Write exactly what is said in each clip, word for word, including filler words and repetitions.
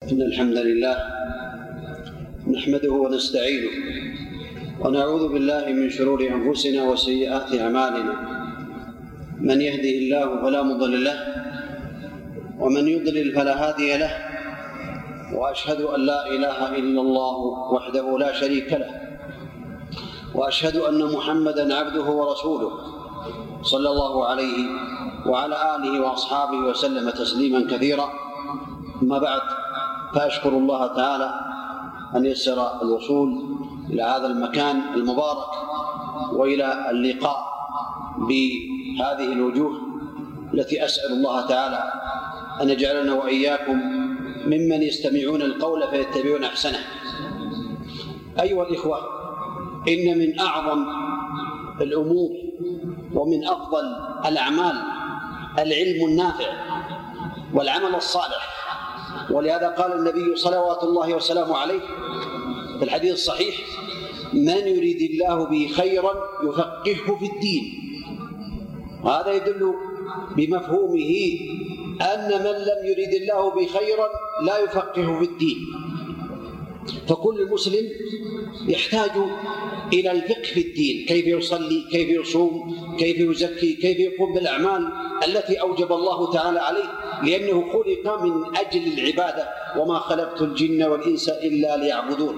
إن الحمد لله نحمده ونستعينه ونعوذ بالله من شرور أنفسنا وسيئات أعمالنا، من يهده الله فلا مضل له ومن يضلل فلا هادي له، وأشهد أن لا إله إلا الله وحده لا شريك له، وأشهد أن محمدًا عبده ورسوله صلى الله عليه وعلى آله وأصحابه وسلم تسليمًا كثيرا. أما بعد، فأشكر الله تعالى أن يسر الوصول إلى هذا المكان المبارك وإلى اللقاء بهذه الوجوه التي أسأل الله تعالى أن يجعلنا وإياكم ممن يستمعون القول فيتبعون أحسنه. أيها الإخوة، إن من أعظم الأمور ومن أفضل الأعمال العلم النافع والعمل الصالح، ولهذا قال النبي صلوات الله وسلامه عليه في الحديث الصحيح: من يريد الله به خيرا يفقهه في الدين. وهذا يدل بمفهومه أن من لم يريد الله به خيرا لا يفقهه في الدين. فكل مسلم يحتاج إلى الفقه في الدين، كيف يصلي، كيف يصوم، كيف يزكي، كيف يقوم بالأعمال التي أوجب الله تعالى عليه، لأنه خلق من أجل العبادة: وما خلقت الجن والإنس إلا ليعبدون.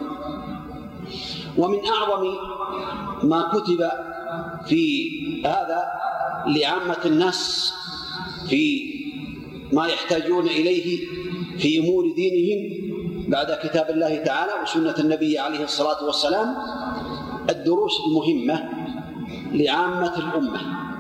ومن أعظم ما كتب في هذا لعامة الناس في ما يحتاجون إليه في أمور دينهم بعد كتاب الله تعالى وسنة النبي عليه الصلاة والسلام الدروس المهمة لعامة الأمة،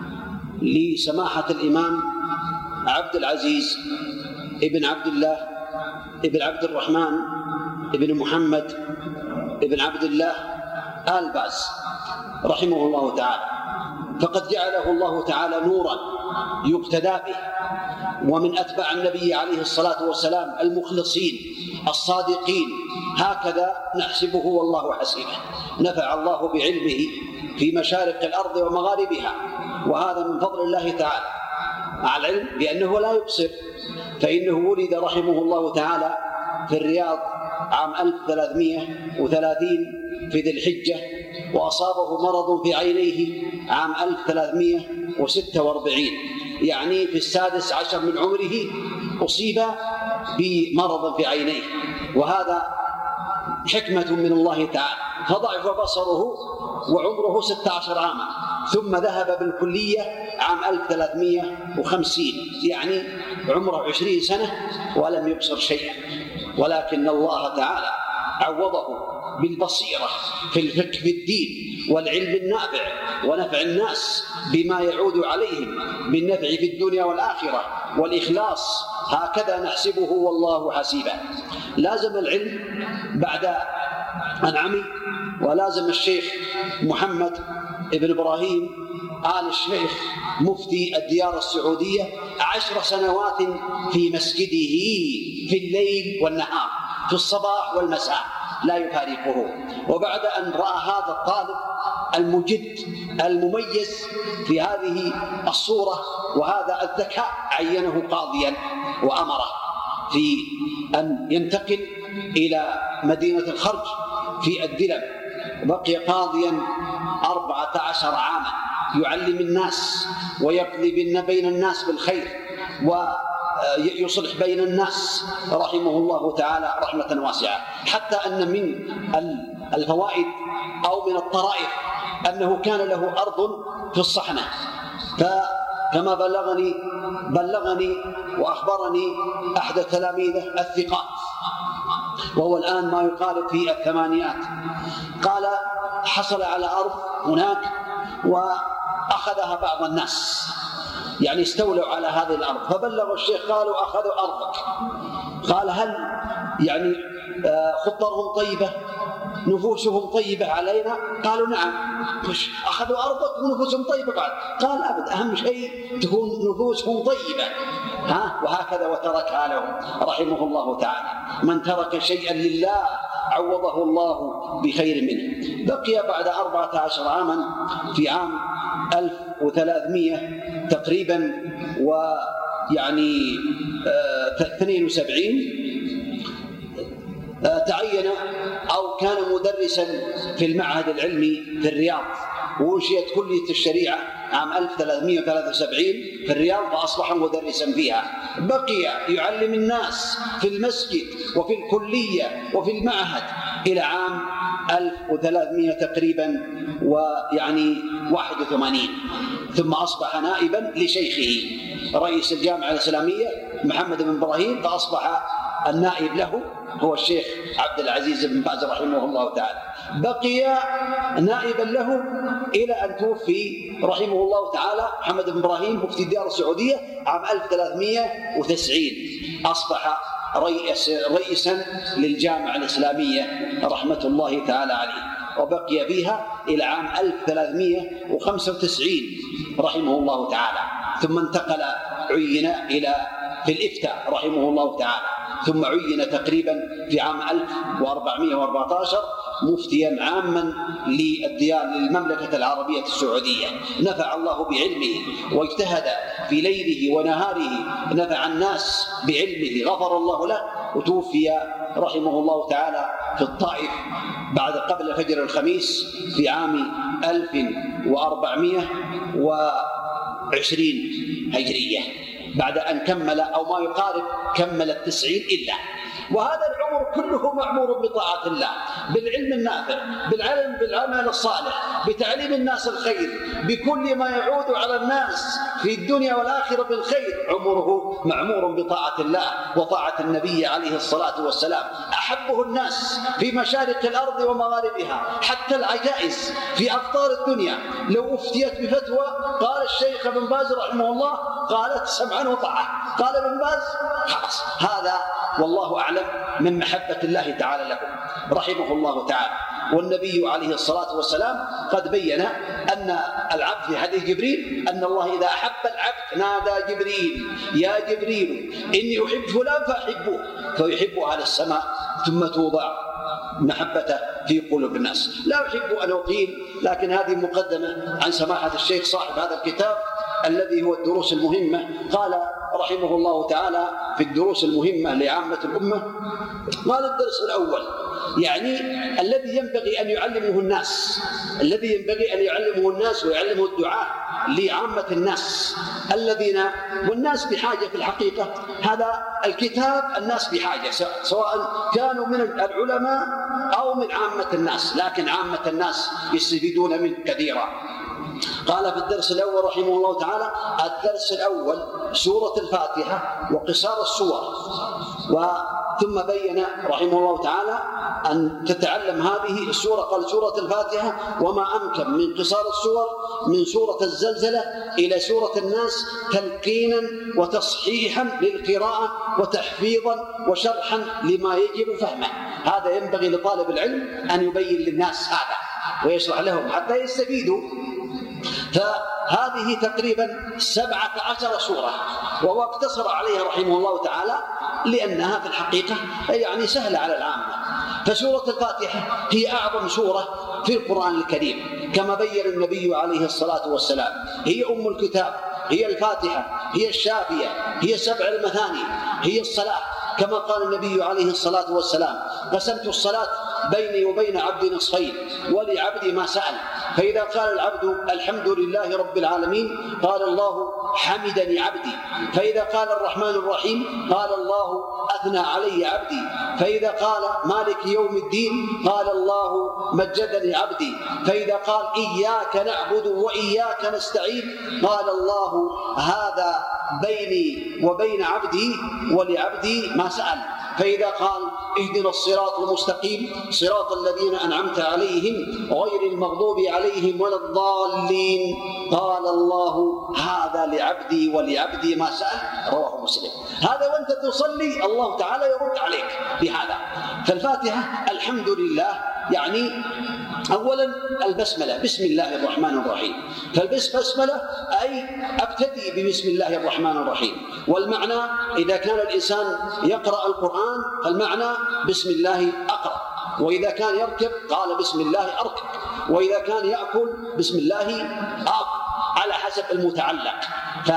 لسماحة الإمام عبد العزيز ابن عبد الله ابن عبد الرحمن ابن محمد ابن عبد الله آل باز رحمه الله تعالى، فقد جعله الله تعالى نورا يقتدى به، ومن أتباع النبي عليه الصلاة والسلام المخلصين الصادقين، هكذا نحسبه والله حسيبه. نفع الله بعلمه في مشارق الأرض ومغاربها، وهذا من فضل الله تعالى مع العلم، لأنه لا يقصر، فإنه ولد رحمه الله تعالى في الرياض عام ألف وثلاثمائة وثلاثين في ذي الحجة، وأصابه مرض في عينيه عام ألف وثلاثمائة وستة وأربعين، يعني في السادس عشر من عمره أصيب بمرض في عينيه، وهذا حكمة من الله تعالى، فضعف بصره وعمره ستة عشر عاما، ثم ذهب بالكلية عام ألف وثلاثمائة وخمسين، يعني عمره عشرين سنة ولم يبصر شيئا، ولكن الله تعالى عوضه بالبصيرة في الفقه في الدين والعلم النافع ونفع الناس بما يعود عليهم بالنفع في الدنيا والآخرة والإخلاص، هكذا نحسبه والله حسيبه. لازم العلم بعد أن عمي، ولازم الشيخ محمد ابن إبراهيم آل الشيخ مفتي الديار السعودية عشر سنوات في مسجده في الليل والنهار، في الصباح والمساء لا يفارقه. وبعد أن رأى هذا الطالب المجد المميز في هذه الصورة وهذا الذكاء، عينه قاضيا وأمره في أن ينتقل إلى مدينة الخرج في الدلم. بقي قاضيا أربعة عشر عاما يعلم الناس ويقضي بين الناس بالخير ويصلح بين الناس رحمه الله تعالى رحمة واسعة، حتى أن من الفوائد أو من الطرائف أنه كان له أرض في الصحنة، فكما بلغني بلغني وأخبرني أحد التلاميذ الثقات، وهو الآن ما يقارب في الثمانيات، قال حصل على أرض هناك وأخذها بعض الناس، يعني استولوا على هذه الأرض، فبلغوا الشيخ قالوا أخذوا أرضك. قال هل يعني خطرهم طيبة، نفوسهم طيبة علينا؟ قالوا نعم. أخذوا أرضك ونفوسهم طيبة بعد؟ قال أبد، أهم شيء تكون نفوسهم طيبة. ها وهكذا وتركها لهم رحمه الله تعالى. من ترك شيئا لله عوضه الله بخير منه. بقي بعد أربعة عشر عاما في عام ألف وثلاثمائة تقريبا ويعني اثنين وسبعين فتعين أو كان مدرسا في المعهد العلمي في الرياض، وأنشئت كلية الشريعة عام ألف وثلاثمائة وثلاثة وسبعين في الرياض، فأصبح مدرسا فيها. بقي يعلم الناس في المسجد وفي الكلية وفي المعهد إلى عام ألف وثلاثمائة تقريبا ويعني واحد وثمانين، ثم أصبح نائبا لشيخه رئيس الجامعة الإسلامية محمد بن إبراهيم، فأصبح النائب له هو الشيخ عبد العزيز بن باز رحمه الله تعالى. بقي نائبا له إلى أن توفي رحمه الله تعالى محمد بن إبراهيم مفتي الديار السعودية عام ألف وثلاثمائة وتسعين، أصبح رئيس رئيسا للجامعة الإسلامية رحمة الله تعالى عليه، وبقي فيها إلى عام ألف وثلاثمائة وخمسة وتسعين رحمه الله تعالى، ثم انتقل عين إلى في الإفتاء رحمه الله تعالى، ثم عين تقريبا في عام ألف وأربعمائة وأربعة عشر مفتيا عاما للديار للمملكة العربية السعودية. نفع الله بعلمه واجتهد في ليله ونهاره، نفع الناس بعلمه، غفر الله له، وتوفي رحمه الله تعالى في الطائف بعد قبل فجر الخميس في عام ألف وأربعمائة وعشرين هجرية، بعد أن كمل أو ما يقارب كمل التسعين إلا. وهذا العمر كله معمور بطاعة الله، بالعلم النافع، بالعلم بالعمل الصالح، بتعليم الناس الخير، بكل ما يعود على الناس في الدنيا والآخرة بالخير. عمره معمور بطاعة الله وطاعة النبي عليه الصلاة والسلام. أحبه الناس في مشارق الأرض ومغاربها، حتى العجائز في أقطار الدنيا لو أفتيت بفتوى قال الشيخ ابن باز رحمه الله قالت سمعا وطاعة، قال ابن باز خلاص. هذا والله أعلم من محبة الله تعالى لكم رحمه الله تعالى. والنبي عليه الصلاة والسلام قد بين أن العبد في حديث جبريل أن الله إذا أحب العبد نادى جبريل يا جبريل إني أحب فلان فأحبه، فيحب أهل السماء ثم توضع محبته في قلوب الناس. لا أحب أن أطيل، لكن هذه مقدمة عن سماحة الشيخ صاحب هذا الكتاب الذي هو الدروس المهمة. قال رحمه الله تعالى في الدروس المهمة لعامة الأمة، قال الدرس الأول يعني الذي ينبغي أن يعلمه الناس، الذي ينبغي أن يعلمه الناس ويعلمه الدعاء لعامة الناس الذين، والناس بحاجة في الحقيقة. هذا الكتاب الناس بحاجة، سواء كانوا من العلماء أو من عامة الناس، لكن عامة الناس يستفيدون منه كثيرا. قال في الدرس الأول رحمه الله تعالى: الدرس الأول سورة الفاتحة وقصار السور. وثم بين رحمه الله تعالى أن تتعلم هذه السورة، قال سورة الفاتحة وما أمكن من قصار السور من سورة الزلزلة إلى سورة الناس تلقينا وتصحيحا للقراءة وتحفيظا وشرحا لما يجب فهمه. هذا ينبغي لطالب العلم أن يبين للناس هذا ويشرح لهم حتى يستفيدوا. فهذه تقريبا سبعة عشر سورة، وهو اقتصر عليها رحمه الله تعالى لأنها في الحقيقة يعني سهلة على العامة. فسورة الفاتحة هي أعظم سورة في القرآن الكريم كما بين النبي عليه الصلاة والسلام، هي أم الكتاب، هي الفاتحة، هي الشافية، هي سبع المثاني، هي الصلاة، كما قال النبي عليه الصلاة والسلام: قسمت الصلاة بيني وبين عبدي نصفين ولعبدي ما سأل، فإذا قال العبد الحمد لله رب العالمين قال الله حمدني عبدي، فإذا قال الرحمن الرحيم قال الله أثنى علي عبدي، فإذا قال مالك يوم الدين قال الله مجدني عبدي، فإذا قال إياك نعبد وإياك نستعين قال الله هذا بيني وبين عبدي ولعبدي ما سأل، فإذا قال اهدنا الصراط المستقيم صراط الذين أنعمت عليهم غير المغضوب عليهم ولا الضالين قال الله هذا لعبدي ولعبدي ما سأل، رواه مسلم. هذا وأنت تصلي الله تعالى يرد عليك بهذا. فالفاتحة الحمد لله يعني أولا البسملة، بسم الله الرحمن الرحيم، فالبسملة أي أبتدي ببسم الله الرحمن الرحيم. والمعنى إذا كان الإنسان يقرأ القرآن فالمعنى بسم الله أقرأ، وإذا كان يركب قال بسم الله أركب، وإذا كان يأكل بسم الله آكل، على حسب المتعلق.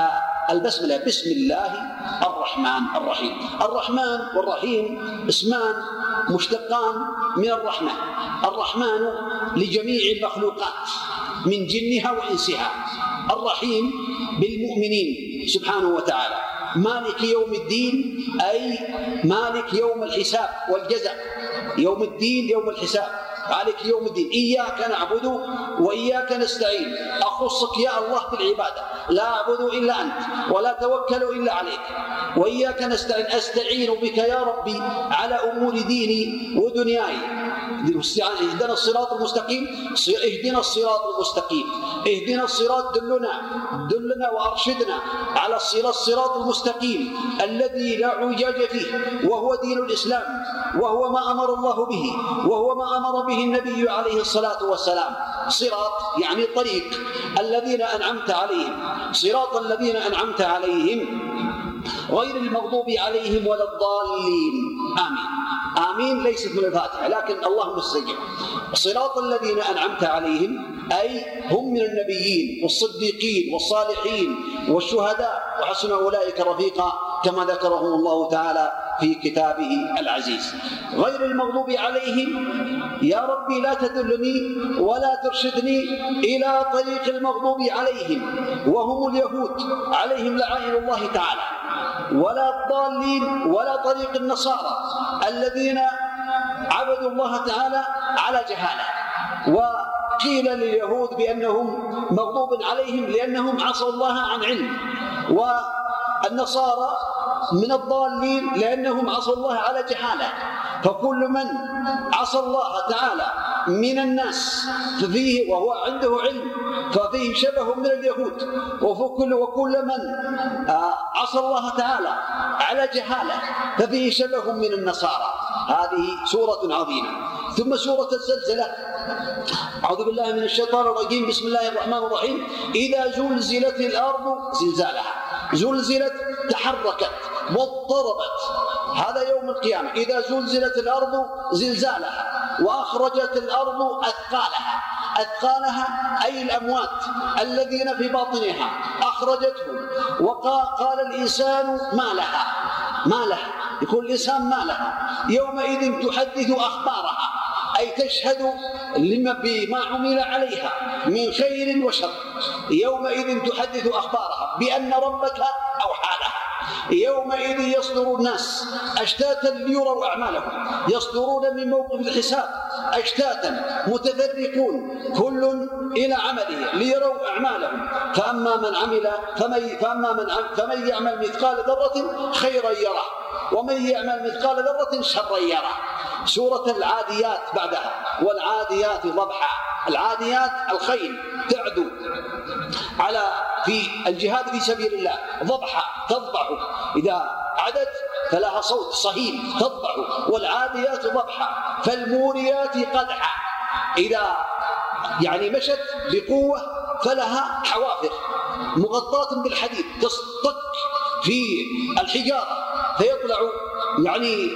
البسملة بسم الله الرحمن الرحيم. الرحمن والرحيم اسمان مشتقان من الرحمة. الرحمن لجميع المخلوقات من جنها وإنسها، الرحيم بالمؤمنين سبحانه وتعالى. مالك يوم الدين أي مالك يوم الحساب والجزاء، يوم الدين يوم الحساب، مالك يوم الدين. إياك نعبد وإياك نستعين، أخصك يا الله بالعبادة، لا أعبد إلا أنت ولا توكل إلا عليك. وإياك نستعين، أستعين بك يا ربي على أمور ديني ودنياي. اهدنا الصراط المستقيم، اهدنا الصراط المستقيم، اهدنا الصراط، دلنا دلنا وأرشدنا على الصراط المستقيم الذي لا اعوجاج فيه، وهو دين الإسلام، وهو ما أمر الله به، وهو ما أمر به النبي عليه الصلاة والسلام. صراط يعني طريق الذين أنعمت عليهم، صراط الذين أنعمت عليهم غير المغضوب عليهم ولا الضالين. آمين. آمين ليست من الفاتحة لكن اللهم استجب. صراط الذين أنعمت عليهم أي هم من النبيين والصديقين والصالحين والشهداء وحسن أولئك رفيقا كما ذكرهم الله تعالى في كتابه العزيز. غير المغضوب عليهم يا ربي لا تدلني ولا ترشدني إلى طريق المغضوب عليهم وهم اليهود عليهم لعائن الله تعالى، ولا الضالين ولا طريق النصارى الذين عبدوا الله تعالى على جهالة. وقيل لليهود بأنهم مغضوب عليهم لأنهم عصوا الله عن علم، والنصارى من الضالين لأنهم عصوا الله على جهالة. فكل من عصى الله تعالى من الناس ففيه وهو عنده علم ففيه شبه من اليهود، وكل وكل من عصى الله تعالى على جهالة ففيه شبه من النصارى. هذه سورة عظيمة. ثم سورة الزلزلة. أعوذ بالله من الشيطان الرجيم، بسم الله الرحمن الرحيم. إذا زلزلت الأرض زلزالها، زلزلت تحركت واضطربت، هذا يوم القيامة. إذا زلزلت الأرض زلزالها وأخرجت الأرض أثقالها، أثقالها أي الأموات الذين في باطنها أخرجتهم. وقال الإنسان ما لها، ما لها، يقول الإنسان ما لها يومئذ تحدث أخبارها، أي تشهد لما بما عمل عليها من خير وشر. يومئذ تحدث أخبارها بأن ربك أوحى لها. يومئذ يصدر الناس أشتاتا ليروا أعمالهم، يصدرون من موقف الحساب أشتاتا متفرقون كل إلى عمله ليروا أعمالهم. فأما من عمل فمن, فأما من, عمل فمن يعمل مثقال ذرة خيرا يره، ومن يعمل مثقال ذرة شرا يره. سورة العاديات بعدها، والعاديات ضبحا. العاديات الخيل تعدو على في الجهاد في سبيل الله، ضبحا تضبح، إذا عدت فلها صوت صهيل تضبح. والعاديات ضبحا فالموريات قدحا، إذا يعني مشت بقوة فلها حوافر مغطاة بالحديد تصطك في الحجارة فيطلع يعني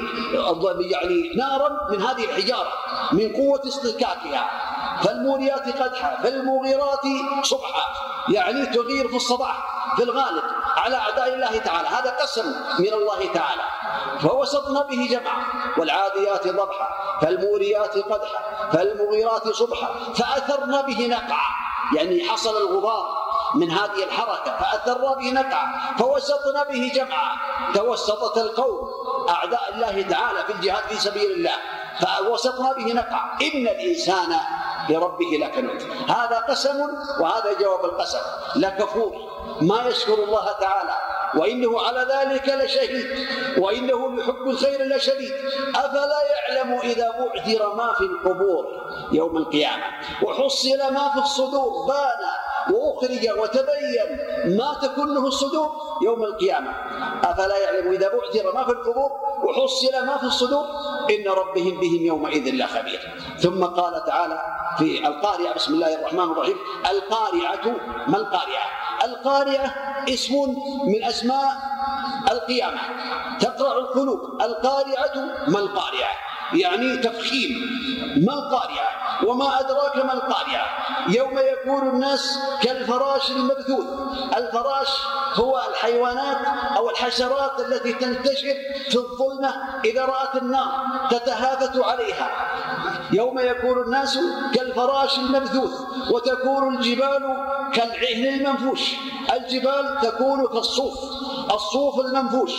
يعني نارا من هذه الحجارة من قوة اصطكاكها. فالموريات قدحا فالمغيرات صبحا، يعني تغير في الصباح في الغالب على أعداء الله تعالى. هذا قسم من الله تعالى فوسطنا به جمعا. والعاديات ضبحا فالموريات قدحا فالمغيرات صبحا فأثرنا به نقعا، يعني حصل الغبار من هذه الحركة فأثرنا به نقعا فوسطنا به جمعا. توسطت القوم أعداء الله تعالى في الجهاد في سبيل الله فوسطنا به نقعا. إن الإنسان لربه لكنود. هذا قسم وهذا جواب القسم. لكفور ما يشكر الله تعالى، وإنه على ذلك لشهيد، وإنه لحب الخير لشديد. أفلا يعلم إذا بعثر ما في القبور يوم القيامة وحصل ما في الصدور بان وأخرج وتبين ما تكنه الصدور يوم القيامة. أفلا يعلم إذا بعثر ما في القبور وحصل ما في الصدور إن ربهم بهم يومئذ لخبير. ثم قال تعالى في القارعة، بسم الله الرحمن الرحيم. القارعة ما القارعة؟ القارعة اسم من أسماء القيامة تقرع القلوب. القارعة ما القارعة؟ يعني تفخيم. ما القارعة؟ وما أدراك ما القارعة؟ يوم يكون الناس كالفراش المبثوث. الفراش هو الحيوانات أو الحشرات التي تنتشر في الظلمة إذا رأت النار تتهافت عليها. يوم يكون الناس كالفراش المبثوث وتكون الجبال كالعهن المنفوش. الجبال تكون كالصوف، الصوف المنفوش.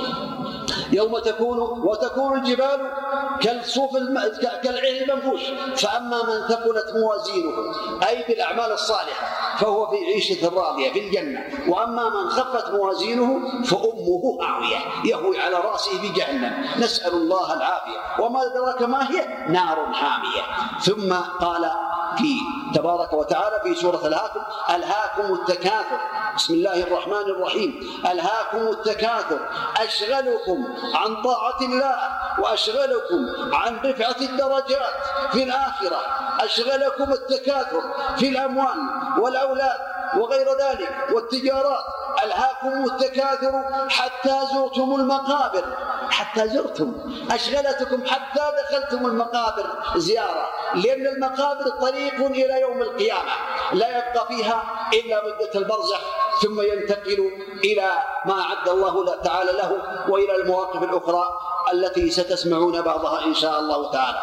يوم تكون وتكون الجبال كالصوف الم... كالعهن المنفوش. فأما من ثقلت موازينه أي بالأعمال الصالحة فهو في عيشة راضية في الجنة، وأما من خفت موازينه فأمه هاوية يهوي على رأسه في جهنم، نسأل الله العافية. وما أدراك ما هي؟ نار حامية. ثم قال في تبارك وتعالى في سورة الهاكم: ألهاكم التكاثر. بسم الله الرحمن الرحيم: ألهاكم التكاثر أشغلكم عن طاعة الله وأشغلكم عن رفعة الدرجات في الآخرة. أشغلكم التكاثر في الأموال والأولاد وغير ذلك والتجارات. ألهاكم التكاثر حتى زرتم المقابر. حتى زرتم، أشغلتكم حتى دخلتم المقابر زيارة، لأن المقابر طريق إلى يوم القيامة لا يبقى فيها إلا مدة البرزخ، ثم ينتقل إلى ما أعد الله تعالى له وإلى المواقف الأخرى التي ستسمعون بعضها إن شاء الله تعالى.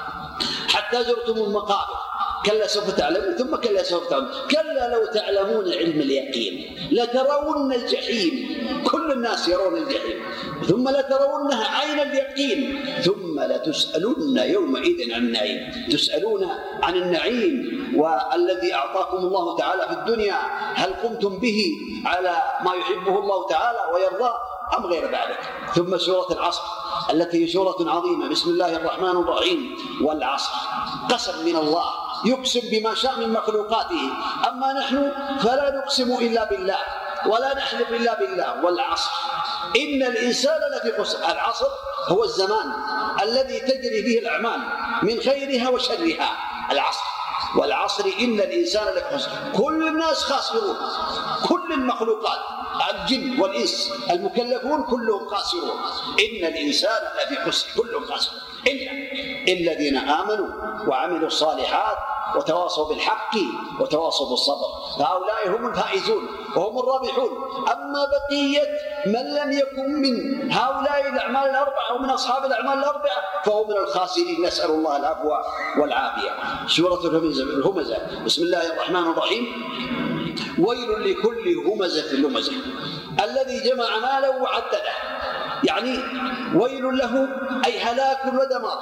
حتى زرتم المقابر. كلا سوف تعلمون ثم كلا سوف تعلمون. كلا لو تعلمون علم اليقين لترون الجحيم. كل الناس يرون الجحيم. ثم لترونها عين اليقين ثم لتسألون يومئذ عن النعيم. تسألون عن النعيم والذي أعطاكم الله تعالى في الدنيا، هل قمتم به على ما يحبه الله تعالى ويرضاه أم غير ذلك. ثم سورة العصر التي هي سورة عظيمة. بسم الله الرحمن الرحيم: والعصر. قسم من الله يقسم بما شاء من مخلوقاته، أما نحن فلا نقسم إلا بالله ولا نحلف إلا بالله. والعصر إن الإنسان لفي خسر. العصر هو الزمان الذي تجري فيه الأعمال من خيرها وشرها. العصر. والعصر إن الإنسان لفي خسر. كل الناس خاسرون، كل المخلوقات الجن والإنس المكلفون كلهم خاسرون. إن الإنسان لفي خسر، كلهم خاسرون إلا الذين آمنوا وعملوا الصالحات وتواصوا بالحق وتواصوا بالصبر فهؤلاء هم الفائزون وهم الرابحون. أما بقية من لم يكن من هؤلاء الأعمال الأربعة أو من أصحاب الأعمال الأربعة فهم من الخاسرين، نسأل الله العفو والعافية. سورة الهمزة. بسم الله الرحمن الرحيم: ويل لكل همزة لمزة الذي جمع مالا وعدده. يعني ويل له أي هلاك ودمار.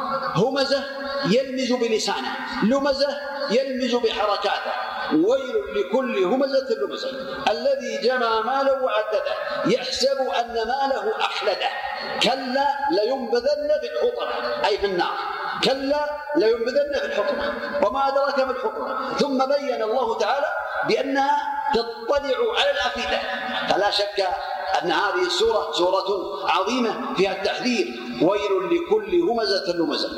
همزة يلمز بلسانه، لمزة يلمز بحركاته. ويل لكل همزة لمزة الذي جمع مالا وعدده يحسب أن ماله أخلده. كلا لينبذن في الحطمة أي في النار. كلا لينبذن في الحطمة وما أدراك ما الحطمة. ثم بين الله تعالى بأنها تطلع على الأفئدة. فلا شك أن هذه السورة سورة عظيمة فيها التحذير. ويل لكل همزة لمزة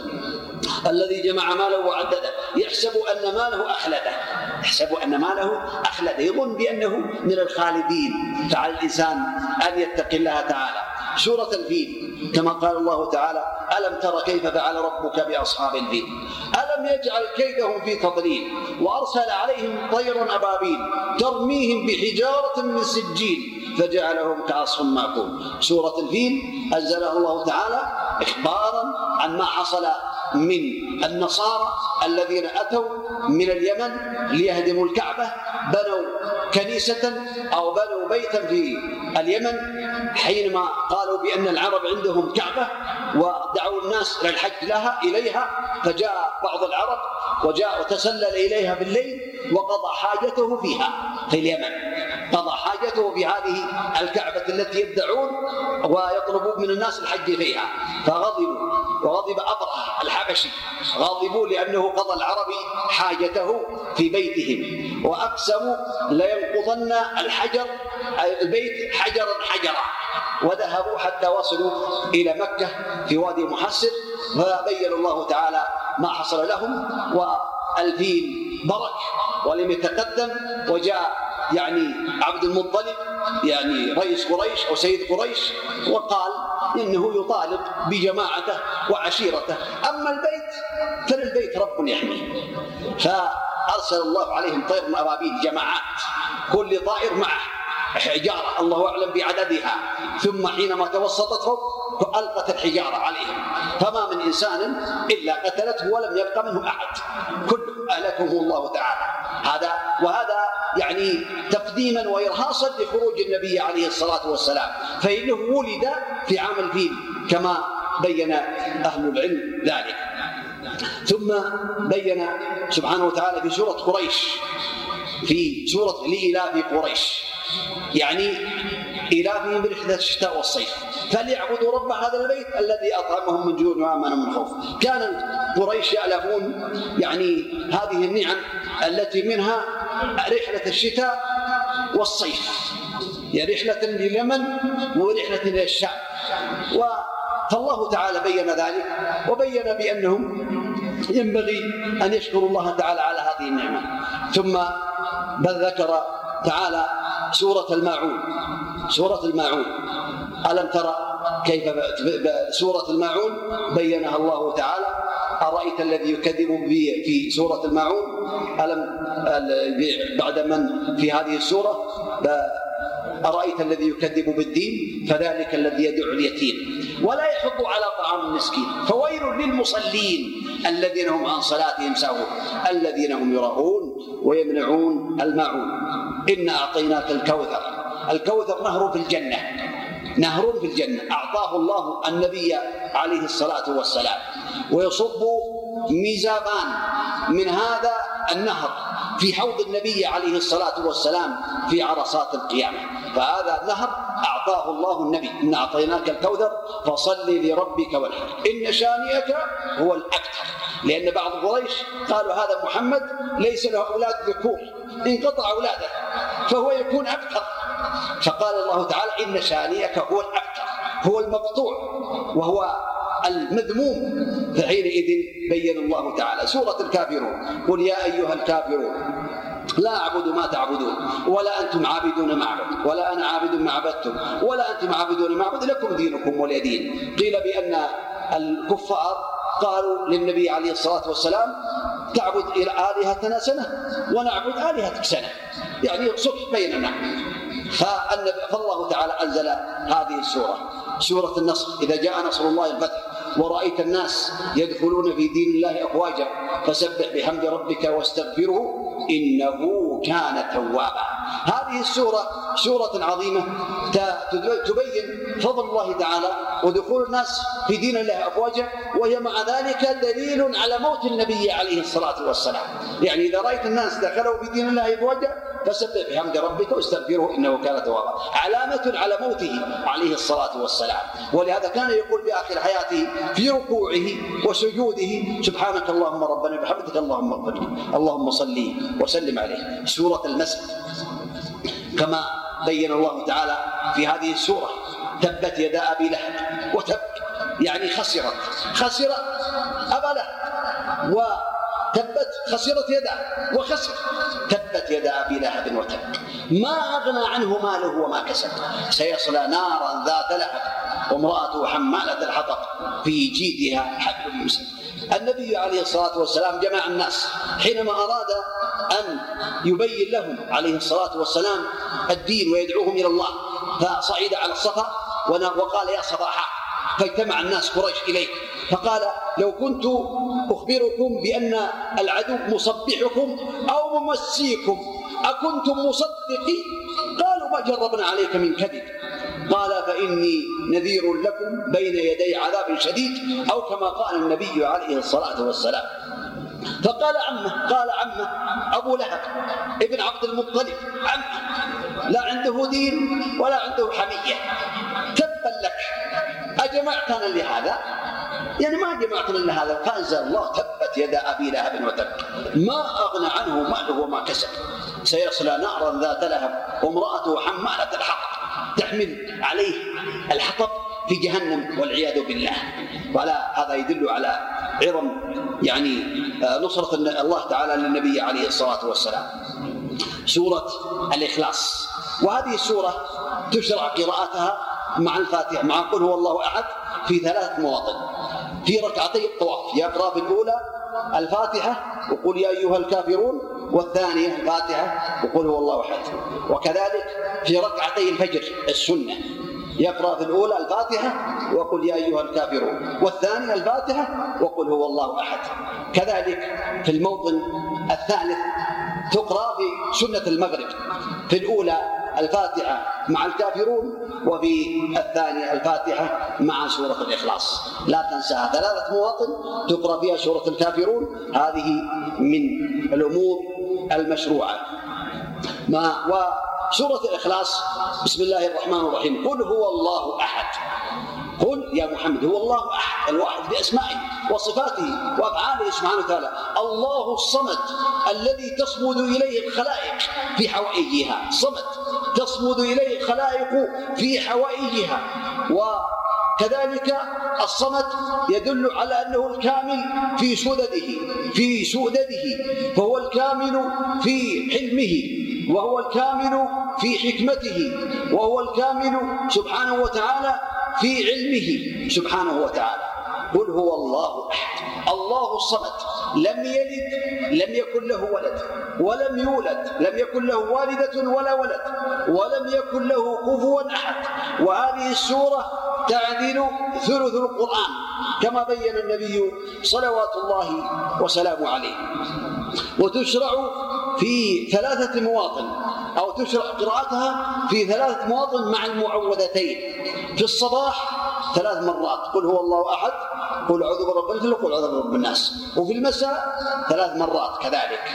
الذي جمع ماله وعدده يحسب أن ماله أخلده. يحسب أن ماله أخلده، يظن بأنه من الخالدين. فعلى الإنسان أن يتقي الله تعالى. سورة الفيل كما قال الله تعالى: ألم تر كيف فعل ربك بأصحاب الفيل ألم يجعل كيدهم في تضليل وأرسل عليهم طيرا أبابيل ترميهم بحجارة من سجيل فجعلهم كعصف مأكول. سورة الفيل أنزلها الله تعالى إخبارا عن ما حصل من النصارى الذين أتوا من اليمن ليهدموا الكعبة. بنوا كنيسة أو بنوا بيتا في اليمن حينما قالوا بأن العرب عندهم كعبة ودعوا الناس إلى الحج لها إليها. فجاء بعض العرب وجاء وتسلل إليها بالليل وقضى حاجته فيها في اليمن. قضى حاجته في هذه الكعبة التي يدعون ويطلبون من الناس الحج فيها. فغضبوا وغضب أبرهة الحبشي، غضبوا لأنه قضى العربي حاجته في بيتهم وأقسموا لينقضن الحجر البيت حجرا حجرا. وذهبوا حتى وصلوا إلى مكة في وادي محسر فبين الله تعالى ما حصل لهم. والفيل برك ولم يتقدم وجاء يعني عبد المطلب يعني رئيس قريش أو سيد قريش، وقال إنه يطالب بجماعته وعشيرته، أما البيت فللبيت رب يحميه. فأرسل الله عليهم طير أبابيل جماعات، كل طائر معه حجارة الله أعلم بعددها، ثم حينما توسطتهم ألقت الحجارة عليهم، فما من إنسان إلا قتلته ولم يبق منهم أحد، كلهم أهلكهم الله تعالى. هذا وهذا يعني تقديما وإرهاصا لخروج النبي عليه الصلاة والسلام، فإنه ولد في عام الفيل كما بين أهل العلم ذلك. ثم بين سبحانه وتعالى في سورة قريش، في سورة لإلاف قريش، يعني إلافهم برحلة الشتاء والصيف، فليعبدوا رب هذا البيت الذي أطعمهم من جوع وآمنهم من خوف. كان قريش يألفون يعني هذه النعم التي منها رحلة الشتاء والصيف، يعني رحلة لليمن ورحلة للشام، فالله تعالى بين ذلك وبين بأنهم ينبغي أن يشكروا الله تعالى على هذه النعمة. ثم بل ذكر تعالى سورة الماعون، سورة الماعون ألم ترى كيف سورة الماعون بينها الله تعالى، أرأيت الذي يكذب به في سورة الماعون، ألم بعد من في هذه السورة أرأيت الذي يكذب بالدين فذلك الذي يدعو اليتيم ولا يحض على طعام المسكين فويل للمصلين الذين هم عن صلاتهم ساهون الذين هم يراءون ويمنعون الماعون. إنا أعطيناك الكوثر، الكوثر نهر في الجنة، نهر في الجنة أعطاه الله النبي عليه الصلاة والسلام، ويصب ميزابان من هذا النهر في حوض النبي عليه الصلاة والسلام في عرصات القيامة. فهذا نهر أعطاه الله النبي، إن أعطيناك الكوثر فصل لربك وانحر إن شانئك هو الأبتر، لأن بعض قريش قالوا هذا محمد ليس له أولاد ذكور، انقطع أولاده فهو يكون أبتر، فقال الله تعالى إن شانئك هو الأبتر، هو المقطوع وهو المذموم. فحينئذ بين الله تعالى سورة الكافرون، قل يا أيها الكافرون لا أعبد ما تعبدون ولا أنتم عابدون ما أعبد ولا أنا عابد ما عبدتم ولا أنتم عابدون ما أعبد لكم دينكم ولي دين. قيل بأن الكفار قالوا للنبي عليه الصلاة والسلام تعبد آلهتنا سنة ونعبد آلهتك سنة، يعني صلح بيننا. فالله تعالى أنزل هذه السورة، سورة النصر، إذا جاء نصر الله الفتح ورأيت الناس يدخلون في دين الله أفواجا فسبح بحمد ربك واستغفره إنه كان توابا. هذه السورة سورة عظيمة تبين فضل الله تعالى ودخول الناس في دين الله أفواجا، وهي مع ذلك دليل على موت النبي عليه الصلاة والسلام. يعني إذا رأيت الناس دخلوا في دين الله أفواجا فسبح بحمد ربك واستغفره إنه كان توابا، علامة على موته عليه الصلاة والسلام. ولهذا كان يقول في آخر حياته في ركوعه وسجوده سبحانك اللهم ربنا بحمدك اللهم اغفر لي اللهم صل وسلم عليه. سورة المسد كما بين الله تعالى في هذه السورة تبت يدا أبي لهب وتب، يعني خسرت خسرت أبا لهب وتبت خسرت يدا وخسر، تبت يدا أبي لهب وتب ما أغنى عنه ماله وما كسب سيصلى نارا ذات لهب وامرأته حمالة الحطب في جيدها حبل من مسد. النبي عليه الصلاة والسلام جمع الناس حينما أراد أن يبين لهم عليه الصلاة والسلام الدين ويدعوهم إلى الله، فصعد على الصفا وقال يا صباحا، فاجتمع الناس قريش إليه فقال لو كنت أخبركم بأن العدو مصبحكم أو ممسيكم أكنتم مصدقي؟ قالوا ما جربنا عليك من كذب، قال فإني نذير لكم بين يدي عذاب شديد، أو كما قال النبي عليه الصلاة والسلام. فقال عمه، قال عمه أبو لهب ابن عبد المطلب عمه لا عنده دين ولا عنده حمية، تبا لك أجمعتنا لهذا؟ يعني ما جمعتنا لهذا. فأنزل الله تبت يدا أبي لهب وتب ما أغنى عنه ماله وما كسب سيصلى نارا ذات لهب وامرأته حمالة الحطب تحمل عليه الحطب في جهنم والعياذ بالله. وعلى هذا يدل على عظم يعني نصرة الله تعالى للنبي عليه الصلاة والسلام. سورة الإخلاص. وهذه السورة تشرع قراءتها مع الفاتحة مع قل هو الله أحد في ثلاث مواطن. في ركعتي الطواف يقرأ في الأولى الفاتحة وقل يا أيها الكافرون، والثانية الفاتحة وقل هو الله أحد. وكذلك في ركعتي الفجر السنة يقرأ في الأولى الفاتحة وقل يا أيها الكافرون، والثانية الفاتحة وقل هو الله أحد. كذلك في الموطن الثالث تقرأ في سنة المغرب في الأولى الفاتحة مع الكافرون، وفي الثانية الفاتحة مع سورة الإخلاص. لا تنساها، ثلاثة مواطن تقرأ فيها سورة الكافرون. هذه من الأمور المشروعة. ما وسورة الإخلاص بسم الله الرحمن الرحيم قل هو الله أحد. قل يا محمد هو الله أحد الواحد بأسمائه وصفاته وأفعاله سبحانه وتعالى، الله الصمد الذي تصمد إليه الخلائق في حوائجها، صمد تصمد إليه الخلائق في حوائجها. وكذلك الصمد يدل على أنه الكامل في سدده في سؤدده، فهو الكامل في حلمه، وهو الكامل في حكمته، وهو الكامل سبحانه وتعالى في علمه سبحانه وتعالى. قل هو الله أحد الله الصمد، لم يلد لم يكن له ولد ولم يولد، لم يكن له والدة ولا ولد، ولم يكن له كفوا أحد. وهذه السورة تعدل ثلث القرآن كما بين النبي صلوات الله وسلامه عليه. وتشرع في ثلاثة مواطن، أو تشرع قراءتها في ثلاثة مواطن مع المعوذتين. في الصباح ثلاث مرات قل هو الله أحد، قل أعوذ برب الفلق، قل أعوذ برب الناس. وفي المساء ثلاث مرات كذلك.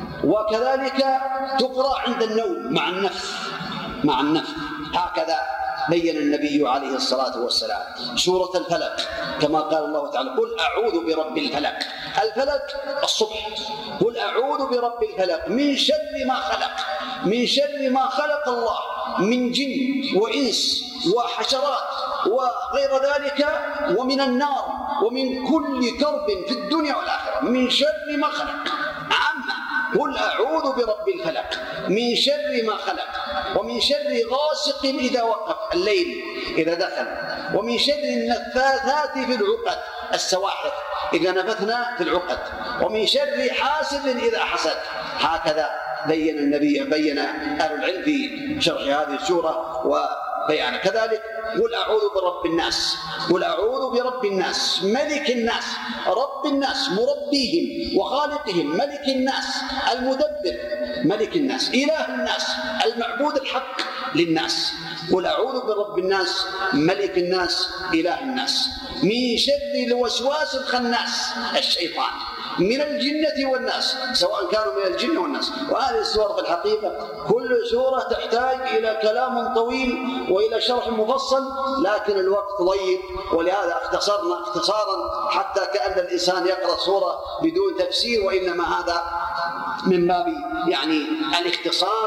وكذلك تقرأ عند النوم مع النفث مع النفث هكذا بين النبي عليه الصلاة والسلام. سورة الفلق كما قال الله تعالى قل أعوذ برب الفلق. الفلق الصبح، قل أعوذ برب الفلق من شر ما خلق، من شر ما خلق الله من جن وإنس وحشرات وغير ذلك، ومن النار، ومن كل كرب في الدنيا والآخرة، من شر ما خلق. عامة قل أعوذ برب الفلق من شر ما خلق، ومن شر غاسق إذا وقف الليل إذا دخل، ومن شر النفاثات في العقد السواحر إذا نفثنا في العقد، ومن شر حاسد إذا حسد. هكذا بين النبي بين أهل العلم في شرح هذه السورة وبيانه. كذلك قل أعوذ برب الناس، قل أعوذ برب الناس ملك الناس رب الناس مربيهم وخالقهم، ملك الناس المدبر ملك الناس إله الناس المعبود الحق للناس. قل أعوذ برب الناس ملك الناس إله الناس من شر الوسواس الخناس الشيطان من الجنة والناس، سواء كانوا من الجن والناس. وهذه السورة في الحقيقة كل سورة تحتاج إلى كلام طويل وإلى شرح مفصل، لكن الوقت ضيق، ولهذا اختصرنا اختصارا حتى كأن الإنسان يقرأ سورة بدون تفسير، وإنما هذا من باب يعني الاختصار،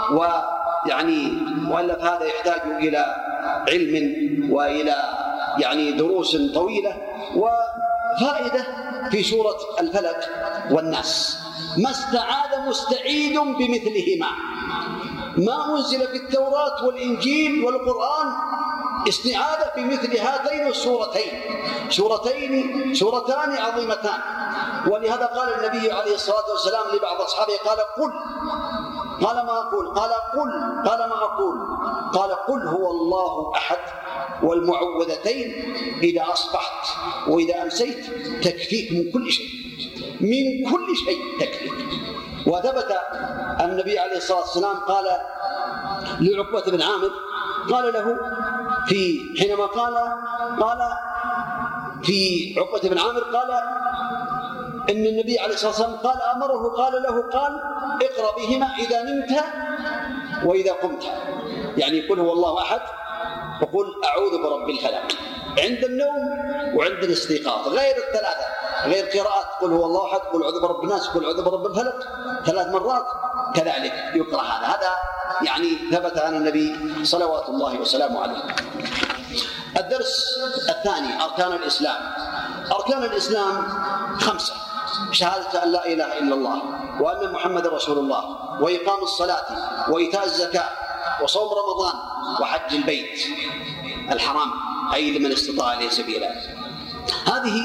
ويعني وإلا هذا يحتاج إلى علم وإلى يعني دروس طويلة. وفائدة في سورة الفلق والناس ما استعاذ مستعيد بمثلهما، ما أنزل في التوراة والإنجيل والقرآن استعاذة بمثل هاتين السورتين، سورتين سورتان عظيمتان. ولهذا قال النبي عليه الصلاة والسلام لبعض أصحابه قال قل، قال ما أقول، قال قل، قال ما أقول، قال قل هو الله أحد والمعوذتين إذا أصبحت وإذا أمسيت تكفيك من كل شيء، من كل شيء تكفيك. وثبت النبي عليه الصلاة والسلام قال لعقبة بن عامر، قال له في حينما قال قال في عقبة بن عامر قال إن النبي عليه الصلاة والسلام قال أمره قال له قال اقرأ بهما إذا نمت وإذا قمت، يعني قل هو الله أحد وقل أعوذ برب الفلق عند النوم وعند الاستيقاظ، غير الثلاثة، غير قراءات قل هو الله أحد، قل أعوذ برب الناس، قل أعوذ برب الفلق ثلاث مرات كذلك يقرأ هذا. هذا يعني ثبت عن النبي صلوات الله وسلامه عليه. الدرس الثاني أركان الإسلام. أركان الإسلام خمسة، شهادة أن لا إله إلا الله وأن محمد رسول الله، وإقام الصلاة، وإيتاء الزكاة، وصوم رمضان، وحج البيت الحرام أي لمن استطاع إليه سبيلا. هذه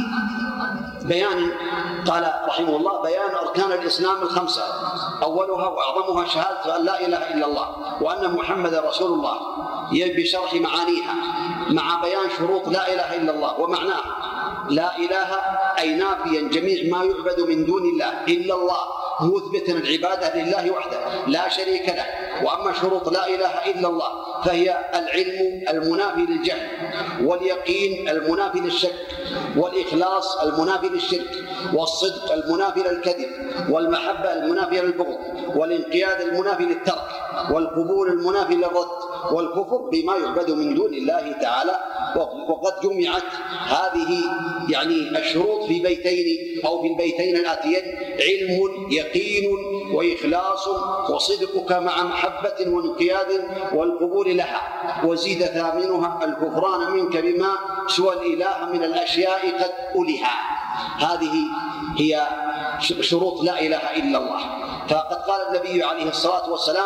بيان، قال رحمه الله: بيان أركان الإسلام الخمسة، أولها وأعظمها شهادة أن لا إله إلا الله وأن محمد رسول الله، بشرح معانيها مع بيان شروط لا إله إلا الله ومعناها. لا إله أي نافيا جميع ما يعبد من دون الله إلا الله، مثبتا العبادة لله وحده لا شريك له. وأما شروط لا إله إلا الله فهي العلم المنافي للجهل، واليقين المنافي للشك، والإخلاص المنافي للشرك، والصدق المنافي للكذب، والمحبة المنافية للبغض، والانقياد المنافي للترك، والقبول المنافي للرد، والكفر بما يعبد من دون الله تعالى. وقد جمعت هذه يعني الشروط في بيتين أو في البيتين الآتيين: علم، يقين، وإخلاص، وصدقك مع محبة وانقياد والقبول لها، وزيد ثامنها الكفران منك بما سوى الإله من الأشياء قد ألها. هذه هي شروط لا إله إلا الله. فقد قال النبي عليه الصلاة والسلام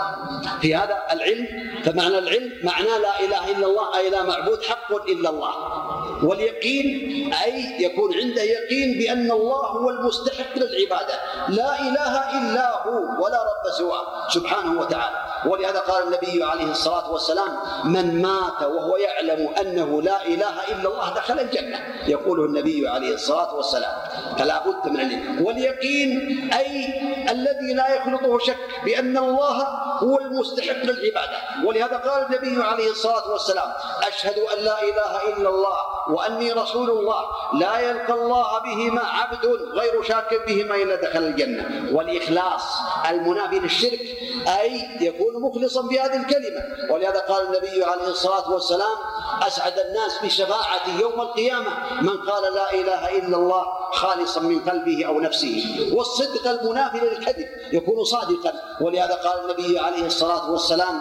في هذا العلم، فمعنى العلم معنى لا إله إلا الله أي لا معبود حق إلا الله. واليقين أي يكون عنده يقين بأن الله هو المستحق للعبادة، لا إله إلا هو ولا رب سواه سبحانه وتعالى. ولهذا قال النبي عليه الصلاة والسلام: من مات وهو يعلم أنه لا إله إلا الله دخل الجنة، يقوله النبي عليه الصلاة والسلام. فلا بد من العلم. واليقين أي الذي لا يخلطه شك بأن الله هو المستحق للعبادة. ولهذا قال النبي عليه الصلاة والسلام: أشهد أن لا إله إلا الله وأني رسول الله، لا يلقى الله بهما عبد غير شاك بهما إلا دخل الجنة. والإخلاص المنافي للشرك أي يكون مخلصا بهذه الكلمة. ولهذا قال النبي عليه الصلاة والسلام: أسعد الناس بشفاعة يوم القيامة من قال لا إله إلا الله خالصا من قلبه أو نفسه. والصدق المنافي للكذب يكون صادقا. ولهذا قال النبي عليه الصلاة والسلام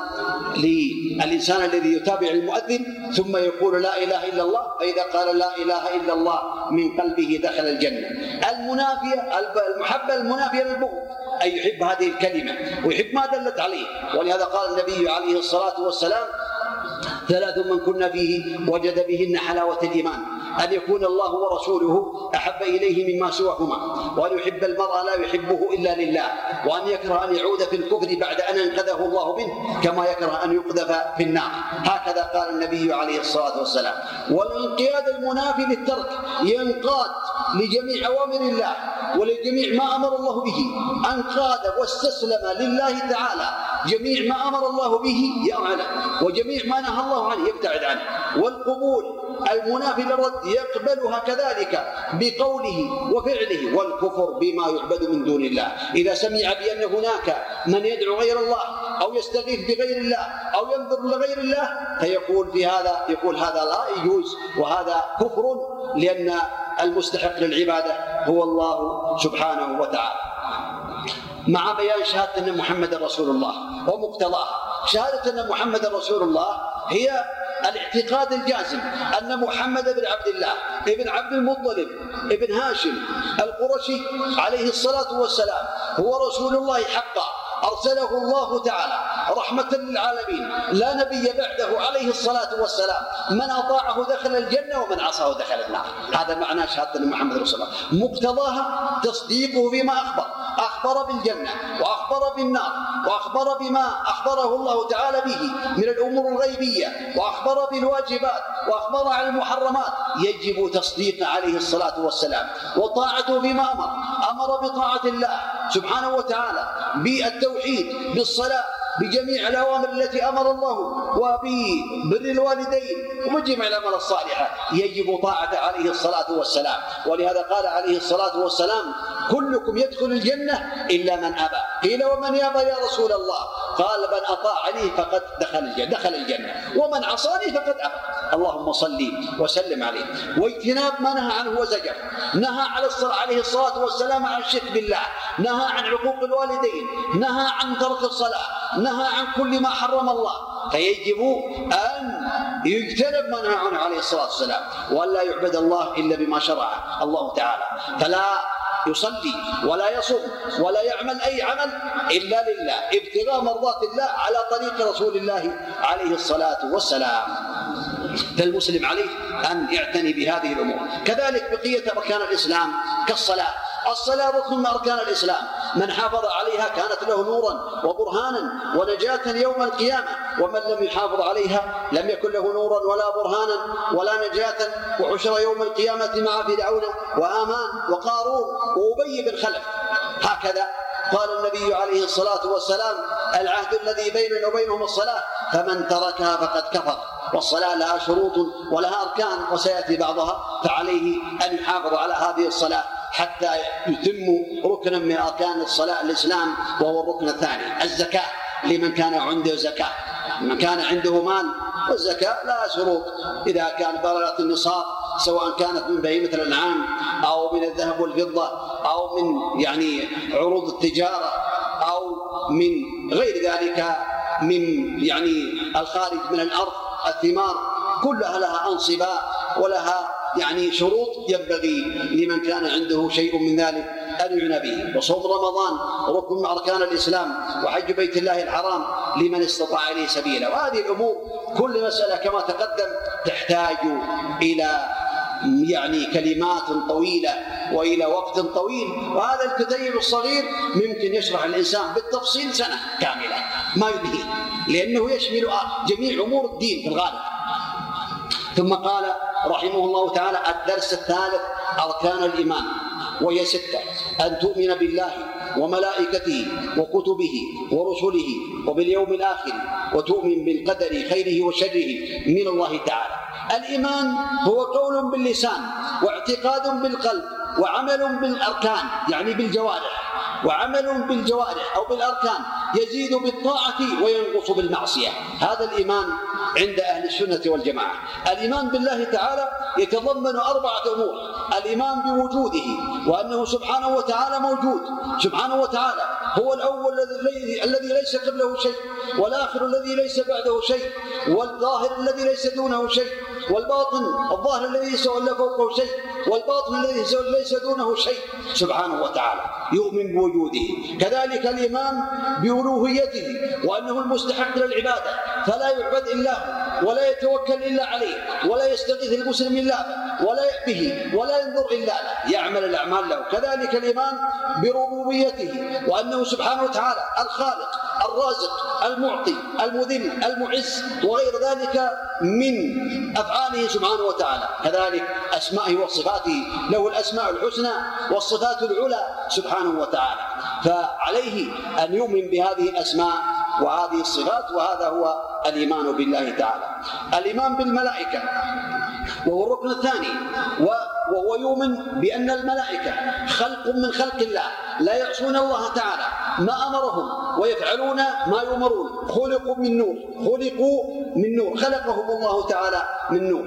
للإنسان الذي يتابع المؤذن ثم يقول لا إله إلا الله، فإذا قال لا إله إلا الله من قلبه دخل الجنة. المنافية المحبة المنافية للبغض أي يحب هذه الكلمة ويحب ما دلت عليه. ولهذا قال النبي عليه الصلاة والسلام: ثلاث من كن فيه وجد بهن حلاوة الإيمان: أن يكون الله ورسوله أحب إليه مما سواهما، وأن يحب المرء لا يحبه إلا لله، وأن يكره أن يعود في الكفر بعد أن أنقذه الله منه كما يكره أن يقذف في النار. هكذا قال النبي عليه الصلاة والسلام. والانقياد المنافي للترك ينقاد لجميع أوامر الله ولجميع ما أمر الله به، أنقاد واستسلم لله تعالى، جميع ما أمر الله به يعمله وجميع ما نهى الله عنه يبتعد عنه. والقبول المنافي للرد يقبلها كذلك بقوله وفعله. والكفر بما يعبد من دون الله، إذا سمع بأن هناك من يدعو غير الله أو يستغيث بغير الله أو ينظر لغير الله فيقول في هذا يقول هذا لا يجوز وهذا كفر، لأن المستحق للعبادة هو الله سبحانه وتعالى. مع بيان شهادة أن محمد رسول الله ومقتضاها. شهادة أن محمد رسول الله هي الاعتقاد الجازم أن محمد بن عبد الله ابن عبد المطلب ابن هاشم القرشي عليه الصلاة والسلام هو رسول الله حقا، أرسله الله تعالى رحمة للعالمين، لا نبي بعده عليه الصلاة والسلام، من أطاعه دخل الجنة ومن عصاه دخل النار. هذا معنى شهادة أن محمد رسول الله. مقتضاها تصديقه بما أخبر، أخبر بالجنة وأخبر بالنار وأخبر بما أخبره الله تعالى به من الأمور الغيبية، وأخبر بالواجبات وأخبر عن المحرمات. يجب تصديق عليه الصلاة والسلام وطاعته بما أمر. أمر بطاعة الله سبحانه وتعالى، بالتوحيد، بالصلاة، بجميع الأوامر التي أمر الله، وببر الوالدين وبجميع الأعمال الصالحة يجب طاعة عليه الصلاة والسلام. ولهذا قال عليه الصلاة والسلام: كلكم يدخل الجنة إلا من أبى. قيل: ومن يأبى يا رسول الله؟ قال: من أطاعني فقد دخل الجنة, دخل الجنة ومن عصاني فقد أبى. اللهم صل وسلم عليه. واجتناب ما نهى عنه وزجر. نهى على الصلاة عليه الصلاة والسلام عن الشرك بالله، نهى عن عقوق الوالدين، نهى عن ترك الصلاة، نهى عن كل ما حرم الله. فيجب أن يجتنب ما نهى عنه عليه الصلاة والسلام، وأن لا يعبد الله إلا بما شرع الله تعالى. فلا يصلي ولا يصوم ولا يعمل أي عمل إلا لله ابتغاء مرضات الله على طريق رسول الله عليه الصلاة والسلام. فالمسلم عليه أن يعتني بهذه الأمور. كذلك بقية أركان الإسلام كالصلاة. الصلاة ركن من أركان الإسلام، من حافظ عليها كانت له نورا وبرهانا ونجاة يوم القيامة، ومن لم يحافظ عليها لم يكن له نورا ولا برهانا ولا نجاة، وحشر يوم القيامة مع فرعون وآمان وقارون وأبي بن خلف. هكذا قال النبي عليه الصلاة والسلام: العهد الذي بيننا وبينهم الصلاة، فمن تركها فقد كفر. والصلاة لها شروط ولها أركان وسيأتي بعضها، فعليه أن يحافظ على هذه الصلاة حتى يتم ركنا من أركان الصلاة الإسلام، وهو الركن الثاني. الزكاة لمن كان عنده زكاة، من كان عنده مال، والزكاة لها شروط. إذا كان بلغت النصاب، سواء كانت من بهيمة الأنعام أو من الذهب والفضة أو من يعني عروض التجارة أو من غير ذلك من يعني الخارج من الأرض، الثمار، كلها لها أنصبة ولها يعني شروط ينبغي لمن كان عنده شيء من ذلك أن يعنى به. وصوم رمضان ركن من أركان الإسلام، وحج بيت الله الحرام لمن استطاع إليه سبيلا. وهذه الأمور كل مسألة كما تقدم تحتاج إلى يعني كلمات طويلة وإلى وقت طويل، وهذا الكتيب الصغير ممكن يشرح الإنسان بالتفصيل سنة كاملة ما ينهي، لأنه يشمل جميع أمور الدين في الغالب. ثم قال رحمه الله تعالى: الدرس الثالث أركان الإيمان، وهي ستة: أن تؤمن بالله وملائكته وكتبه ورسله وباليوم الآخر، وتؤمن بالقدر خيره وشره من الله تعالى. الإيمان هو قول باللسان واعتقاد بالقلب وعمل بالأركان، يعني بالجوارح، وعمل بالجوارح أو بالأركان يزيد بالطاعة وينقص بالمعصية. هذا الإيمان عند أهل السنة والجماعة. الإيمان بالله تعالى يتضمن أربعة أمور: الإيمان بوجوده، وأنه سبحانه وتعالى موجود سبحانه وتعالى، هو الأول الذي ليس قبله شيء، والآخر الذي ليس بعده شيء، والظاهر الذي ليس دونه شيء، والباطن الظاهر الذي ليس فوقه شيء، والباطن الذي ليس دونه شيء سبحانه وتعالى. يؤمن بوجوده. كذلك الإيمان بألوهيته، وأنه المستحق للعبادة، فلا يعبد إلا هو، ولا يتوكل إلا عليه، ولا يستغيث المسلم إلا ولا به، ولا ينظر إلا له، يعمل الأعمال له. كذلك الإيمان بربوبيته، وأنه سبحانه وتعالى الخالق الرازق المعطي المذل المعز وغير ذلك من أفعاله سبحانه وتعالى. كذلك أسمائه وصفاته، له الأسماء الحسنى والصفات العلى سبحانه وتعالى، فعليه أن يؤمن بهذه الأسماء وهذه الصفات، وهذا هو الإيمان بالله تعالى. الإيمان بالملائكة وهو الركن الثاني، وهو يؤمن بأن الملائكة خلق من خلق الله، لا يعصون الله تعالى ما أمرهم ويفعلون ما يؤمرون، خلقوا من نور، خلقوا من نور، خلقهم الله تعالى من نور.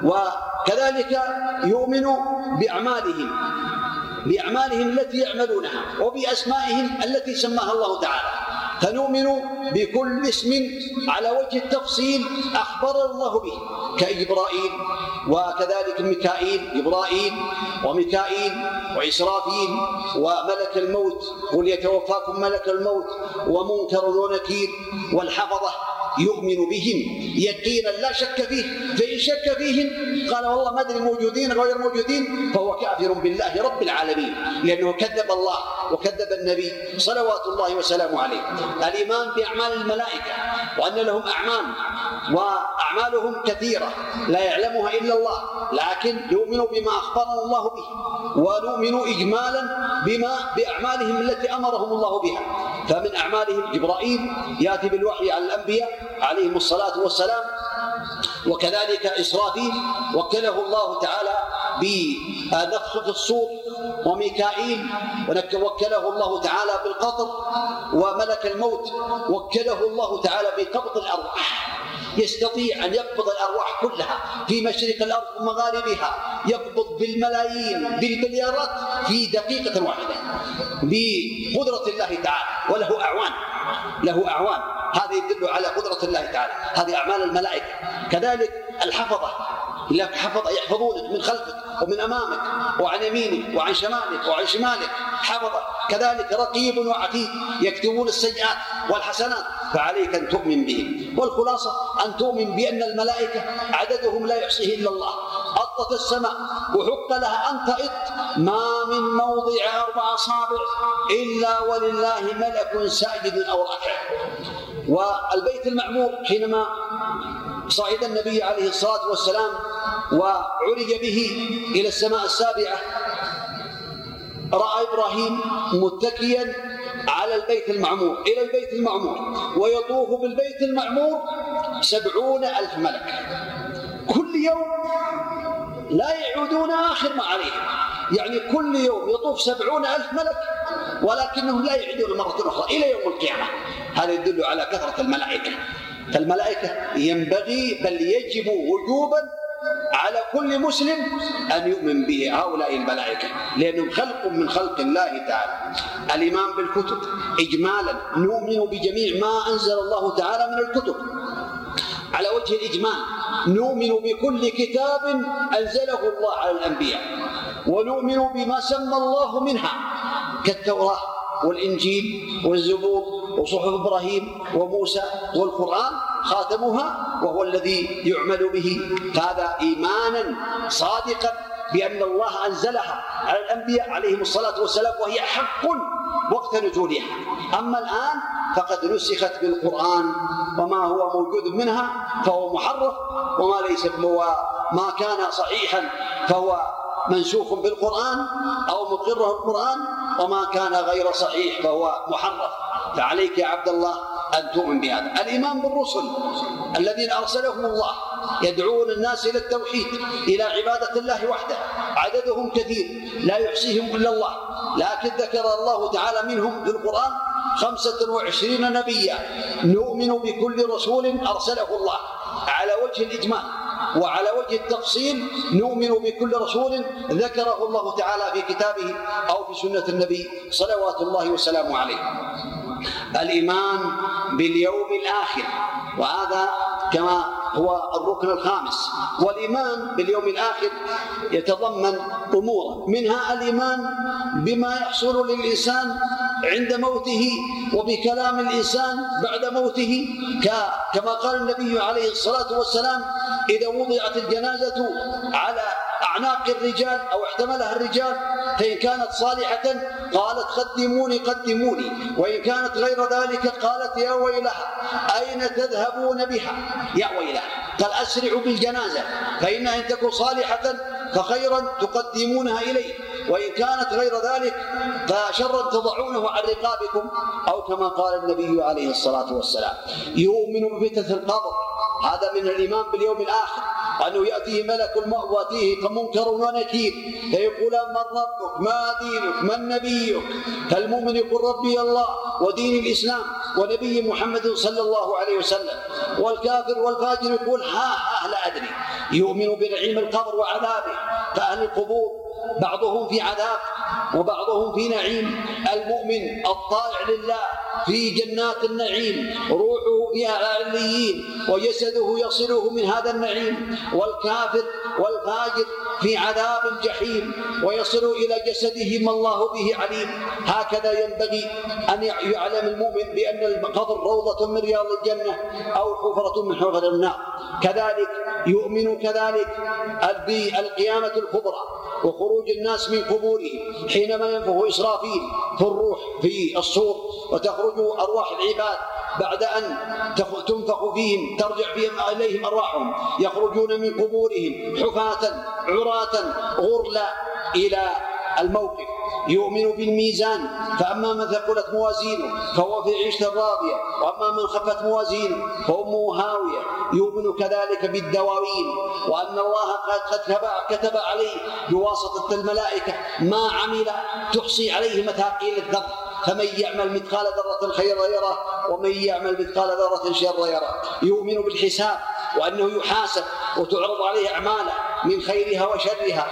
وكذلك يؤمن بأعمالهم بأعمالهم التي يعملونها، وبأسمائهم التي سماها الله تعالى. فنؤمن بكل اسم على وجه التفصيل أخبر الله به، كإجبرائيل، وكذلك ميكائيل، جبرائيل وميكائيل وإسرافيل وملك الموت، قل يتوفاكم ملك الموت، ومنكر ونكير، والحفظة. يؤمن بهم يقينا لا شك فيه، فإن شك فيهم قال والله ما أدري موجودين غير موجودين، فهو كافر بالله رب العالمين، لأنه كذب الله وكذب النبي صلوات الله وسلامه عليه. الإيمان بأعمال الملائكة، وأن لهم أعمال وأعمالهم كثيرة لا يعلمها إلا الله، لكن يؤمن بما أخبرنا الله به، ونؤمن إجمالا بما بأعمالهم التي أمرهم الله بها. فمن أعمالهم جبرائيل يأتي بالوحي على الأنبياء عليهم الصلاة والسلام، وكذلك إسرافيل وكله الله تعالى بنفخ في الصور، وميكائيل وكله الله تعالى بالقطر، وملك الموت وكله الله تعالى بقبض الأرواح، يستطيع أن يقبض الأرواح كلها في مشرق الأرض ومغاربها، يقبض بالملايين بالمليارات في دقيقة واحدة بقدرة الله تعالى، وله أعوان له أعوان هذا يدل على قدرة الله تعالى. هذه أعمال الملائكة. كذلك الحفظة، لك حفظ يحفظونك من خلفك ومن أمامك وعن يمينه وعن شماله وعن شماله حفظه، كذلك رقيب وعتيد يكتبون السيئات والحسنات، فعليك أن تؤمن بهم. والخلاصة أن تؤمن بأن الملائكة عددهم لا يحصيه إلا الله، أطت السماء وحق لها أن تئط، ما من موضع أربع أصابع إلا ولله ملك ساجد أو راكع. والبيت المعمور حينما صعد النبي عليه الصلاة والسلام وعرج به إلى السماء السابعة، رأى إبراهيم متكيا على البيت المعمور إلى البيت المعمور، ويطوف بالبيت المعمور سبعون ألف ملك كل يوم لا يعودون آخر ما عليهم، يعني كل يوم يطوف سبعون ألف ملك ولكنهم لا يعيدون مرة أخرى إلى يوم القيامة. هذا يدل على كثرة الملائكة. فالملائكة ينبغي بل يجب وجوبا على كل مسلم أن يؤمن به هؤلاء الملائكة، لأنهم خلق من خلق الله تعالى. الإيمان بالكتب إجمالا، نؤمن بجميع ما أنزل الله تعالى من الكتب على وجه الإجمال، نؤمن بكل كتاب أنزله الله على الأنبياء، ونؤمن بما سمى الله منها كالتوراة والإنجيل والزبور وصحف إبراهيم وموسى والقرآن خاتمها وهو الذي يعمل به. فهذا إيمانا صادقا بأن الله أنزلها على الأنبياء عليهم الصلاة والسلام وهي حق وقت نزولها. أما الآن فقد نسخت بالقرآن، وما هو موجود منها فهو محرف، وما ليس ما كان صحيحا فهو منسوخ بالقرآن أو مقره القرآن، وما كان غير صحيح فهو محرف. فعليك يا عبد الله أن تؤمن بهذا. الإيمان بالرسل الذين أرسلهم الله يدعون الناس إلى التوحيد، إلى عبادة الله وحده، عددهم كثير لا يحصيهم إلا الله، لكن ذكر الله تعالى منهم في القرآن خمسة وعشرين نبيا. نؤمن بكل رسول أرسله الله على وجه الإجمال، وعلى وجه التفصيل نؤمن بكل رسول ذكره الله تعالى في كتابه أو في سنة النبي صلوات الله وسلامه عليه. الإيمان باليوم الآخر، وهذا كما هو الركن الخامس. والإيمان باليوم الآخر يتضمن أمور، منها الإيمان بما يحصل للإنسان عند موته، وبكلام الإنسان بعد موته، كما قال النبي عليه الصلاة والسلام: إذا وضعت الجنازة على أعناق الرجال أو احتملها الرجال فإن كانت صالحة قالت قدموني قدموني، وإن كانت غير ذلك قالت يا ويلها أين تذهبون بها يا ويلها. قال أسرعوا بالجنازة فإنها إن تكون صالحة فخيرا تقدمونها إليه، وإن كانت غير ذلك فشرا تضعونه عن رقابكم، أو كما قال النبي عليه الصلاة والسلام. يؤمن بفتنة القبر، هذا من الإيمان باليوم الآخر، أنه يأتيه ملك الموت ويأتيه منكر ونكير فيقول: من ربك؟ ما دينك؟ من نبيك؟ فالمؤمن يقول: ربي الله ودين الإسلام ونبي محمد صلى الله عليه وسلم. والكافر والفاجر يقول: ها ها لا أدري. يؤمن بنعيم القبر وعذابه، فأهل القبور بعضهم في عذاب وبعضهم في نعيم. المؤمن الطائع لله في جنات النعيم، روحه في عليين وجسده يصله من هذا النعيم. والكافر والفاجر في عذاب الجحيم ويصل إلى جسده ما الله به عليم. هكذا ينبغي أن يعلم المؤمن بأن القبر روضة من رياض الجنة أو حفرة من حفر النار. كذلك يؤمن كذلك بالقيامة الكبرى وخروج الناس من قبورهم حينما ينفخ إسرافيل في الروح في الصور وتخرج أرواح العباد بعد أن تنفخ فيهم ترجع فيهم إليهم أرواحهم، يخرجون من قبورهم حفاة عراة غرلا إلى الموقف. يؤمن بالميزان، فأما من ثقلت موازينه فهو في عيشة راضية، وأما من خفت موازينه فأمه هاوية. يؤمن كذلك بالدواوين، وأن الله قد كتب عليه بواسطة الملائكة ما عمل تحصي عليه مثاقيل الذر، فمن يعمل مثقال ذرة خيرا يره ومن يعمل مثقال ذرة شرا يره. يؤمن بالحساب، وأنه يحاسب وتعرض عليه أعماله من خيرها وشرها،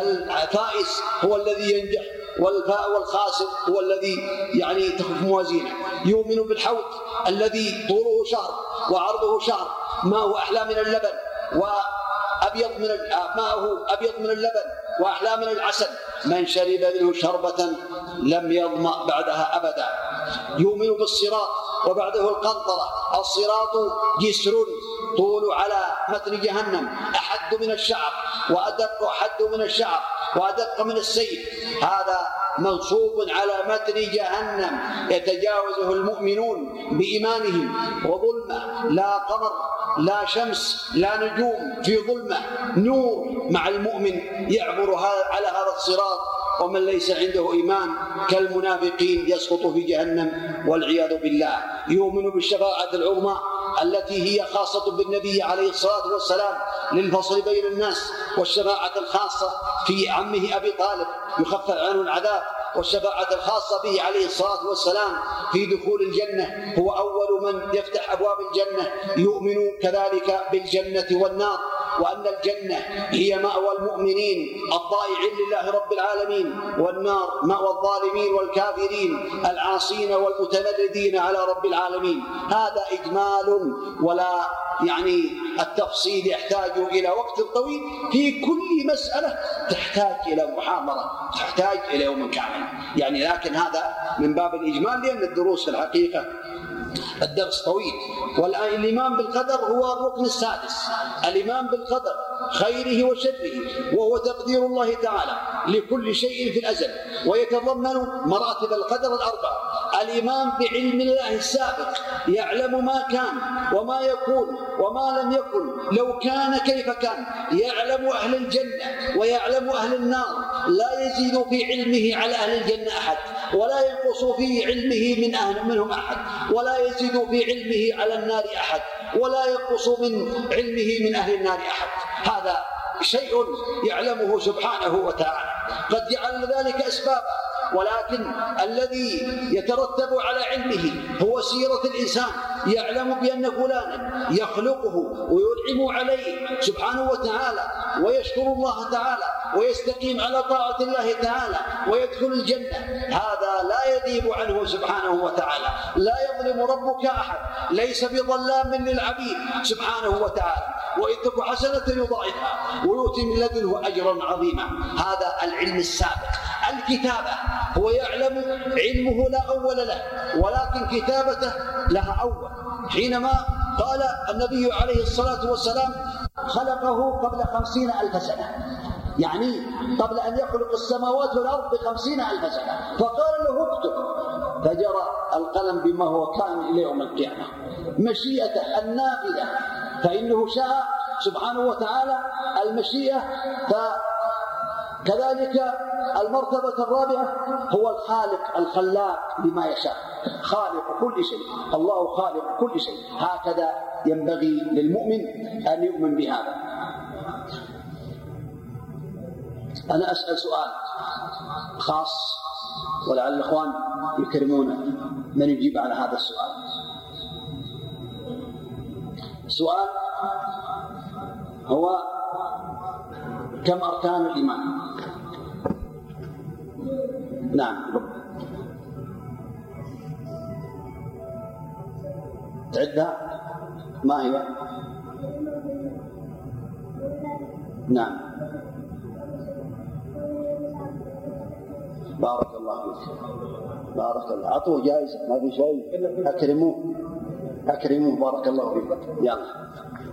فالفائز هو الذي ينجح والفاء والخاسر هو الذي يعني تخف موازينه. يؤمن بالحوض الذي طوله شهر وعرضه شهر، ما هو أحلى من اللبن وأبين أبيض من ماءه أبيض من اللبن وأحلى من العسل، من شرب منه شربة لم يظمأ بعدها أبدا. يؤمن بالصراط وبعده القنطرة. الصراط جسر طول على متن جهنم أحد من الشعر وأدق أحد من الشعر وأدق من السيف، هذا منصوب على متن جهنم يتجاوزه المؤمنون بإيمانهم، وظلمة لا قمر لا شمس لا نجوم، في ظلمة نور مع المؤمن يعبر على هذا الصراط. ومن ليس عنده إيمان كالمنافقين يسقط في جهنم والعياذ بالله. يؤمن بالشفاعة العظمى التي هي خاصة بالنبي عليه الصلاة والسلام للفصل بين الناس، والشفاعة الخاصة في عمه أبي طالب يخفف عنه العذاب، والشفاعة الخاصة به عليه الصلاة والسلام في دخول الجنة، هو أول من يفتح أبواب الجنة. يؤمن كذلك بالجنة والنار، وأن الجنة هي مأوى المؤمنين الطائعين لله رب العالمين، والنار مأوى الظالمين والكافرين العاصين والمتمردين على رب العالمين. هذا إجمال، ولا يعني التفصيل يحتاج إلى وقت طويل. في كل مسألة تحتاج إلى محاضرة، تحتاج إلى يوم كامل يعني، لكن هذا من باب الإجمال، لأن الدروس في الحقيقة الدرس طويل. والإيمان بالقدر هو الركن السادس، الإيمان بالقدر خيره وشره، وهو تقدير الله تعالى لكل شيء في الأزل، ويتضمن مراتب القدر الأربعة. الإيمان بعلم الله السابق، يعلم ما كان وما يكون وما لم يكن، لو كان كيف كان، يعلم أهل الجنة ويعلم أهل النار، لا يزيد في علمه على أهل الجنة أحد، ولا ينقص في علمه من أهل منهم أحد، ولا يزيد في علمه على النار أحد، ولا ينقص من علمه من أهل النار أحد. هذا شيء يعلمه سبحانه وتعالى، قد جعل ذلك أسبابا، ولكن الذي يترتب على علمه هو سيرة الإنسان، يعلم بأن فلانا يخلقه وينعم عليه سبحانه وتعالى ويشكر الله تعالى ويستقيم على طاعة الله تعالى ويدخل الجنة، هذا لا يغيب عنه سبحانه وتعالى. لا يظلم ربك أحد، ليس بظلام للعبيد سبحانه وتعالى، وإن تك حسنة يضاعفها ويؤتي من لدنه أجرا عظيما. هذا العلم السابق. الكتابة هو يعلم، علمه لا أول له، ولكن كتابته لها أول. حينما قال النبي عليه الصلاة والسلام خلقه قبل خمسين ألف سنة، يعني قبل أن يخلق السماوات والأرض بخمسين ألف سنة، فقال له اكتب، فجرى القلم بما هو كان إلى يوم القيامة. مشيئته النافذة، فإنه شاء سبحانه وتعالى المشيئة. فكذلك المرتبة الرابعة هو الخالق الخلاق لما يشاء، خالق كل شيء، الله خالق كل شيء. هكذا ينبغي للمؤمن أن يؤمن بهذا. أنا أسأل سؤال خاص ولعل الإخوان يكرمونا، من يجيب على هذا السؤال؟ السؤال هو كم أركان الإيمان؟ نعم، تعدها ما هي؟ نعم، بارك الله فيك، بارك الله. أعطوه جائزة، ما في شيء، أكرموه أكرموه، بارك الله فيك. يلا.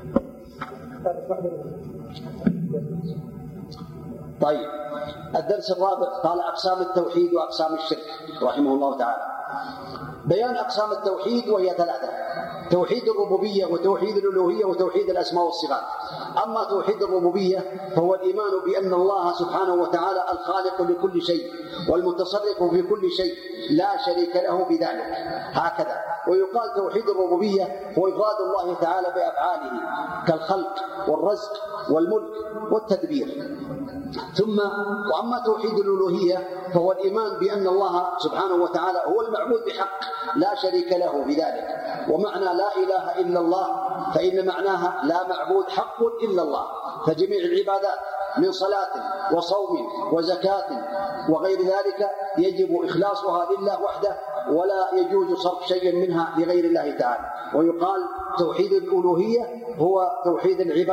طيب، الدرس الرابع قال أقسام التوحيد وأقسام الشرك رحمه الله تعالى. بيان أقسام التوحيد وهي ثلاثة: توحيد الربوبية وتوحيد الألوهية وتوحيد الأسماء والصفات. أما توحيد الربوبية فهو الإيمان بأن الله سبحانه وتعالى الخالق لكل شيء والمتصرف في كل شيء، لا شريك له بذلك، هكذا. ويقال توحيد الربوبية هو إفراد الله تعالى بأفعاله كالخلق والرزق والملك والتدبير. ثم وأما توحيد الألوهية فهو الإيمان بأن الله سبحانه وتعالى هو المعبود بحق، لا شريك له بذلك. ومعنى لا إله إلا الله فإن معناها لا معبود حق إلا الله، فجميع العبادات من صلاة وصوم وزكاة وغير ذلك يجب إخلاصها لله وحده، ولا يجوز صرف شيء منها لغير الله تعالى. ويقال توحيد الألوهية هو توحيد العبادة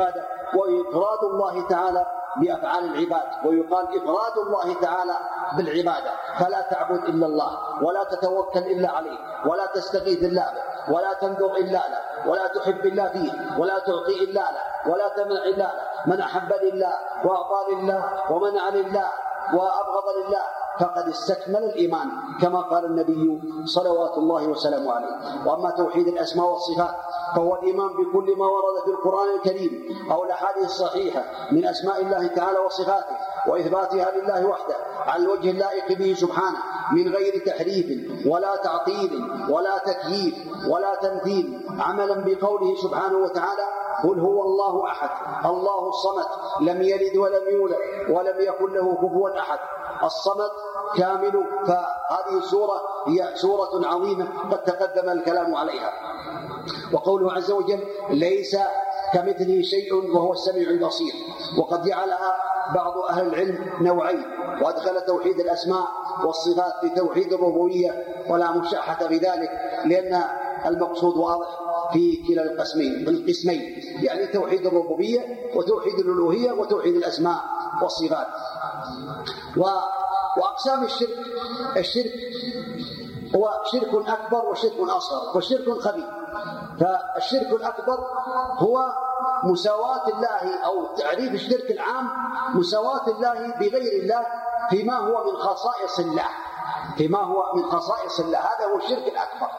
وإفراد الله تعالى بأفعال العباد، ويقال إفراد الله تعالى بالعبادة، فلا تعبد إلا الله، ولا تتوكل إلا عليه، ولا تستغيث إلا به، ولا تنذر إلا له، ولا تحب إلا فيه، ولا تعطي إلا له، ولا تمنع إلا له. من أحب لله وأعطى لله ومنع لله وأبغض لله فقد استكمل الإيمان، كما قال النبي صلوات الله وسلامه عليه. وأما توحيد الأسماء والصفات فهو الإيمان بكل ما ورد في القرآن الكريم أو الأحاديث الصحيحة من أسماء الله تعالى وصفاته، وإثباتها لله وحده على الوجه اللائق به سبحانه، من غير تحريف ولا تعطيل ولا تكييف ولا تمثيل، عملا بقوله سبحانه وتعالى: قل هو الله أحد الله الصمد لم يلد ولم يولد ولم يكن له كفوا أحد. الصمد كامل، فهذه السورة هي سورة عظيمة قد تقدم الكلام عليها. وقوله عز وجل: ليس كمثله شيء وهو السميع البصير. وقد جعلها بعض أهل العلم نوعين، وأدخل توحيد الأسماء والصفات في توحيد الربوبية، ولا مشاحة في ذلك، لأن المقصود واضح في كلا القسمين القسمين يعني توحيد الربوبية وتوحيد الألوهية وتوحيد الأسماء والصفات. وأقسام الشرك: الشرك هو شرك أكبر وشرك أصغر وشرك خفي. فالشرك الأكبر هو مساواة الله، أو تعريف الشرك العام مساواة الله بغير الله فيما هو من خصائص الله فيما هو من خصائص الله هذا هو الشرك الأكبر.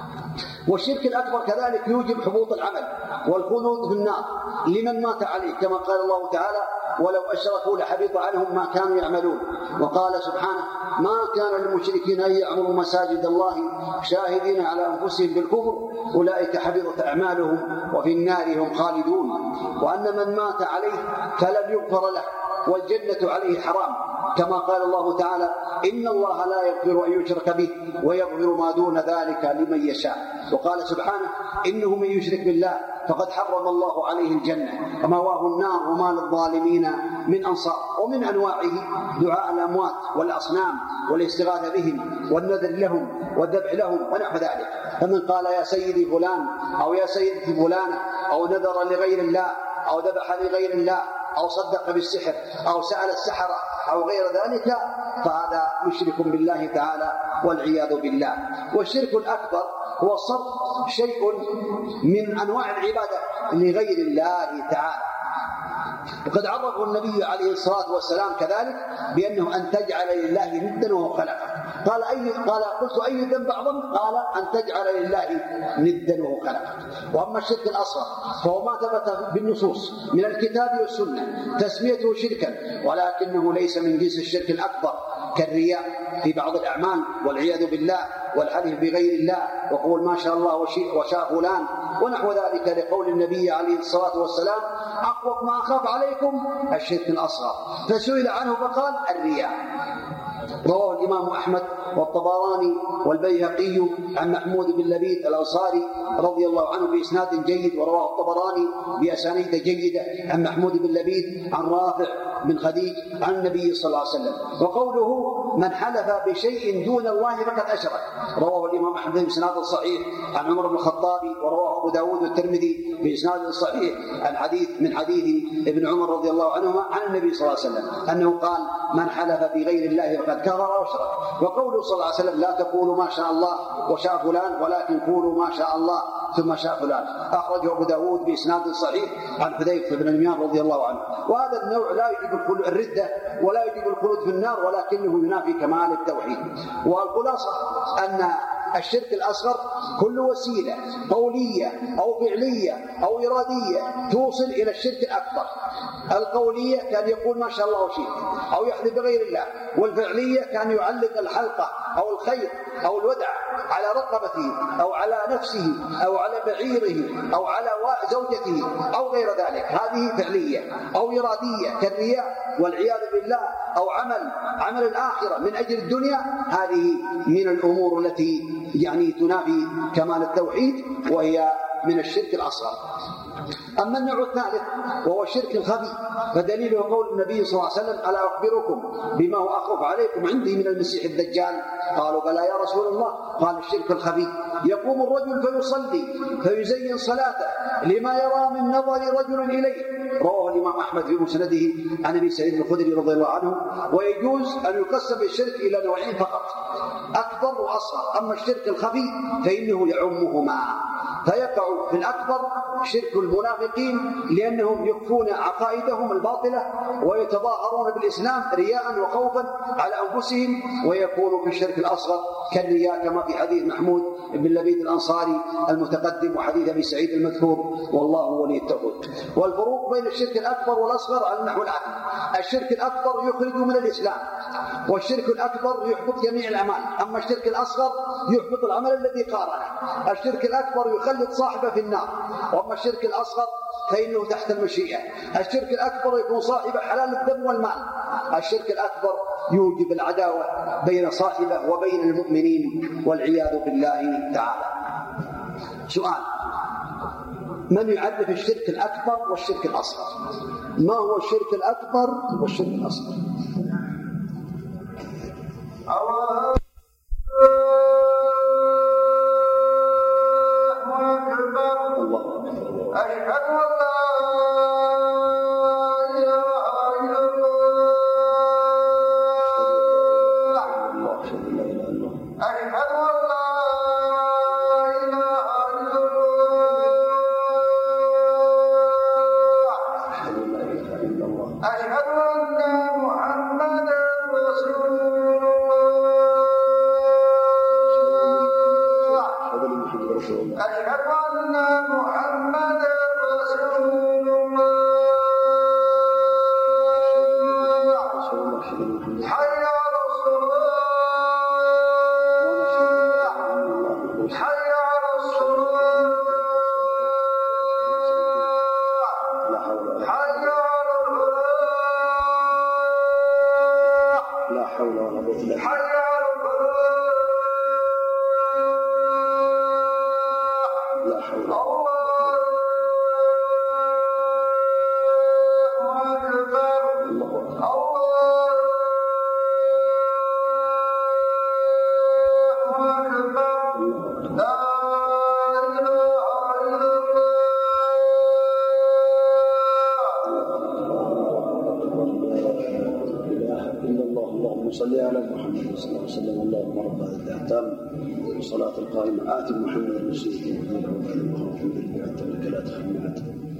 والشرك الأكبر كذلك يوجب حبوط العمل والخلود في النار لمن مات عليه، كما قال الله تعالى: ولو أشركوا لحبط عنهم ما كانوا يعملون. وقال سبحانه: ما كان للمشركين أن يعمروا مساجد الله شاهدين على أنفسهم بالكفر أولئك حبطت أعمالهم وفي النار هم خالدون. وأن من مات عليه فلم يغفر له والجنة عليه حرام، كما قال الله تعالى: إن الله لا يغفر أن يشرك به ويغفر ما دون ذلك لمن يشاء. وقال سبحانه: إنه من يشرك بالله فقد حرم الله عليه الجنة ومأواه النار وما للظالمين من أنصار. ومن أنواعه دعاء الأموات والأصنام والاستغاثة بهم والنذر لهم والذبح لهم ونحو ذلك. فمن قال يا سيدي فلان أو يا سيدتي فلانة أو نذر لغير الله أو ذبح لغير الله أو صدق بالسحر أو سأل السحرة أو غير ذلك فهذا مشرك بالله تعالى والعياذ بالله. والشرك الأكبر هو صرف شيء من أنواع العبادة لغير الله تعالى. وقد عرفه النبي عليه الصلاة والسلام كذلك بأنه أن تجعل لله ندا وهو خلقه. قال أي قال قلت أي ذنب أعظم؟ قال أن تجعل لله ندا وهو خلقه. وأما الشرك الأصغر فهو ما ثبت بالنصوص من الكتاب والسنة تسميته شركا، ولكنه ليس من جنس الشرك الأكبر كالرياء في بعض الأعمال والعياذ بالله، والحلف بغير الله، وقول ما شاء الله وشاء فلان ونحو ذلك، لقول النبي عليه الصلاة والسلام: أخوف ما أخاف عليكم الشرك الأصغر. فسئل عنه فقال: الرياء. رواه الإمام أحمد والطبراني والبيهقي عن محمود بن لبيد الأنصاري رضي الله عنه بإسناد جيد، ورواه الطبراني بأسانيد جيدة عن محمود بن لبيد عن رافع بن خديج عن النبي صلى الله عليه وسلم. وقوله: من حلف بشيء دون الله فقد أشرك، رواه الإمام أحمد بإسناد صحيح عن عمر بن الخطاب، ورواه أبو داود والترمذي بإسناد صحيح عن حديث من حديث ابن عمر رضي الله عنهما عن النبي صلى الله عليه وسلم أنه قال: من حلف بغير الله فقد كفر وأشرك. وقوله صلى الله عليه وسلم: لا تقولوا ما شاء الله وشاء فلان ولكن قولوا ما شاء الله ثم شاء فلان، أخرجه أبو داود بإسناد صحيح عن حذيفة بن اليمان رضي الله عنه. وهذا النوع لا يجب الردة ولا يجب الخلود في النار، ولكنه ينافي كمال التوحيد. والخلاصة أن الشرك الأصغر كل وسيلة قولية أو فعلية أو إرادية توصل إلى الشرك الأكبر. القولية كان يقول ما شاء الله وشئت أو يحلف بغير الله، والفعلية كان يعلق الحلقة أو الخيط أو الودع على رقبته أو على نفسه أو على بعيره أو على زوجته أو غير ذلك، هذه فعلية. أو إرادية كالرياء والعياذ بالله، أو عمل عمل الآخرة من أجل الدنيا، هذه من الأمور التي يعني تنافي كمال التوحيد وهي من الشرك الأصغر. أما النوع الثالث وهو الشرك الخفي فدليله قول النبي صلى الله عليه وسلم: ألا أخبركم بما هو أخوف عليكم عندي من المسيح الدجال؟ قالوا: بلى يا رسول الله. قال: الشرك الخفي يقوم الرجل فيصلي فيزين صلاته لما يرى من نظر رجل إليه. رواه الإمام أحمد في مسنده عن أبي سعيد الخدري رضي الله عنه. ويجوز أن يقسم الشرك إلى نوعين فقط: أكبر وأصغر. أما الشرك الخفي فإنه يعمهما، فيقع في الأكبر شرك المنافقين لأنهم يخفون عقائدهم الباطلة ويتظاهرون بالإسلام رياء وخوفا على أنفسهم، ويكون في الشرك الأصغر كالرياء كما في حديث محمود بن لبيد الأنصاري المتقدم وحديث أبي سعيد المذكور: والله ولي التوحيد. والفروق بين الشرك الأكبر والأصغر على النحو الآتي: الشرك الأكبر يخرج من الإسلام، والشرك الأكبر يحبط جميع الأعمال. أما الشرك الأصغر يحبط العمل الذي قارنه. الشرك الأكبر يخلد صاحبه في النار، وأما الشرك الأصغر فإنه تحت المشيئة. الشرك الأكبر يكون صاحبه حلال الدم والمال. الشرك الأكبر يوجب العداوة بين صاحبه وبين المؤمنين والعياذ بالله تعالى. سؤال: من يعرف الشرك الأكبر والشرك الأصغر؟ ما هو الشرك الأكبر والشرك الأصغر؟ الله أشهد أن لا صلي على محمد صلى الله عليه وسلم. اللهم رب هذه الأحتام والصلاة القائمة آت محمد المسيح وغيره وبعد المخوف من البعث لك لا تخمعت.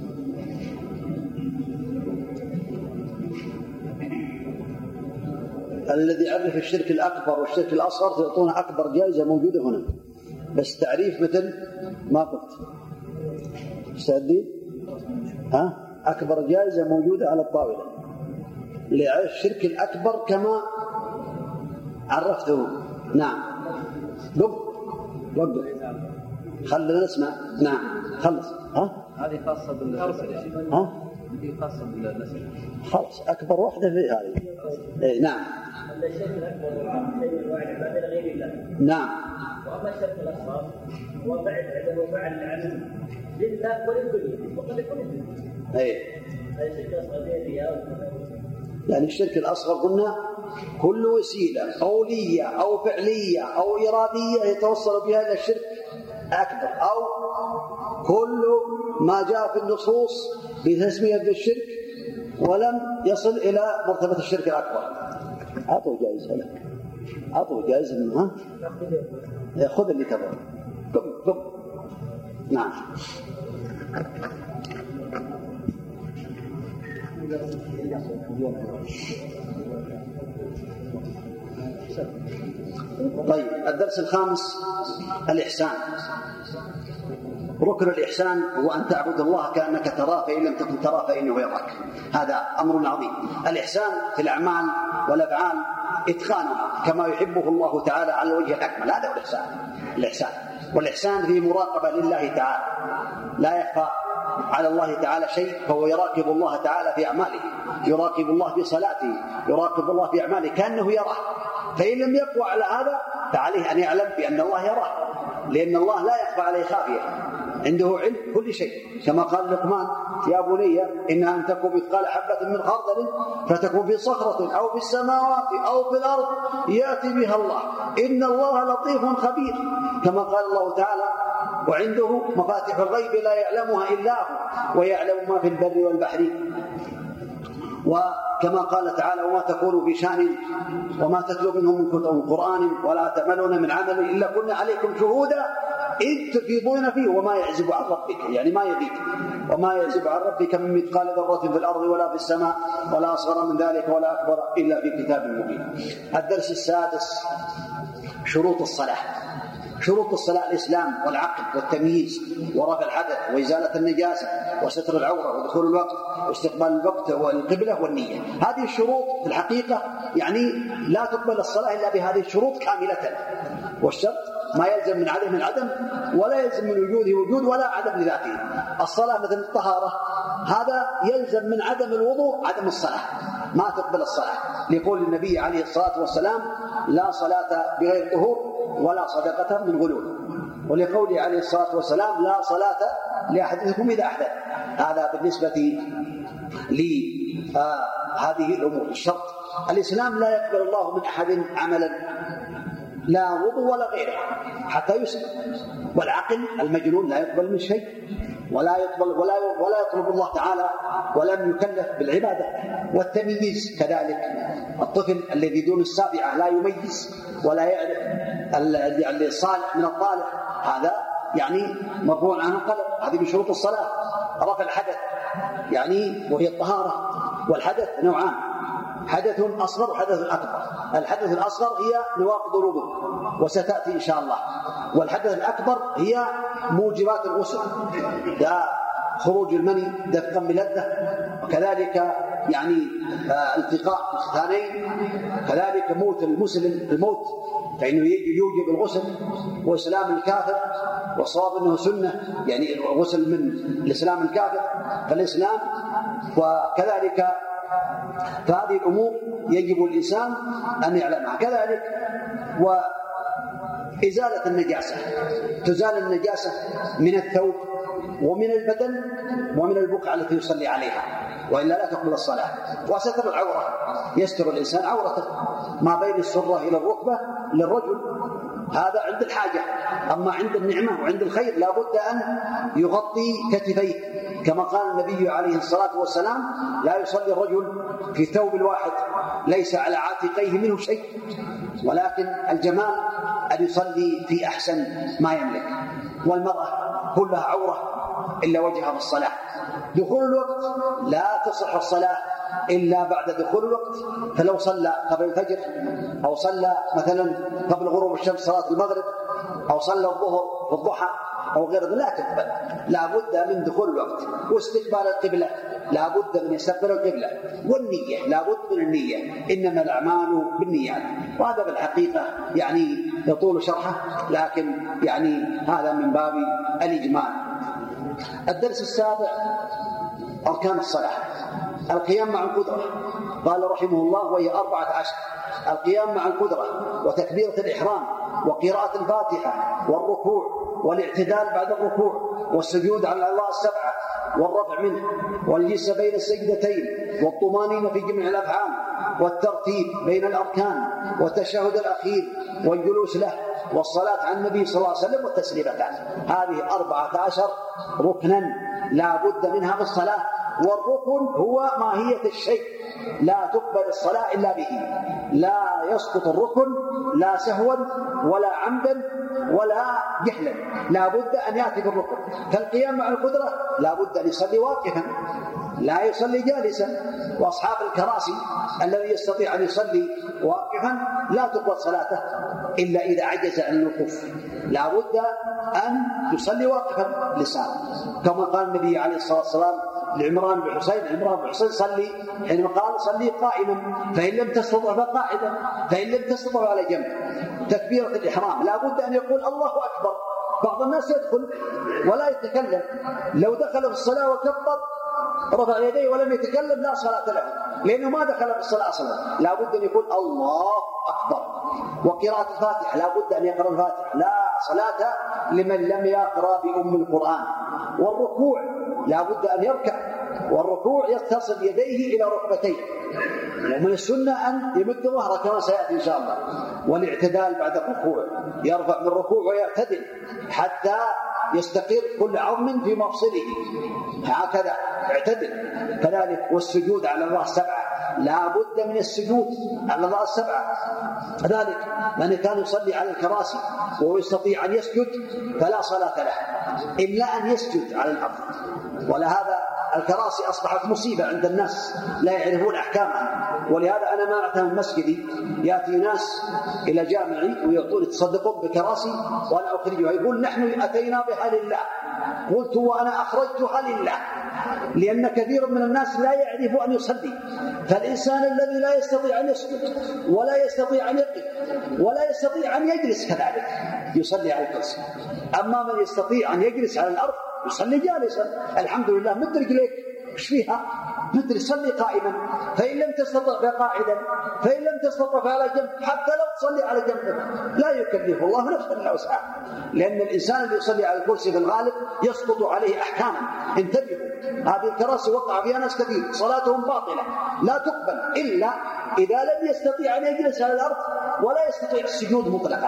الذي يعرف الشرك الأكبر والشرك الأصغر تعطونه أكبر جائزة موجودة هنا، بس تعريف مثل ما قلت. استعدين؟ ها؟ أكبر جائزة موجودة على الطاولة ليعرف الشرك الأكبر كما عرفته. نعم. قم وقف خلنا نسمع. نعم خلص. ها؟ هذه خاصة بالنسل. ها؟ هذه خاصة بالنسل. خلاص أكبر واحدة في هذه. إيه نعم. الشرك الأكبر شيء أنواع العبادة لغير الله. نعم. وأما الشرك الأصغر هو بعد عدم فعل العمل لله وللدنيا وقد يكون الدنيا. إيه. الشرك الأصغر رياء. يعني الشرك الأصغر قلنا كل وسيلة قولية أو فعلية أو إرادية يتوصل بها إلى الشرك أكبر، أو كل ما جاء في النصوص بتسمية بالشرك ولم يصل إلى مرتبة الشرك الأكبر. أعطوا جائزة لك، أعطوا جائزة منها. خذ اللي تبغى. قم قم. نعم. طيب الدرس الخامس الإحسان. ركن الإحسان هو أن تعبد الله كأنك تراه فإن لم تكن تراه فإنه يراك. هذا أمر عظيم. الإحسان في الأعمال والأفعال إتقانها كما يحبه الله تعالى على الوجه الأكمل. هذا هو الإحسان. الإحسان والإحسان فيه مراقبة لله تعالى، لا يخفى على الله تعالى شيء، فهو يراقب الله تعالى في أعماله، يراقب الله في صلاته، يراقب الله في أعماله كأنه يراه. فإن لم يقوى على هذا فعليه أن يعلم بأن الله يراه، لأن الله لا يخفى عليه خافية. عنده علم كل شيء، كما قال لقمان يا بني إنها أن تكون مثقال حبة من خردل فتكون في صخرة أو في السماوات أو في الأرض يأتي بها الله إن الله لطيف خبير، كما قال الله تعالى وعنده مفاتيح الغيب لا يعلمها إلا هو ويعلم ما في البر والبحر. وكما قال تعالى وما تكون في شأن وما تتلو منه من قرآن ولا تعملون من عمل إلا كنا عليكم شهودا إذ تفيضون فيه وما يعزب عن ربك، يعني ما يغيب، وما يعزب عن ربك من مثقال ذرة في الأرض ولا في السماء ولا أصغر من ذلك ولا أكبر إلا في كتاب مبين. الدرس السادس شروط الصلاة. شروط الصلاة الإسلام والعقل والتمييز ورفع الحدث وإزالة النجاسة وستر العورة ودخول الوقت واستقبال الوقت والقبلة والنية. هذه الشروط في الحقيقة يعني لا تقبل الصلاة إلا بهذه الشروط كاملة، والشرط ما يلزم من عدم العدم ولا يلزم من وجوده وجود ولا عدم لذاته. الصلاة مثل الطهارة، هذا يلزم من عدم الوضوء عدم الصلاة، ما تقبل الصلاة، لقول النبي عليه الصلاة والسلام لا صلاة بغير طهور ولا صدقة من غلول، ولقوله عليه الصلاة والسلام لا صلاة لأحدكم إذا أحدث. هذا بالنسبة لهذه الأمور. الشرط الإسلام لا يقبل الله من أحد عملا لا وضوء ولا غيره حتى يسلم، والعقل المجنون لا يقبل من شيء ولا يقبل ولا ولا يطلب الله تعالى ولم يكلف بالعبادة. والتمييز كذلك، الطفل الذي دون السابعة لا يميز ولا يعرف الصالح من الطالح، هذا يعني مرفوع عنه القلم. هذه من شروط الصلاة. رفع الحدث يعني وهي الطهارة، والحدث نوعان، حدث أصغر وحدث أكبر. الحدث الأصغر هي نواقض الوضوء وستأتي إن شاء الله، والحدث الأكبر هي موجبات الغسل، خروج المني دفقا بلذة، وكذلك يعني التقاء الختانين، كذلك موت المسلم الموت فإنه يوجب الغسل، وإسلام الكافر، والصواب أنه سنة يعني الغسل من الإسلام الكافر فالإسلام، وكذلك فهذه الأمور يجب الإنسان أن يعلمها. كذلك وإزالة النجاسة، تزال النجاسة من الثوب ومن البدن ومن البقعة التي يصلي عليها، وإلا لا تقبل الصلاة. وستر العورة، يستر الإنسان عورته ما بين السرة إلى الركبة للرجل، هذا عند الحاجة. أما عند النعمة وعند الخير لا بد أن يغطي كتفيه، كما قال النبي عليه الصلاة والسلام لا يصلي الرجل في ثوب الواحد ليس على عاتقيه منه شيء، ولكن الجمال أن يصلي في أحسن ما يملك. والمرأة كلها عورة إلا وجهها في الصلاة. دخول الوقت لا تصح الصلاة إلا بعد دخول الوقت، فلو صلى قبل الفجر أو صلى مثلا قبل غروب الشمس صلاة المغرب أو صلى الظهر في الضحى أو غير ذلك لا تقبل، لا بد من دخول الوقت. واستقبال القبلة لا بد من يستقبل القبلة، والنية لا بد من النية، إنما الأعمال بالنيات. وهذا بالحقيقة يعني يطول شرحه، لكن يعني هذا من باب الإجمال. الدرس السابع أركان الصلاة. القيام مع القدرة، قال رحمه الله وهي أربعة عشر: القيام مع القدرة وتكبيرة الإحرام وقراءة الفاتحة والركوع والاعتدال بعد الركوع والسجود على الله السبعة والرفع منه والجلسة بين السجدتين والطمانينة في جميع الأفعال والترتيب بين الأركان والتشهد الأخير والجلوس له والصلاة على النبي صلى الله عليه وسلم والتسليمتان. هذه أربعة عشر ركنا لا بد منها في الصلاة. والركن هو ماهية الشيء، لا تقبل الصلاة إلا به، لا يسقط الركن لا سهوا ولا عمدا ولا جهلا، لا بد أن يأتي بالركن. فالقيام مع القدرة لا بد أن يصلي واقفا لا يصلي جالسا، وأصحاب الكراسي الذي يستطيع أن يصلي واقفا لا تقبل صلاته إلا إذا عجز عن الوقوف، لا بد أن يصلي واقفا لسان، كما قال النبي عليه الصلاة والسلام لعمران بن حسين: عمران بن حسين صلي، حينما قال صلي قائما فإن لم تستطع فقاعدا فإن لم تستطع على جنب. تكبيرة الإحرام لا بد أن يقول الله أكبر. بعض الناس يدخل ولا يتكلم، لو دخل في الصلاة وكبر رفع يديه ولم يتكلم لا صلاة له، لأنه ما دخل في الصلاة أصلا. لا بد أن يقول الله أكبر. وقراءة الفاتحة لا بد أن يقرأ الفاتحة، لا صلاة لمن لم يقرأ بأم القرآن. والركوع لا بد أن يركع، والركوع يتصل يديه إلى ركبتيه، ومن السنة أن يمد ظهره كما سيأتي إن شاء الله. والاعتدال بعد الركوع، يرفع من الركوع ويعتدل حتى يستقر كل عظم في مفصله، هكذا اعتدل. كذلك والسجود على الرأس سبعة، لا بد من السجود على الرأس سبعة. كذلك من كان يصلي على الكراسي وهو يستطيع أن يسجد فلا صلاة له إلا أن يسجد على الأرض. ولهذا الكراسي أصبحت مصيبة عند الناس لا يعرفون أحكامها. ولهذا أنا ما أعتهم مسجدي يأتي ناس إلى جامعي ويقول تصدقون بكراسي وأنا أخرجها، يقول نحن أتينا بها لله. قلت وأنا أخرجتها لله، لأن كثير من الناس لا يعرف أن يصلي. فالإنسان الذي لا يستطيع أن يسجد ولا يستطيع أن يقف ولا يستطيع أن يجلس كذلك يصلي على الكرسي. أما من يستطيع أن يجلس على الأرض يصلي جالسا، الحمد لله. مد رجليك ايش فيها؟ مد صلي قائما، فإن لم تستطع فقاعدا، فإن لم تستطع فعلى جنب، حتى لو تصلي على جنب لا يكلف الله نفسا الا وسعها. لأن الإنسان اللي يصلي على الكرسي في الغالب يسقط عليه أحكاما. انتبهوا، هذه الكراسي وقع فيها ناس كثير صلاتهم باطلة لا تقبل إلا إذا لم يستطيع أن يجلس على الأرض ولا يستطيع السجود مطلقا.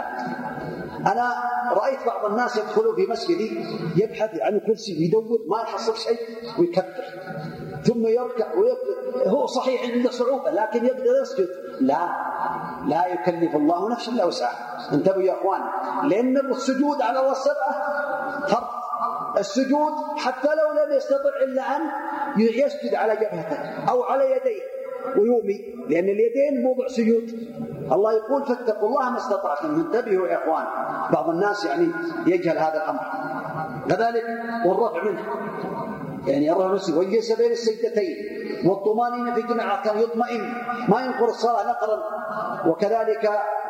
أنا رأيت بعض الناس يدخلوا في مسجدي يبحث عن كرسي ويدور ما يحصل شيء ويكبر، ثم يركع ويقف. هو صحيح عنده صعوبة لكن يقدر يسجد. لا لا يكلف الله نفسا الا وسعها. انتبهوا يا اخوان، لأن السجود على الله السبعة فرض. السجود حتى لو لم يستطع إلا أن يسجد على جبهته أو على يديه ويومي، لأن اليدين موضع سجود. الله يقول فاتقوا الله ما استطعتم. انتبهوا يا اخوان، بعض الناس يعني يجهل هذا الأمر. كذلك والرفع منه، يعني الرفع نفسه ويجلس بين السجدتين والطمانينة في جميع كان يطمئن ما ينقر الصلاة نقرا. وكذلك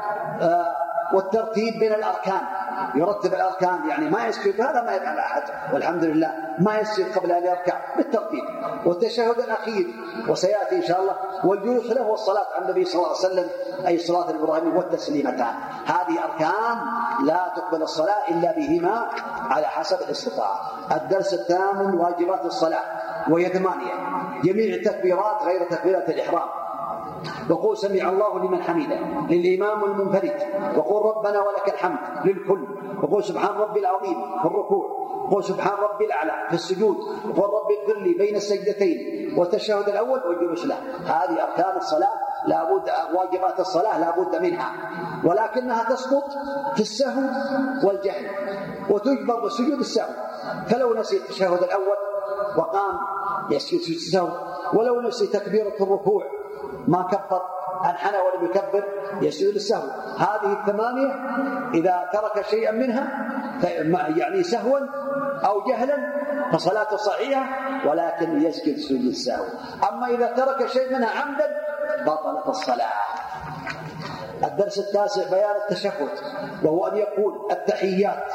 آه والترتيب بين الأركان، يرتب الأركان، يعني ما يسجد، هذا ما يفعل أحد والحمد لله، ما يسجد قبل أن يركع بالترتيب. والتشهد الأخير وسيأتي إن شاء الله، والجلوس له والصلاة على النبي صلى الله عليه وسلم أي الصلاة الإبراهيمية والتسليمتان. هذه أركان لا تقبل الصلاة إلا بهما على حسب الاستطاعة. الدرس الثامن واجبات الصلاة وهي ثمانية، جميع التكبيرات غير تكبيرة الإحرام. وقول سمع الله لمن حمده للإمام والمنفرد، وقول ربنا ولك الحمد للكل، وقول سبحان ربي العظيم في الركوع، وقول سبحان ربي الأعلى في السجود، وقول ربي اغفر لي بين السجدتين، والتشهد الأول والجلوس له. هذه أركان الصلاة لا بد، واجبات الصلاة لا بد منها، ولكنها تسقط في السهو والجهل وتجبر بسجود السهو. فلو نسي التشهد الأول وقام يسجد في السهو، ولو نسي تكبيرة الركوع ما كبر انحنى ولم يكبر يسجد للسهو. هذه الثمانية إذا ترك شيئا منها يعني سهوا أو جهلا فصلاته صحيحة، ولكن يسجد سجود السهو. أما إذا ترك شيء منها عمدا بطلت الصلاة. الدرس التاسع بيان التشهد، وهو أن يقول التحيات.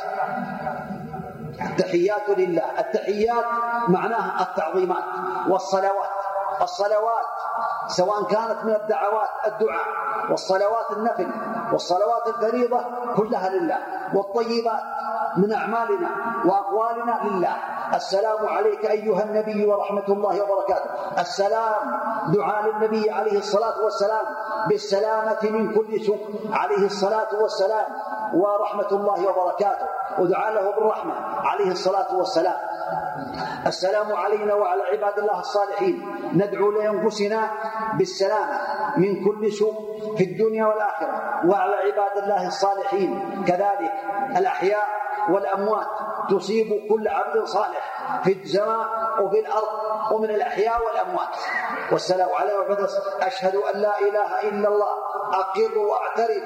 التحيات لله، التحيات معناها التعظيمات والصلوات. الصلوات سواء كانت من الدعوات الدعاء والصلوات النفل والصلوات الفريضة كلها لله، والطيبات من أعمالنا وأقوالنا لله. السلام عليك أيها النبي ورحمة الله وبركاته. السلام دعاء للنبي عليه الصلاة والسلام بالسلامة من كل سوء عليه الصلاة والسلام ورحمة الله وبركاته، ودعاء له بالرحمة عليه الصلاة والسلام. السلام علينا وعلى عباد الله الصالحين، ندعو لأنفسنا بالسلامة من كل سوء في الدنيا والآخرة، وعلى عباد الله الصالحين كذلك الأحياء والأموات، تصيب كل عبد صالح في السماء وفي الأرض ومن الأحياء والأموات. والسلام عليه وعلى أشهد أن لا إله إلا الله، أقر وأعترف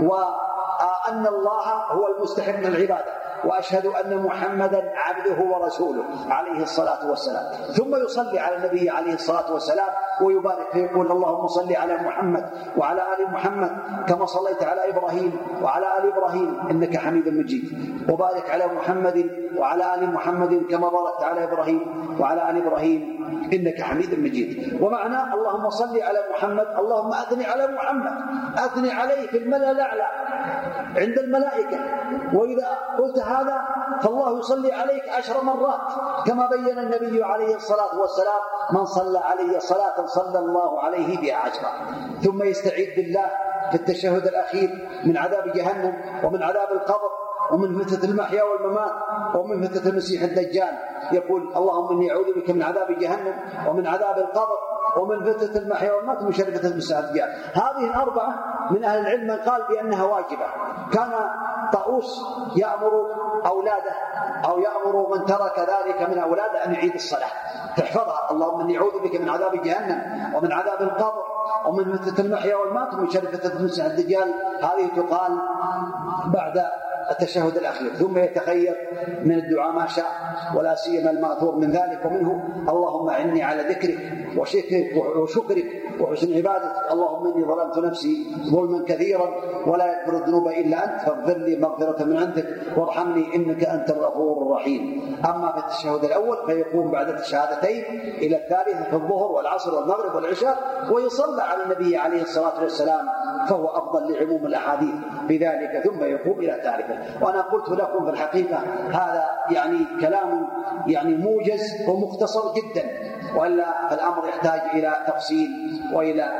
وأن الله هو المستحق من العبادة، وأشهد أن محمدا عبده ورسوله عليه الصلاة والسلام. ثم يصلي على النبي عليه الصلاة والسلام ويبارك فيقول اللهم صل على محمد وعلى آل محمد كما صليت على إبراهيم وعلى آل إبراهيم إنك حميد مجيد، وبارك على محمد وعلى آل محمد كما باركت على إبراهيم وعلى آل إبراهيم إنك حميد مجيد. ومعنى اللهم صل على محمد اللهم أثني على محمد، أثني عليه في الملأ الأعلى عند الملائكة، وإذا قلت هذا فالله يصلي عليك عشر مرات كما بين النبي عليه الصلاة والسلام من صلى علي صلاة صلى الله عليه بها عشرة. ثم يستعيذ بالله في التشهد الأخير من عذاب جهنم ومن عذاب القبر ومن فتنة المحيا والممات ومن فتنة المسيح الدجال، يقول اللهم إني أعوذ بك من عذاب جهنم ومن عذاب القبر ومن فتنة المحيا والممات ومن شر فتنة المسيح الدجال. هذه الأربعة من أهل العلم من قال بأنها واجبة. كان طاووس يأمر أولاده أو يأمر من ترك ذلك من أولاده أن يعيد الصلاة تحفظها، اللهم إني أعوذ بك من عذاب جهنم ومن عذاب القبر ومن فتنة المحيا والممات ومن شر فتنة المسيح الدجال. هذه تقال بعد التشهد الأخير. ثم يتخير من الدعاء ما شاء، ولا سيما المأثور من ذلك، ومنه اللهم أعني على ذكرك وشكرك وشكرك وحسن عبادتك، اللهم إني ظلمت نفسي ظلما كثيرا ولا يغفر الذنوب إلا أنت فاغفر لي مغفرة من عندك وارحمني إنك أنت الغفور الرحيم. أما في التشهد الأول فيقوم بعد الشهادتين إلى الثالثة في الظهر والعصر والمغرب والعشاء، ويصلى على النبي عليه الصلاة والسلام، فهو أفضل لعموم الأحاديث بذلك، ثم يقوم إلى الثالثة. وأنا قلت لكم في الحقيقة هذا يعني كلام يعني موجز ومختصر جدا، وإلا الأمر يحتاج إلى تفصيل وإلى.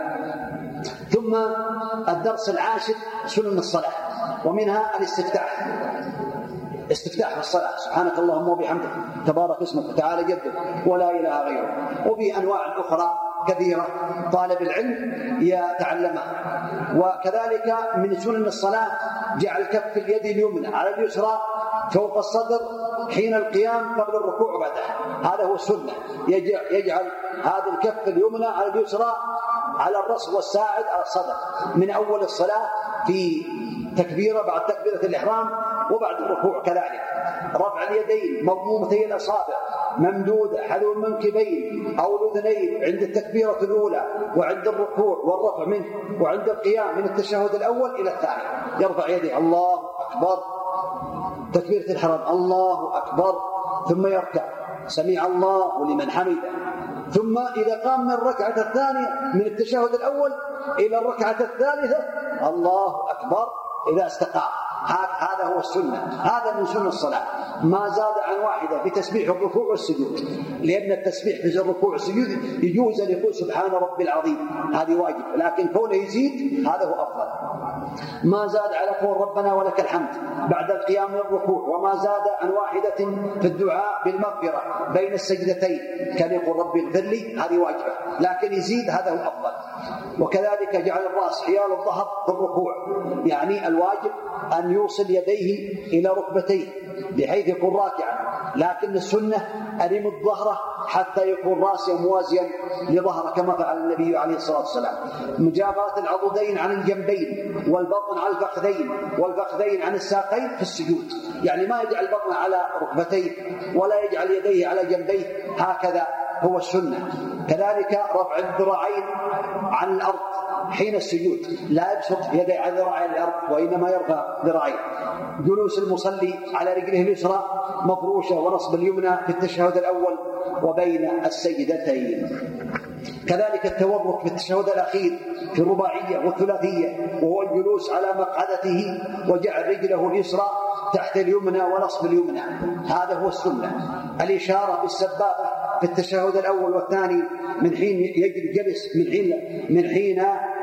ثم الدرس العاشر سنن الصلاة، ومنها الاستفتاح، استفتاح في الصلاة سبحانك اللهم وبحمدك تبارك اسمك وتعالى جدك ولا إله غيره، وبأنواع أخرى كثيرة طالب العلم يتعلمها. وكذلك من سنن الصلاة جعل كف اليد اليمنى على اليسرى فوق الصدر حين القيام قبل الركوع وبعدها، هذا هو السنة، يجعل هذه الكف اليمنى على اليسرى على الرأس والساعد على الصدر من أول الصلاة في تكبيرة بعد تكبيرة الإحرام وبعد الركوع كذلك. رفع اليدين مضمومتي الأصابع ممدودة حذو المنكبين أو الأذنين عند التكبيرة الأولى وعند الركوع والرفع منه وعند القيام من التشهد الأول إلى الثاني. يرفع يديه الله أكبر تكبيرة الحرم الله أكبر، ثم يركع سمع الله لمن حمده، ثم إذا قام من الركعة الثانية من التشهد الأول إلى الركعة الثالثة الله أكبر إذا استقام. هذا هو السنة، هذا من سنة الصلاة. ما زاد عن واحدة في تسبيح الركوع والسجود، لأن التسبيح في الركوع والسجود يجوز أن يقول سبحان ربي العظيم، هذه واجب، لكن كونه يزيد هذا هو أفضل. ما زاد على قول ربنا ولك الحمد بعد القيام من الركوع، وما زاد عن واحدة في الدعاء بالمغفرة بين السجدتين كان يقول ربي اغفر لي، هذه واجبة، لكن يزيد هذا هو أفضل. وكذلك جعل الرأس حيال الظهر في الركوع، يعني الواجب أن يوصل يديه إلى ركبتيه بحيث يكون راكعا، لكن السنة أن يمد ظهره حتى يكون راسه موازيا لظهره كما فعل النبي عليه الصلاة والسلام. مجافاة العضدين عن الجنبين والبطن على الفخذين والفخذين عن الساقين في السجود، يعني ما يجعل البطن على ركبتيه ولا يجعل يديه على جنبيه، هكذا هو السنة. كذلك رفع الذراعين عن الأرض حين السجود، لا يبسط يديه على ذراعي الأرض وإنما يرفع ذراعيه. جلوس المصلي على رجله اليسرى مفروشة ونصب اليمنى في التشهد الأول وبين السجدتين. كذلك التورك في التشهد الأخير في الرباعية والثلاثية، وهو الجلوس على مقعدته وجعل رجله اليسرى تحت اليمنى ونصب اليمنى، هذا هو السنة. الإشارة بالسبابة في التشهد الأول والثاني من حين يجري جلس من حين من حين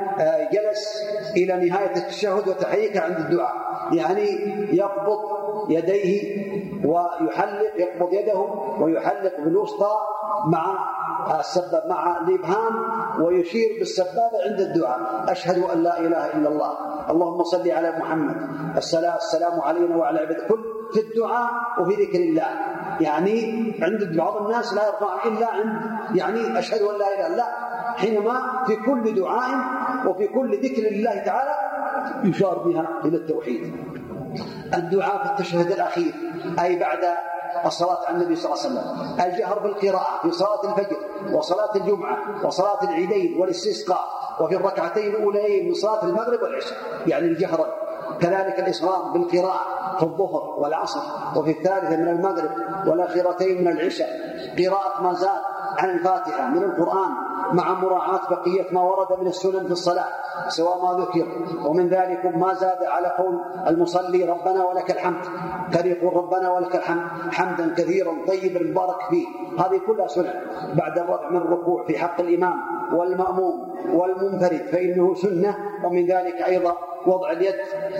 جلس إلى نهاية التشهد وتحييك عند الدعاء، يعني يقبض يديه ويحلق، يقبض يده ويحلق بالوسطى مع السباب مع الإبهام ويشير بالسبابة عند الدعاء. أشهد أن لا إله إلا الله اللهم صل على محمد السلام السلام علينا وعلى عبادك كل في الدعاء وفي ذكر الله، يعني عند بعض الناس لا يرفع إلا عند يعني أشهد أن لا إله إلا الله، حينما في كل دعاء وفي كل ذكر لله تعالى يشار بها إلى التوحيد. الدعاء في التشهد الأخير أي بعد الصلاة على النبي صلى الله عليه وسلم، الجهر بالقراءة في صلاة الفجر وصلاة الجمعة وصلاة العيدين والاستسقاء وفي الركعتين الأوليين من صلاة المغرب والعشاء، يعني الجهر. كذلك الإسرار بالقراءة في الظهر والعصر وفي الثالثة من المغرب والأخيرتين من العشاء، قراءة ما زاد عن الفاتحة من القرآن مع مراعاة بقية ما ورد من السنن في الصلاة سواء ما ذكر، ومن ذلك ما زاد على قول المصلي ربنا ولك الحمد، كان يقول ربنا ولك الحمد حمدا كثيرا طيبا مبارك فيه، هذه كلها سنن. بعد الرفع من الركوع في حق الإمام والمأموم والمنفرد فإنه سنة. ومن ذلك أيضا وضع اليد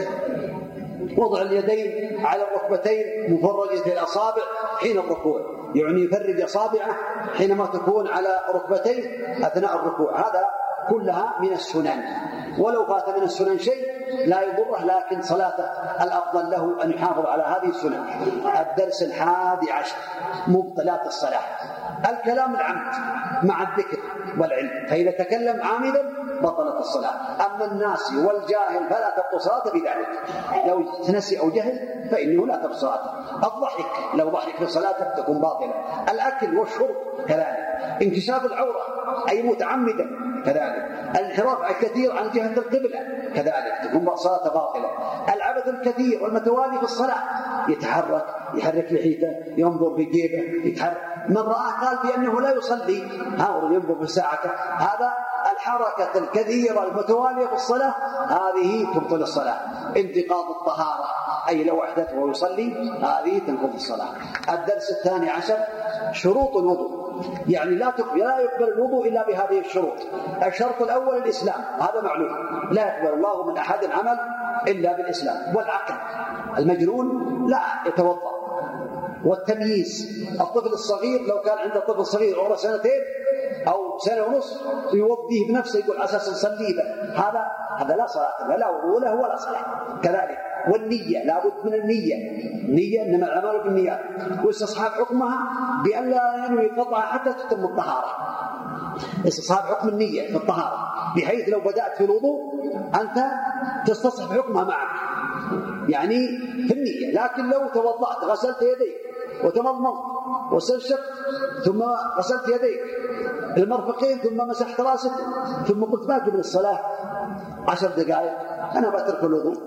وضع اليدين على الركبتين مفرجة الأصابع حين الركوع، يعني يفرج أصابعه حينما تكون على ركبتيه أثناء الركوع، هذا كلها من السنن. ولو فات من السنن شيء لا يضره، لكن صلاته الأفضل له أن يحافظ على هذه السنن. الدرس الحادي عشر مبطلات الصلاة. الكلام العمد مع الذكر والعلم، فإذا تكلم عامدا بطلت الصلاة. أما الناسي والجاهل فلا تبطل صلاته بذلك، لو نسي أو جهل فإنه لا تبطل صلاته. الضحك لو ضحك في صلاته تكون باطلة. الأكل والشرب كذلك. انكشاف العورة أي متعمدا كذلك. الانحراف الكثير عن جهة القبلة كذلك تكون صلاته باطلة. العبث الكثير والمتوالي في الصلاة، يتحرك يحرك لحيته ينظر في جيبه يتحرك. من رآه قال بأنه لا يصلي، هاور ينظر في ساعته. هذا الحركة الكثيرة المتوالية في الصلاة هذه تبطل الصلاة. انتقاض الطهارة أي لو أحدث وهو يصلي هذه تنقض الصلاة. الدرس الثاني عشر شروط الوضوء، يعني لا لا يقبل الوضوء إلا بهذه الشروط. الشرط الأول الإسلام، هذا معلوم، لا يقبل الله من أحد عمل إلا بالإسلام. والعقل، المجنون لا يتوضأ. والتمييز، الطفل الصغير لو كان عنده طفل صغير عمره سنتين أو سنة ونصف يوضيه بنفسه يقول أساس نصلي به، هذا هذا لا صلاة له، لا وضوء له ولا صلاة. كذلك والنية، لا بد من النية، نية إنما الأعمال بالنيات، واستصحاب حكمها بأن لا ينوي قطعها حتى تتم الطهارة. استصحاب حكم النية في الطهارة بحيث لو بدأت في الوضوء أنت تستصحب حكمها معك، يعني في النية. لكن لو توضأت غسلت يديك وتمضمضت واستنشقت ثم غسلت يديك المرفقين ثم مسحت راسك ثم قلت باقي من الصلاة عشر دقائق أنا بترك الوضوء،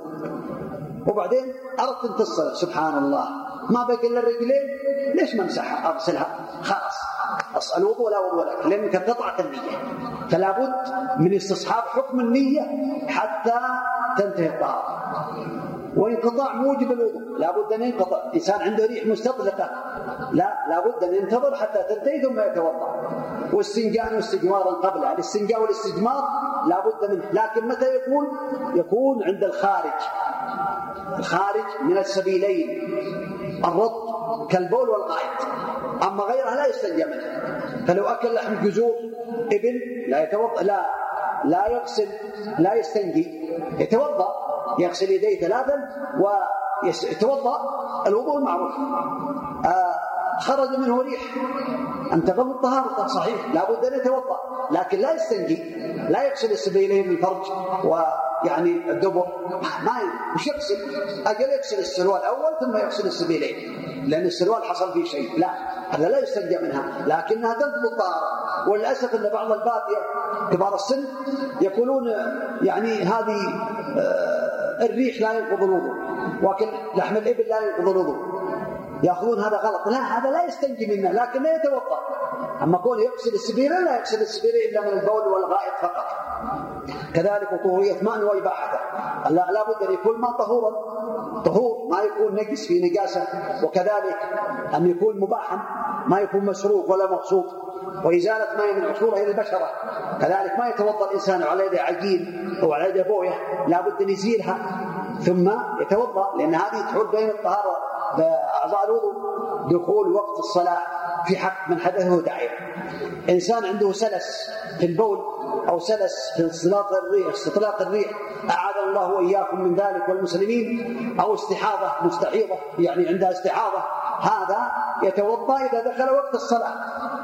وبعدين أردت أن تصل سبحان الله ما بقي إلا الرجلين، ليش ما امسحها أغسلها خلاص الوضوء لا وضوء لك، لأنك قطعت النية. فلا بد من استصحاب حكم النية حتى تنتهي الطهارة. وانقطاع موجب الوضوء، لا بد أن ينقطع. إنسان عنده ريح مستطلقة لا لا بد أن ينتظر حتى تنتهي ثم يتوضأ. واستنجاء واستجمارا قبلها، الاستنجاء والاستجمار لا بد منه، لكن متى يكون؟ يكون عند الخارج الخارج من السبيلين، الرطب كالبول والغائط. أما غيرها لا يستنجى منه. فلو أكل لحم جزور إبل لا يتوضأ، لا لا يغسل لا يستنجي، يتوضأ يغسل يديه ثلاثا ويتوضأ الوضوء المعروف. آه خرج منه ريح انتقض الطهارة صحيح، لا بد أن يتوضأ، لكن لا يستنجي، لا يغسل السبيلين الفرج ويعني الدبر، ما مش يغسل، أجل يغسل السروال الأول ثم يغسل السبيلين، لأن السروال حصل فيه شيء، لا هذا لا يستنجى منها، لكنها تنقض الطهارة. وللأسف أن بعض البادية كبار السن يقولون يعني هذه الريح لا ينقض الوضوء، وكل لحم الإبل لا ينقض الوضوء، يأخذون هذا غلط. لا هذا لا يستنجي منه لكن لا يتوضأ. أما كونه يغسل السبيلين لا يغسل السبيلين إلا من البول والغائط فقط. كذلك طهورية ماء وإباحته، لا لا بد أن يكون ماء طهورا طهور، ما يكون نجس في نجاسة، وكذلك أن يكون مباحا ما يكون مسروق ولا مغصوب، وإزالة ماء من عصورة إلى البشرة. كذلك ما يتوضأ الإنسان على يده عجين أو على يده بوية، لا بد أن يزيلها ثم يتوضأ، لأن هذه تحول بين الطهارة بأعضاء الوضوء. دخول وقت الصلاة في حق من حدثه داعي. إنسان عنده سلس في البول أو سلس في استطلاق الريح استطلاق الريح أعاذنا الله وإياكم من ذلك والمسلمين، أو استحاضة مستحيضة يعني عندها استحاضة، هذا يتوضأ إذا دخل وقت الصلاة،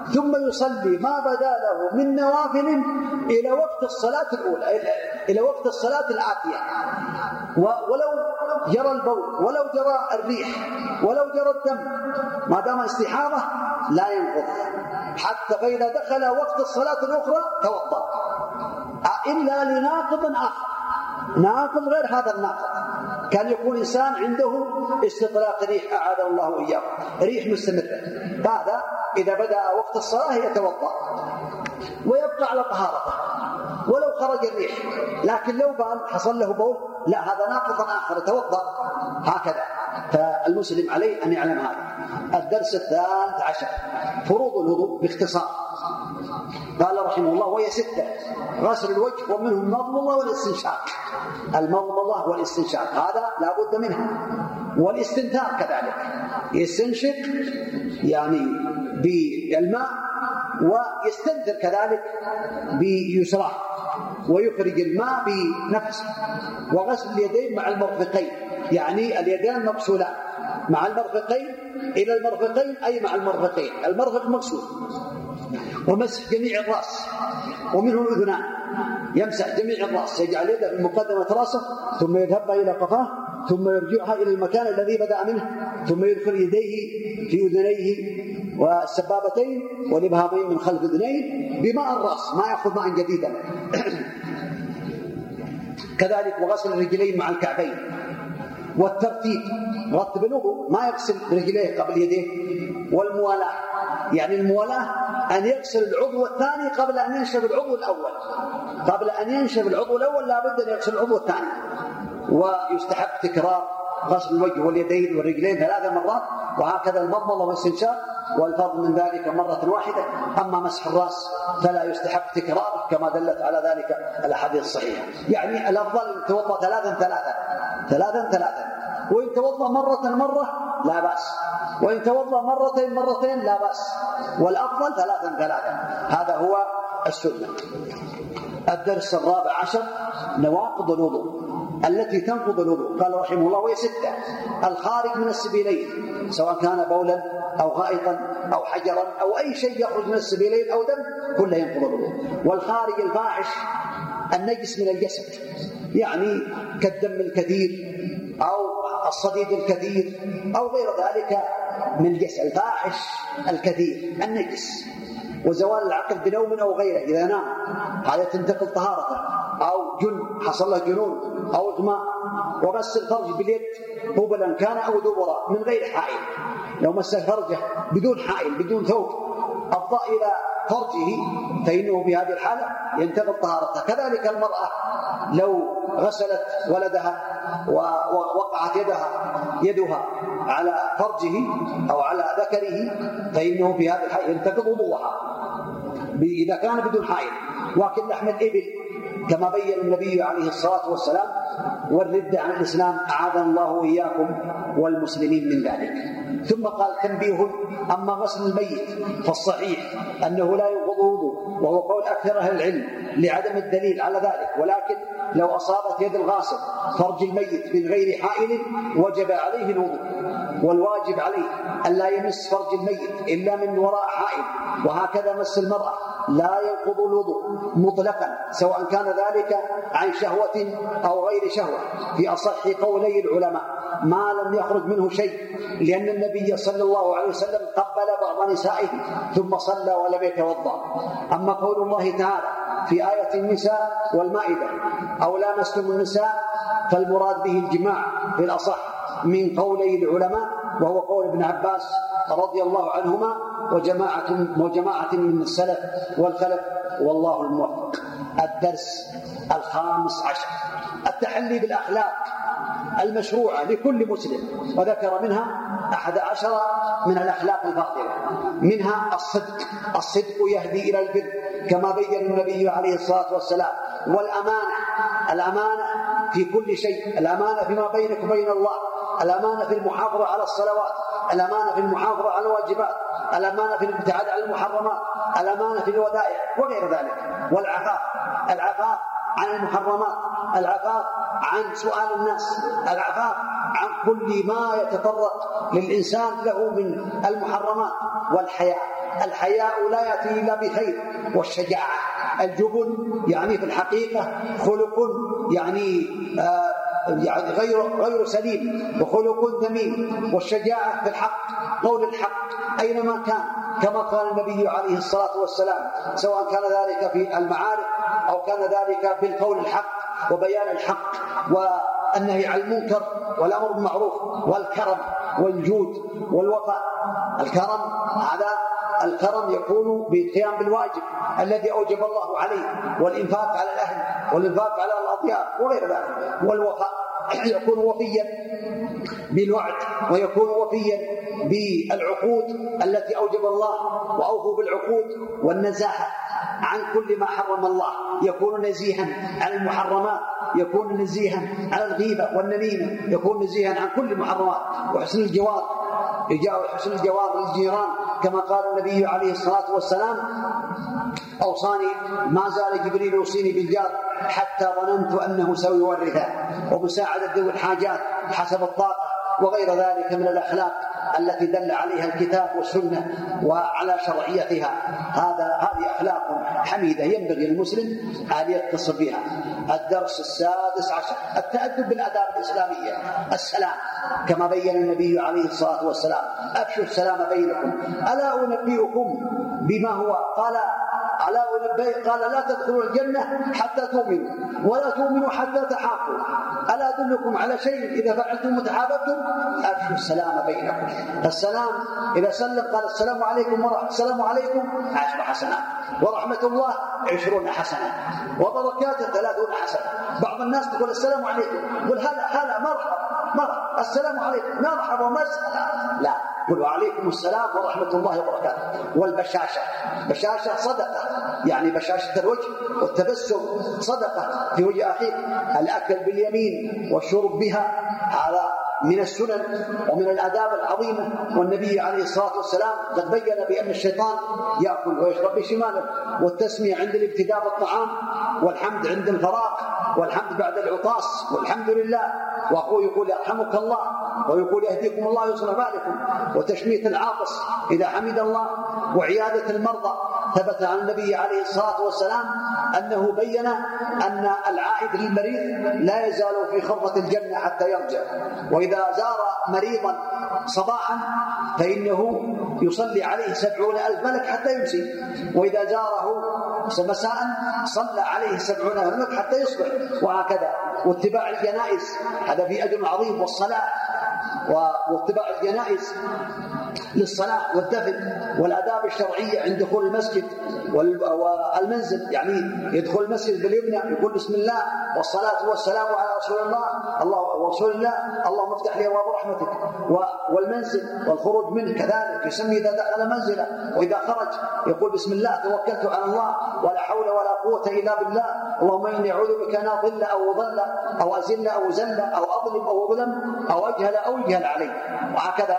ثم يصلي ما بدا له من نوافل إلى وقت الصلاة الأولى، إلى وقت الصلاة الآتية، ولو جرى البول ولو جرى الريح ولو جرى الدم ما دام استحاضة لا ينقض، حتى فإذا دخل وقت الصلاة الأخرى توضأ، إلا لناقض آخر، ناقض غير هذا الناقض. كان يكون إنسان عنده استطلاق ريح أعاذ الله وإياه، ريح مستمرة، هذا إذا بدأ وقت الصلاة يتوضأ ويبقى على طهارته ولو خرج الريح، لكن لو بال حصل له بول لا، هذا ناقض آخر يتوضأ هكذا. فالمسلم عليه أن يعلم هذا. الدرس الثالث عشر فروض الوضوء باختصار. قال رحمه الله: وهي ستة: غسل الوجه ومنه المضمضة والاستنشاق. المضمضة والاستنشاق هذا لا بد منها، والاستنثار كذلك، يستنشق يعني بالماء ويستنثر كذلك بيسراه ويخرج الماء بنفسه. وغسل اليدين مع المرفقين، يعني اليدان مغسولان مع المرفقين إلى المرفقين أي مع المرفقين، المرفق مغسول. ومسح جميع الرأس ومنه الأذنان، يمسح جميع الرأس، يجعل يده في مقدمة رأسه ثم يذهبها إلى قفاه ثم يرجعها إلى المكان الذي بدأ منه، ثم يدخل يديه في أذنيه والسبابتين والإبهامين من خلف أذنيه بماء الرأس، ما يأخذ ماء جديدا. كذلك وغسل الرجلين مع الكعبين. والترتيب، رتب الوضوء، ما يغسل رجليه قبل يديه. والموالاة، يعني الموالاة أن يغسل العضو الثاني قبل أن ينشف العضو الأول، قبل أن ينشف العضو الأول لا بد أن يغسل العضو الثاني. ويستحب تكرار غسل الوجه واليدين والرجلين ثلاث مرات، وهكذا المضمضة والاستنشاق، والفرض من ذلك مرة واحدة. أما مسح الرأس فلا يستحب تكراره كما دلت على ذلك الأحاديث الصحيحة. يعني الأفضل أن يتوضأ ثلاثا ثلاثا ثلاثا ثلاثا، وإن توضأ مرة مرة لا بأس، وإن توضأ مرتين مرتين لا بأس، والأفضل ثلاثا ثلاثا. هذا هو السنة. الدرس الرابع عشر نواقض الوضوء التي تنقض الوضوء. قال رحمه الله: وهي ستة: الخارج من السبيلين، سواء كان بولا أو غائطا أو حجرا أو أي شيء يخرج من السبيلين أو دم، كله ينقض الوضوء. والخارج الفاحش النجس من الجسد، يعني كالدم الكثير أو الصديد الكثير أو غير ذلك من الجسد. الفاحش الكثير النجس. وزوال العقل بنوم أو غيره، إذا نام هذا تنتقل طهارته، أو جن حصل له جنون أو إغماء. ومس الفرج باليد قبلا كان أو دبرا من غير حائل، لو مس فرجه بدون حائل بدون ثوب أفضى إلى فرجه فإنه في هذه الحالة ينتقل طهارته. كذلك المرأة لو غسلت ولدها ووقعت يدها يدها على فرجه أو على ذكره فإنه في هذه الحالة ينتقل وضوءها إذا كان بدون حائل. وكل لحم الإبل كما بين النبي عليه الصلاة والسلام، والردة عن الإسلام أعاذنا الله وإياكم والمسلمين من ذلك. ثم قال: تنبيه: أما غسل الميت فالصحيح أنه لا ينقض وضوء، وهو قول أكثر أهل العلم لعدم الدليل على ذلك. ولكن لو أصابت يد الغاسل فرج الميت من غير حائل وجب عليه الوضوء، والواجب عليه أن لا يمس فرج الميت إلا من وراء حائل. وهكذا مس المرأة لا ينقض الوضوء مطلقا، سواء كان ذلك عن شهوة أو غير شهوة، في أصح قولي العلماء ما لم يخرج منه شيء، لأن النبي صلى الله عليه وسلم قبل بعض نسائه ثم صلى ولم يتوضأ. أما قول الله تعالى في آية النساء والمائدة: أو لامستم النساء، فالمراد به الجماع في الأصح من قولي العلماء، وهو قول ابن عباس رضي الله عنهما وجماعة, وجماعة من السلف والخلف، والله الموفق. الدرس الخامس عشر: التحلي بالأخلاق المشروعة لكل مسلم، وذكر منها أحد عشر من الأخلاق الفاضلة. منها الصدق، الصدق يهدي إلى البر كما بين النبي عليه الصلاة والسلام. والأمانة، الأمانة في كل شيء، الأمانة فيما بينك وبين الله، الأمانة في المحافظة على الصلوات، الأمانة في المحافظة على الواجبات، الأمانة في الابتعاد عن المحرمات، الأمانة في الودائع وغير ذلك. والعفاف، العفاف عن المحرمات، العفاف عن سؤال الناس، العفاف عن كل ما يتطرق للإنسان له من المحرمات. والحياء، الحياء لا يأتي إلا بخير. والشجاعة، الجبن يعني في الحقيقة خلق يعني آه يعني غير غير سليم وخلق ذميم. والشجاعة في الحق، قول الحق أينما كان، كما قال النبي عليه الصلاة والسلام، سواء كان ذلك في المعارك أو كان ذلك في القول الحق وبيان الحق والنهي عن المنكر والأمر بالمعروف والكرم والجود والوفاء. الكرم هذا الكرم يكون بالقيام بالواجب الذي أوجب الله عليه، والإنفاق على الأهل والإنفاق على الأضياف وغير ذلك. والوفاء يكون وفيا بالوعد، ويكون وفيا بالعقود التي أوجب الله، وأوفوا بالعقود. والنزاهة عن كل ما حرم الله، يكون نزيها عن المحرمات، يكون نزيها عن الغيبة والنميمة، يكون نزيها عن كل المحرمات. وحسن الجوار، حسن الجوار للجيران، كما قال النبي عليه الصلاة والسلام: أوصاني ما زال جبريل يوصيني بالجار حتى ظننت أنه سيورثه، ومساعدة ذوي الحاجات حسب الطاقة، وغير ذلك من الأخلاق التي دل عليها الكتاب والسنة وعلى شرعيتها. هذا هذه أخلاق حميدة ينبغي للمسلم أن يتصف بها. الدرس السادس عشر: التأدب بالآداب الإسلامية. السلام، كما بين النبي عليه الصلاة والسلام: أفشوا السلام بينكم. ألا أنبئكم بما هو قال ألا أنبئ قال لا تدخلوا الجنة حتى تؤمنوا، ولا تؤمنوا حتى تحابوا. ألا أدلكم على شيء إذا فعلتم وتحاببتم؟ أفشوا السلام بينكم. السلام إذا سلم قال السلام عليكم ورحمة السلام عليكم عشر حسنات، ورحمة الله عشرون حسنة، وبركاته ثلاثون حسنة. بعض الناس تقول السلام عليكم، يقول هلا هلا مرحبا مرحبا السلام عليكم مرحبا ومسهلا. لا، قل عليكم السلام ورحمة الله وبركاته. والبشاشة، بشاشة صدقة، يعني بشاشة الوجه والتبسم صدقة في وجه أخيك. الأكل باليمين والشرب بها هذا من السنن ومن الآداب العظيمة. والنبي عليه الصلاة والسلام قد بين بأن الشيطان يأكل ويشرب بشماله. والتسمية عند الابتداء بالطعام، والحمد عند الفراغ، والحمد بعد العطاس، والحمد لله. وأخوه يقول يرحمك الله، ويقول يهديكم الله ويصلح بالكم. وتشميت العاطس إذا حمد الله. وعيادة المرضى، ثبت عن النبي عليه الصلاة والسلام أنه بين أن العائد للمريض لا يزال في خرة الجنة حتى يرجع. وإذا زار مريضا صباحا فإنه يصلي عليه سبعون ألف ملك حتى يمسي، وإذا زاره مساء صلى عليه سبعون ألف ملك حتى يصبح، وهكذا. واتباع الجنائز هذا في أجر عظيم. والصلاة واتباع الجنائز للصلاة والدفن. والآداب الشرعية عند دخول المسجد والمنزل، يعني يدخل المسجد باليمنى يقول بسم الله والصلاة والسلام على رسول الله الله ورسول الله اللهم افتح لي أبواب رحمتك. والمنزل والخروج منه كذلك يسمي إذا دخل منزله. وإذا خرج يقول بسم الله توكلت على الله ولا حول ولا قوة إلا بالله اللهم إني أعوذ بك أن أضل أو أضل أو أزل أو زل أو أظلم أو أظلم أو أجهل أو يجهل علي. وهكذا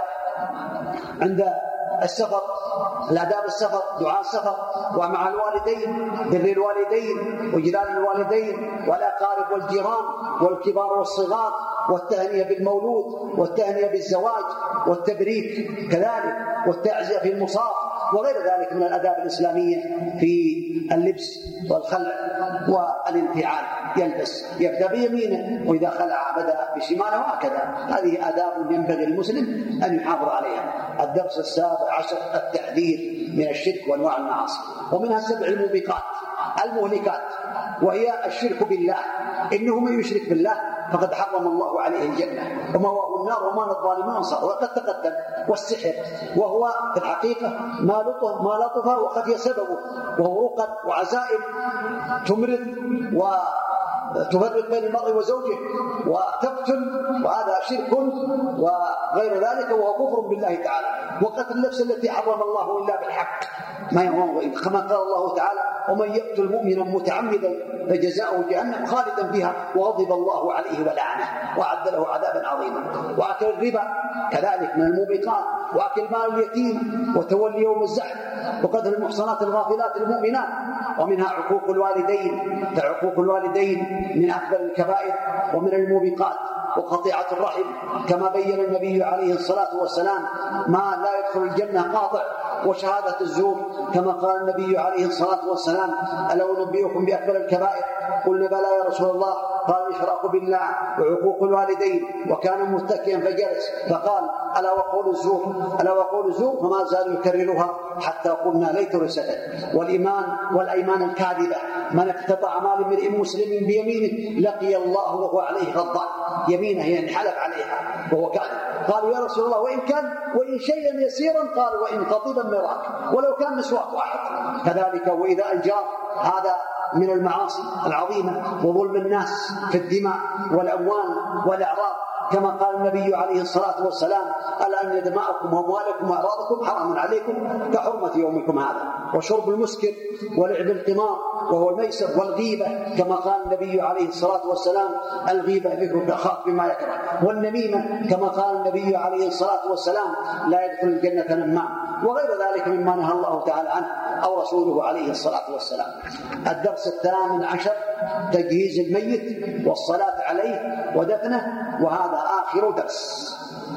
عند السفر، الآداب السفر، دعاء السفر، ومع الوالدين، بر الوالدين وجلال الوالدين والأقارب والجيران والكبار والصغار، والتهنئة بالمولود، والتهنئة بالزواج، والتبريك كذلك، والتعزية في المصاف، وغير ذلك من الآداب الإسلامية في اللبس والخلع والانفعال. يلبس يبدأ بيمينه، وإذا خلع بدأ بشماله، وهكذا. هذه آداب ينبغي المسلم أن يحافظ عليها. الدرس السابع عشر: التحذير من الشرك وأنواع المعاصي. ومنها سبع الموبقات المهلكات، وهي الشرك بالله. إنه من يشرك بالله فقد حرم الله عليه الجنة ومأواه النار وما للظالمين أنصار، وقد تقدم. والسحر، وهو في الحقيقة ما لطف ما لطف وخفي سببه، وهو رقى وعزائم تمرض وتفرق بين المرء وزوجه وتقتل، وهذا شرك وغير ذلك، وهو كفر بالله تعالى. وقتل النفس التي حرم الله إلا بالحق، ما يهون، كما قال الله تعالى: ومن يقتل مؤمنا متعمدا فجزاؤه جهنم خالدا فيها وغضب الله عليه ولعنه وأعد له عذابا عظيما. وأكل الربا كذلك من الموبقات، وأكل مال اليتيم، وتولي يوم الزحف، وقتل المحصنات الغافلات المؤمنات. ومنها عقوق الوالدين، فعقوق الوالدين من أكبر الكبائر ومن الموبقات. وقطيعة الرحم، كما بين النبي عليه الصلاة والسلام: ما لا يدخل الجنة قاطع وشهادة الزور، كما قال النبي عليه الصلاة والسلام: ألا أنبئكم بأكبر الكبائر؟ قلنا: بلى يا رسول الله. قال: الإشراك بالله وعقوق الوالدين. وكان متكئا فجلس فقال: ألا وقول الزور، ألا وقول الزور، فما زال يكررها حتى قلنا: ليت سكت. والإيمان والأيمان الكاذبة: من اقتطع مال امرئ مسلم بيمينه لقي الله وهو عليه غضبان. يمينه يعني حلف عليها وهو كاذب. قالوا: يا رسول الله وإن كان وإن شيئا يسيرا؟ قال: وإن قضيبا مراك، ولو كان مسواك واحد. كذلك وإذا الجار، هذا من المعاصي العظيمة، وظلم الناس في الدماء والأموال والأعراض، كما قال النبي عليه الصلاة والسلام: ألا أن دماءكم وأموالكم وأعراضكم حرام عليكم كحرمة يومكم هذا. وشرب المسكر ولعب القمار وهو الميسر والغيبة، كما قال النبي عليه الصلاة والسلام: الغيبة ذكرك أخاك بما يكره. والنميمة، كما قال النبي عليه الصلاة والسلام: لا يدخل الجنة نمام. وغير ذلك مما نهى الله تعالى عنه أو رسوله عليه الصلاة والسلام. الدرس الثامن عشر: تجهيز الميت والصلاة عليه ودفنه، وهذا آخر درس.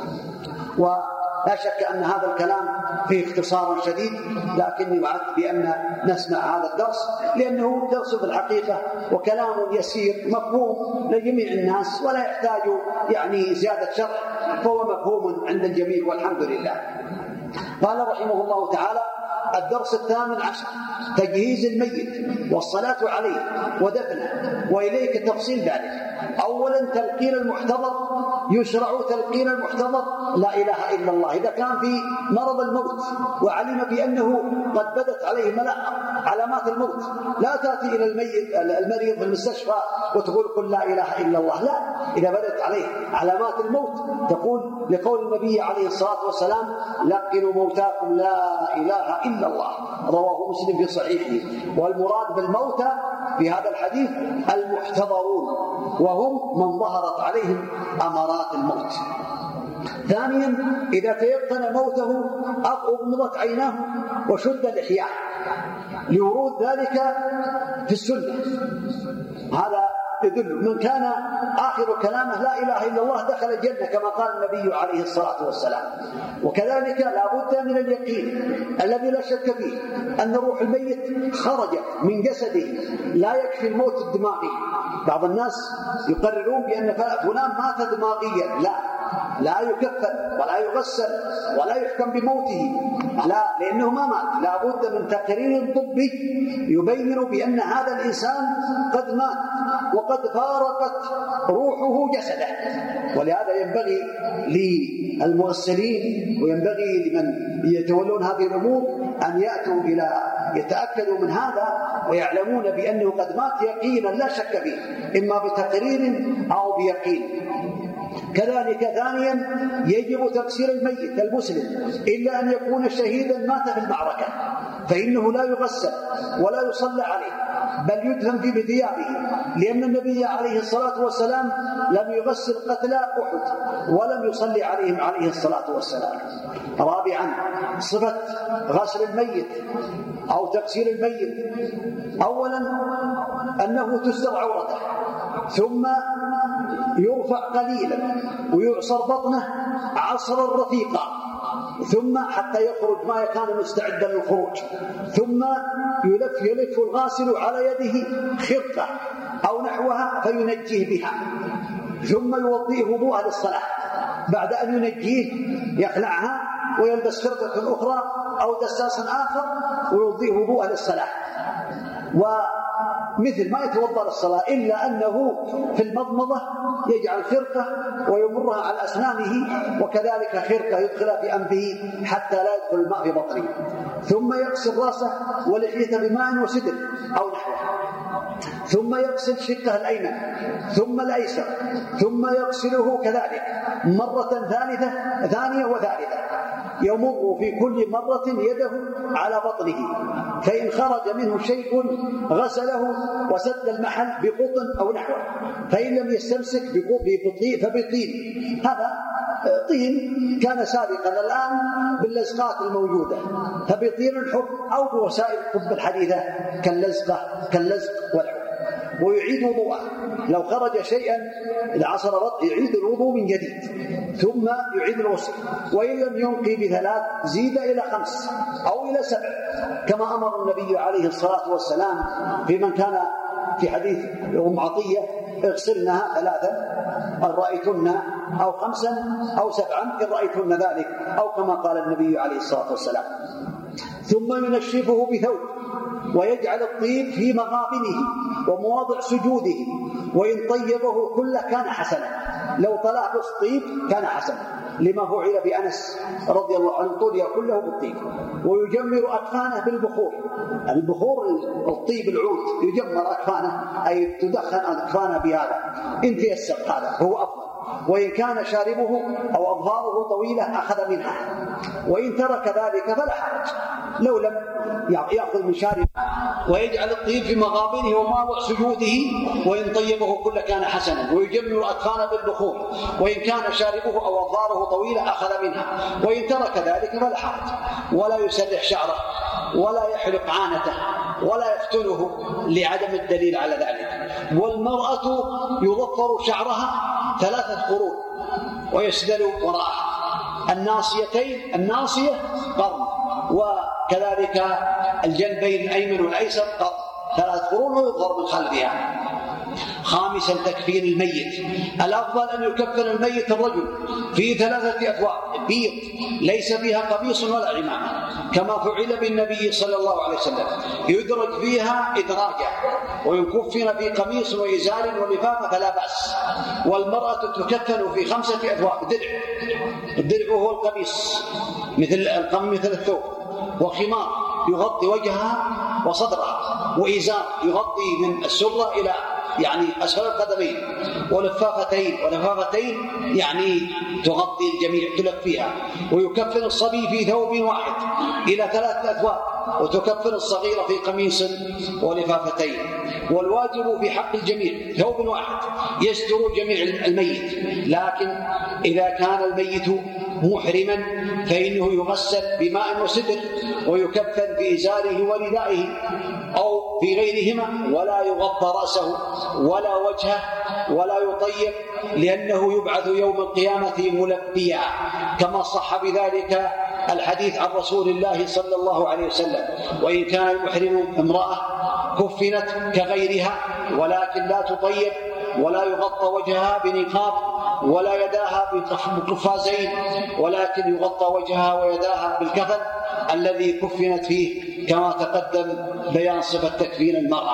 ولا شك أن هذا الكلام فيه اختصار شديد، لكني وعدت بأن نسمع هذا الدرس لأنه درس في الحقيقة وكلام يسير مفهوم لجميع الناس ولا يحتاج يعني زيادة شرح، فهو مفهوم عند الجميع والحمد لله. قال رحمه الله تعالى: الدرس الثامن عشر: تجهيز الميت والصلاة عليه ودفنه، وإليك تفصيل ذلك. أولا تلقين المحتضر، يشرع تلقين المحتضر لا إله إلا الله إذا كان في مرض الموت وعلم بأنه قد بدت عليه علامات الموت. لا تأتي إلى الميت المريض في المستشفى وتقول: قل لا إله إلا الله. لا، إذا بدت عليه علامات الموت تقول لقول النبي عليه الصلاة والسلام: لقنوا موتاكم لا إله إلا الله، رواه مسلم في صحيحه. والمراد بالموتى في هذا الحديث المحتضرون، وهم من ظهرت عليهم أمارات الموت. ثانيا إذا تيقن موته أغمضت عيناه وشد الإحياء لورود ذلك في السنة. هذا يدل من كان آخر كلامه لا إله إلا الله دخل الجنة، كما قال النبي عليه الصلاة والسلام. وكذلك لا بد من اليقين الذي لا شك فيه أن روح الميت خرجت من جسده، لا يكفي الموت الدماغي. بعض الناس يقررون بأن فلان مات دماغيا، لا، لا يكفن ولا يغسل ولا يحكم بموته، لا، لأنه ما مات. لا بد من تقرير طبي يبين بأن هذا الإنسان قد مات وقد فارقت روحه جسده. ولهذا ينبغي للمغسلين وينبغي لمن يتولون هذه الأمور أن يأتوا إلى يتأكدوا من هذا ويعلمون بأنه قد مات يقينا لا شك فيه، إما بتقرير أو بيقين. كذلك ثانيا يجب تغسيل الميت المسلم إلا أن يكون شهيدا مات في المعركة، فإنه لا يغسل ولا يصلى عليه بل يدفن في بثيابه، لأن النبي عليه الصلاة والسلام لم يغسل قتلى أحد ولم يصلي عليهم عليه الصلاة والسلام. رابعا صفة غسل الميت أو تغسيل الميت: أولا أنه تستر عورته، ثم يرفع قليلا ويعصر بطنه عصرا رفيقا، ثم حتى يخرج ما كان مستعدا للخروج، ثم يلف يلف الغاسل على يده خرقة أو نحوها فينجيه بها، ثم يوضيه وضوءا للصلاة. بعد أن ينجيه يخلعها ويلبس خرقة أخرى أو دساسا آخر ويوضيه وضوءا للصلاة. ومثل ما يتوضأ للصلاة، إلا أنه في المضمضة يجعل خرقة ويمرها على أسنانه، وكذلك خرقة يدخلها في أنفه حتى لا يدخل الماء في بطنه، ثم يغسل رأسه ولحيته بماء وسدر أو نحوه، ثم يغسل شقه الأيمن ثم الأيسر، ثم يغسله كذلك مرة ثالثة ثانية وثالثة، يمر في كل مرة يده على بطنه، فإن خرج منه شيء غسله وسد المحل بقطن أو نحوه، فإن لم يستمسك بطين فبطين، هذا طين كان سابقا، الآن باللزقات الموجودة، فبطين الحب أو بوسائل الطب الحديثة كاللزقة كاللزق والحب. ويعيد وضوءه. لو خرج شيئا إذا عصر بطن يعيد الوضوء من جديد ثم يعيد الغسل، وإن لم ينقي بثلاث زيد إلى خمس أو إلى سبع، كما أمر النبي عليه الصلاة والسلام في من كان في حديث أم عطية: اغسلنها ثلاثا إن رأيتن، أو خمسا أو سبعا إن رأيتن ذلك، أو كما قال النبي عليه الصلاة والسلام. ثم ينشفه بثوب ويجعل الطيب في مغابنه ومواضع سجوده، وإن طيبه كله كان حسنا. لو طلع بالطيب كان حسنا، لما فعل بأنس رضي الله عنه طلع كله بالطيب. ويجمر أكفانه بالبخور، البخور الطيب العود يجمر أكفانه أي تدخن أكفانه بهذا إن تيسر، هذا هو أفضل. وإن كان شاربه أو أظهاره طويلة أخذ منها، وإن ترك ذلك فلا حرج لو لم يأخذ من شاربه. ويجعل الطيب في مغابنه ومواضع سجوده، وإن طيبه كل كان حسنا. ويجمر أكفانه بالبخور، وإن كان شاربه أو أظهاره طويلة أخذ منها، وإن ترك ذلك فلا حرج. ولا يسرح شعره ولا يحلق عانته ولا يفتله لعدم الدليل على ذلك. والمرأة يضفر شعرها ثلاثة قرون ويسدل وراءها، الناصيتين الناصية قرن، وكذلك الجنبين الأيمن والأيسر قرن، ثلاث قرون ويظهر من خلفها. خامسا تكفين الميت، الأفضل أن يكفن الميت الرجل في ثلاثة أثواب بيض ليس فيها قميص ولا عمامة، كما فعل بالنبي صلى الله عليه وسلم، يدرج فيها إدراجا، وإن كفن في قميص وإزار ولفافة فلا بأس. والمرأة تكفن في خمسة أثواب: درع، الدرع هو القميص مثل القم مثل الثوب، وخمار يغطي وجهها وصدرها، وإزار يغطي من السرة إلى يعني أسفل القدمين، ولفافتين ولفافتين يعني تغطي الجميع تلفيها. ويكفن الصبي في ثوب واحد إلى ثلاثة أثواب، وتكفن الصغير في قميص ولفافتين. والواجب في حق الجميع ثوب واحد يستر جميع الميت، لكن إذا كان الميت محرما فإنه يغسل بماء وسدر، ويكفن في إزاره وردائه أو في غيرهما، ولا يغطى رأسه ولا وجهه ولا يطيب، لأنه يبعث يوم القيامة ملبيا، كما صح بذلك الحديث عن رسول الله صلى الله عليه وسلم: وإن كان المحرم امرأة كفنت كغيرها، ولكن لا تطيب ولا يغطى وجهها بنقاب ولا يداها بقفازين، ولكن يغطى وجهها ويداها بالكفن الذي كفنت فيه، كما تقدم بيان صفة تكفين المرأة.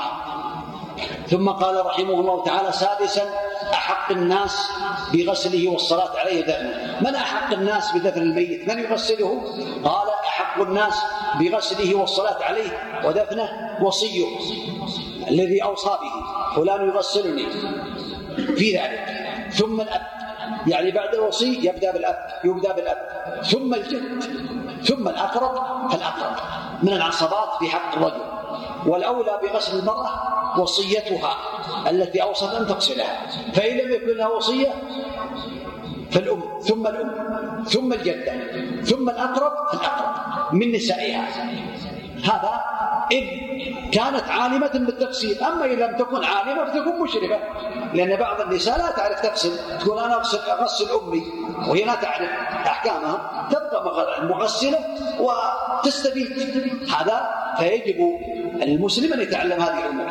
ثم قال رحمه الله تعالى: سادسا أحق الناس بغسله والصلاة عليه دفنه. من أحق الناس بدفن الميت؟ من يغسله؟ قال: أحق الناس بغسله والصلاة عليه ودفنه وصيه الذي أوصى به، فلان يغسلني في ذلك. ثم الأب، يعني بعد الوصي يبدأ بالأب يبدأ بالأب ثم الجد، ثم الأقرب فالأقرب من العصبات في حق الرجل. والأولى بغسل المرأة وصيتها التي أوصت أن تغسلها، فإن لم يكن لها وصية فالأم، ثم الأم، ثم الجدة، ثم الأقرب فالأقرب من نسائها. هذا إذ كانت عالمة بالتغسيل. أما إن لم تكن عالمة فتكون مشرفة، لأن بعض النساء لا تعرف تغسل، تقول أنا أغسل, أغسل أمي وهي لا تعرف أحكامها، تبقى مغسلة وتستفيد. هذا فيجب المسلم أن يتعلم هذه الأمور.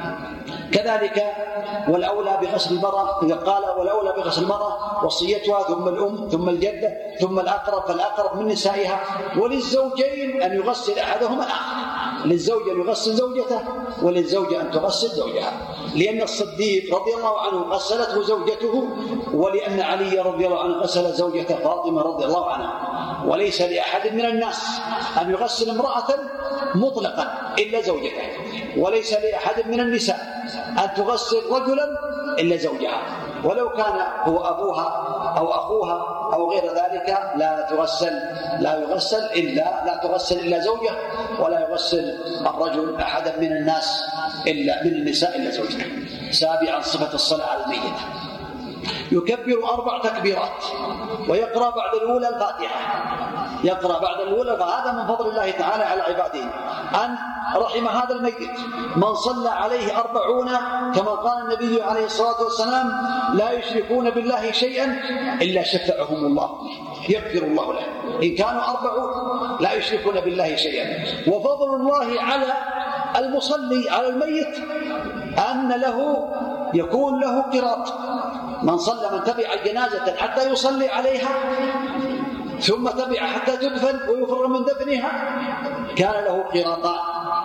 كذلك والأولى بغسل المرأة، إذا قال والأولى بغسل المرأة وصيتها، ثم الأم، ثم الجدة، ثم الأقرب فالأقرب من نسائها. وللزوجين أن يغسل أحدهما الآخر، للزوج أن يغسل زوجته وللزوجة أن تغسل زوجها، لأن الصديق رضي الله عنه غسلته زوجته، ولأن علي رضي الله عنه غسل زوجته فاطمة رضي الله عنها. وليس لأحد من الناس أن يغسل امرأة مطلقا إلا زوجته، وليس لأحد من النساء أن تغسل رجلا إلا زوجها، ولو كان هو أبوها أو أخوها أو غير ذلك لا تغسل لا يغسل إلا لا تغسل إلا زوجه، ولا يغسل الرجل أحدا من الناس إلا من النساء إلا زوجته. سابعا صفة الصلاة على الميت، يكبر أربع تكبيرات ويقرأ بعد الأولى الفاتحة، يقرأ بعد الأولى، فهذا من فضل الله تعالى على عباده أن رحم هذا الميت. من صلى عليه أربعون كما قال النبي عليه الصلاة والسلام لا يشركون بالله شيئا إلا شفعهم الله، يغفر الله له إن كانوا أربعون لا يشركون بالله شيئا. وفضل الله على المصلي على الميت أن له يكون له قراط. من صلى من تبع جنازة حتى يصلي عليها ثم تبع حتى تدفن ويفرغ من دفنها كان له قراطان،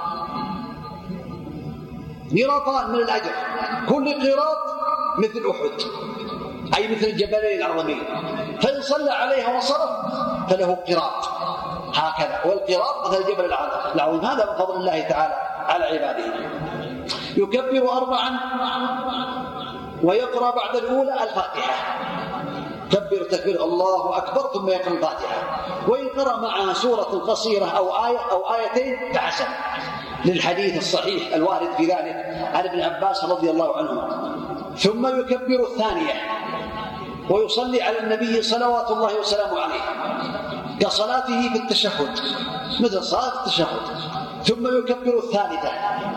قراطان من الأجر، كل قراط مثل أحد أي مثل الجبلين العظيمين، فإن صلى عليها وصرف فله قراط هكذا، والقراط مثل الجبل العظيم. هذا من فضل الله تعالى على عباده. يكبر أربعا ويقرأ بعد الأولى الفاتحة، كبر تكبير الله أكبر ثم يقرأ الفاتحة، وإن قرأ معها سورة قصيرة أو آية أو آيتين فحسن، للحديث الصحيح الوارد في ذلك عن ابن عباس رضي الله عنه. ثم يكبر الثانية ويصلي على النبي صلوات الله وسلامه عليه كصلاته في التشهد مثل صلاة التشهد. ثم يكبر الثالثة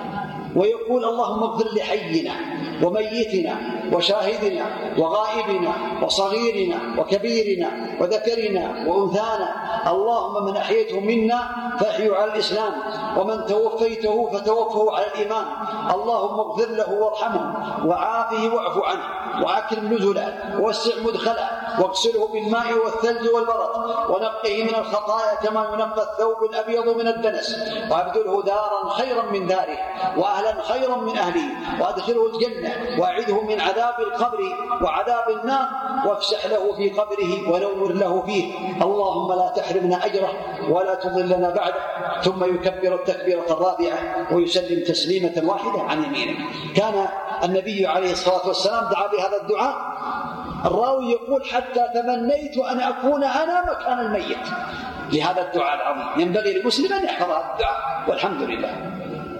ويقول اللهم اغفر لحينا وميتنا وشاهدنا وغائبنا وصغيرنا وكبيرنا وذكرنا وأنثانا، اللهم من أحييته منا فأحيه على الإسلام ومن توفيته فتوفه على الإيمان، اللهم اغفر له وارحمه وعافه واعف عنه وأكرم نزله ووسع مدخله واغسله بالماء والثلج والبرد ونقه من الخطايا كما ينقى الثوب الأبيض من الدنس، وأبدله دارا خيرا من داره وأهلا خيرا من أهله، وأدخله الجنة وأعذه من عذاب القبر وعذاب النار، وافسح له في قبره ونور له فيه، اللهم لا تحرمنا أجره ولا تضلنا بعده. ثم يكبر التكبيرة الرابعة ويسلم تسليمة واحدة عن يمينه. كان النبي عليه الصلاة والسلام دعا بهذا الدعاء، الراوي يقول حتى تمنيت أن أكون أنا مكان الميت لهذا الدعاء العظيم. ينبغي للمسلم أن يحفظ هذا الدعاء والحمد لله.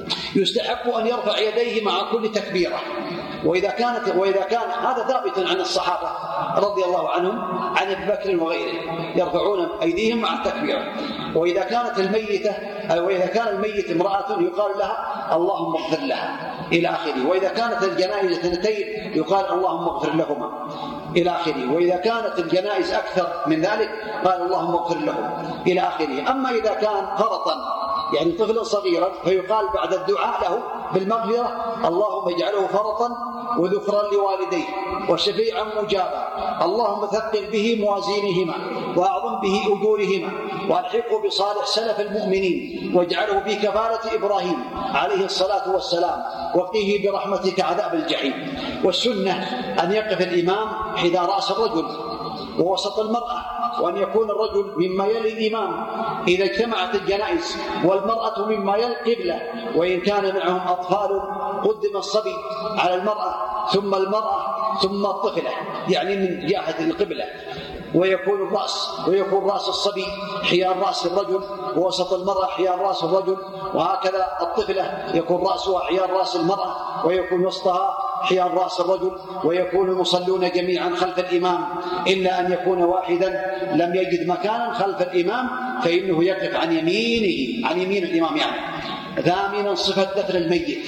يستحق أن يرفع يديه مع كل تكبيرة، وإذا كانت وإذا كان هذا ثابت عن الصحابة رضي الله عنهم عن أبي بكر وغيره يرفعون أيديهم مع التكبيرة. وإذا كانت الميتة أو إذا كان الميت امرأة يقال لها اللهم اغفر لها إلى آخره، وإذا كانت الجنائز اثنتين يقال اللهم اغفر لهما إلى آخره، وإذا كانت الجنائز أكثر من ذلك قال اللهم اغفر لهم إلى آخره. أما إذا كان فرطا يعني طفلا صغيرا فيقال بعد الدعاء له بالمغفرة اللهم اجعله فرطا وذكرا لوالديه وشفيعا مجابا، اللهم ثقل به موازينهما وأعظم به أجورهما وألحقه بصالح سلف المؤمنين واجعله في كفالة إبراهيم عليه الصلاة والسلام وقيه برحمتك عذاب الجحيم. والسنة أن يقف الإمام حذا رأس الرجل ووسط المرأة، وأن يكون الرجل مما يلي الإمام إذا اجتمعت الجنائز، والمرأة مما يلي القبلة، وإن كان معهم أطفال قدم الصبي على المرأة ثم المرأة ثم الطفلة يعني من جهة القبلة، ويكون الرأس ويكون رأس الصبي حيال رأس الرجل ووسط المرأة حيال رأس الرجل، وهكذا الطفلة يكون رأسها حيال رأس المرأة ويكون وسطها حيال رأس الرجل، ويكون المصلون جميعا خلف الإمام إلا أن يكون واحدا لم يجد مكانا خلف الإمام فإنه يقف عن يمينه عن يمين الإمام. يعني ثامنا صفة دفن الميت.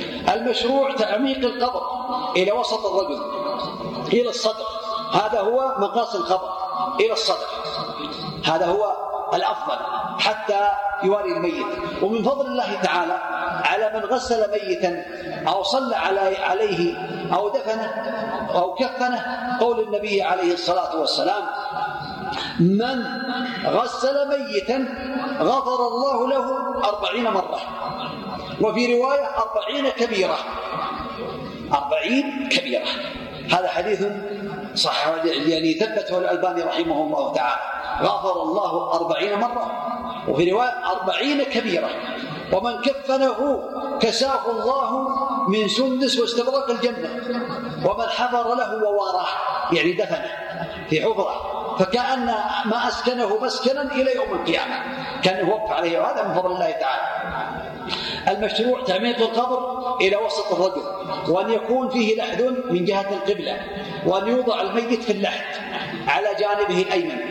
المشروع تعميق القبر إلى وسط الرجل إلى الصدر، هذا هو مقاس القبر إلى الصدر، هذا هو الأفضل حتى يواري الميت. ومن فضل الله تعالى على من غسل ميتا أو صلى عليه أو دفنه أو كفنه قول النبي عليه الصلاة والسلام من غسل ميتا غفر الله له أربعين مرة، وفي رواية أربعين كبيرة، أربعين كبيرة. هذا حديث صح يعني ثبته الألباني رحمه الله تعالى، غفر الله أربعين مرة، وفي رواية أربعين كبيرة. ومن كفنه كساه الله من سندس واستبرق الجنة، ومن حفر له وواراه يعني دفنه في حفرة فكأن ما أسكنه مسكنا إلى يوم القيامة كان وقف عليه، وهذا من فضل الله تعالى. المشروع تعميق القبر إلى وسط الرجل، وأن يكون فيه لحد من جهة القبلة، وأن يوضع الميت في اللحد على جانبه الأيمن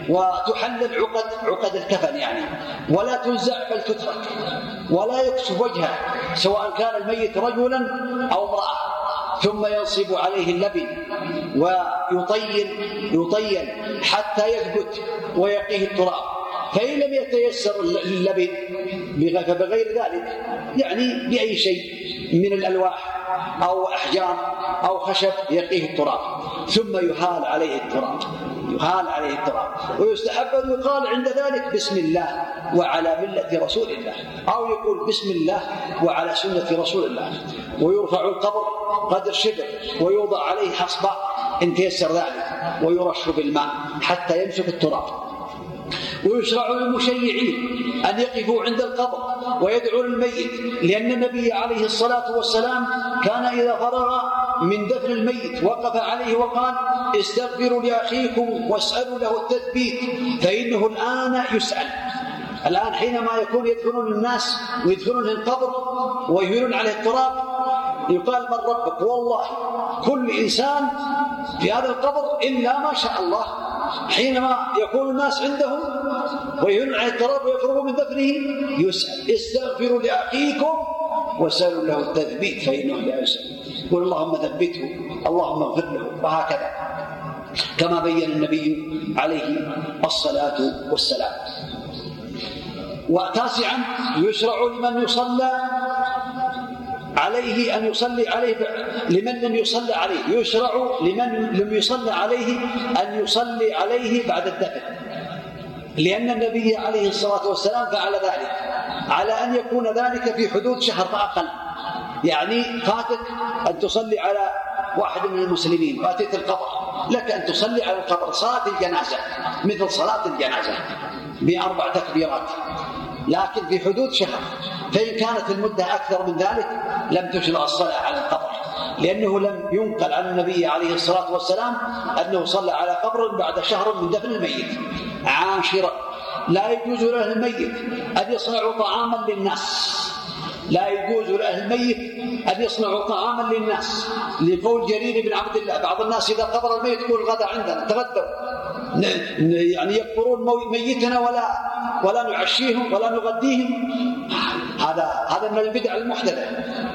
وتحل العقد عقد الكفن يعني، ولا تنزع بل تترك، ولا يكشف وجهه سواء كان الميت رجلا أو امرأة، ثم ينصب عليه اللبن ويطين يطين حتى يثبت ويقيه التراب، فإن لم يتيسر اللبن بغير ذلك يعني بأي شيء من الألواح أو أحجار أو خشب يقيه التراب، ثم يهال عليه التراب يهال عليه التراب ويستحب أن يقال عند ذلك بسم الله وعلى ملة رسول الله، أو يقول بسم الله وعلى سنة رسول الله، ويرفع القبر قدر شبر ويوضع عليه حصبة إن تيسر ذلك، ويرش بالماء حتى يمسك التراب. ويشرع للمشيعين أن يقفوا عند القبر ويدعوا للميت، لأن النبي عليه الصلاة والسلام كان إذا فرغ من دفن الميت وقف عليه وقال استغفروا لأخيكم واسألوا له التثبيت فإنه الآن يسأل. الآن حينما يكون يدفنون الناس ويدفنون القبر ويهيلون عليه التراب يقال من ربك؟ والله كل إنسان في هذا القبر إلا ما شاء الله. حينما يكون الناس عندهم ويهيلون عليه التراب ويفرغوا من دفنه يسأل استغفروا لأخيكم واسألوا له التثبيت فإنه لا يسأل. يقول اللهم ثبته اللهم اغفر له، وهكذا كما بين النبي عليه الصلاة والسلام. وتاسعا يشرع لمن يصلى عليه أن يصلي عليه لمن لم يصلى عليه يشرع لمن لم يصلى عليه أن يصلي عليه بعد الدفن، لأن النبي عليه الصلاة والسلام فعل ذلك على أن يكون ذلك في حدود شهر فأقل. يعني فاتك أن تصلي على واحد من المسلمين فاتت القبر، لك أن تصلي على القبر صلاة الجنازة مثل صلاة الجنازة بأربع تكبيرات، لكن في حدود شهر. فإن كانت المدة أكثر من ذلك لم تشرع الصلاة على القبر، لأنه لم ينقل عن النبي عليه الصلاة والسلام أنه صلى على قبر بعد شهر من دفن الميت. عاشرا لا يجوز لأهل الميت أن يصنعوا طعاما للناس لا يجوز لأهل الميت أن يصنعوا طعاما للناس، لقول جرير بن عبد الله بعض الناس إذا قبر الميت يقول الغداء عندنا تغدوا، يعني يقبرون ميتنا ولا ولا نعشيهم ولا نغديهم. هذا هذا من البدع المحدثة.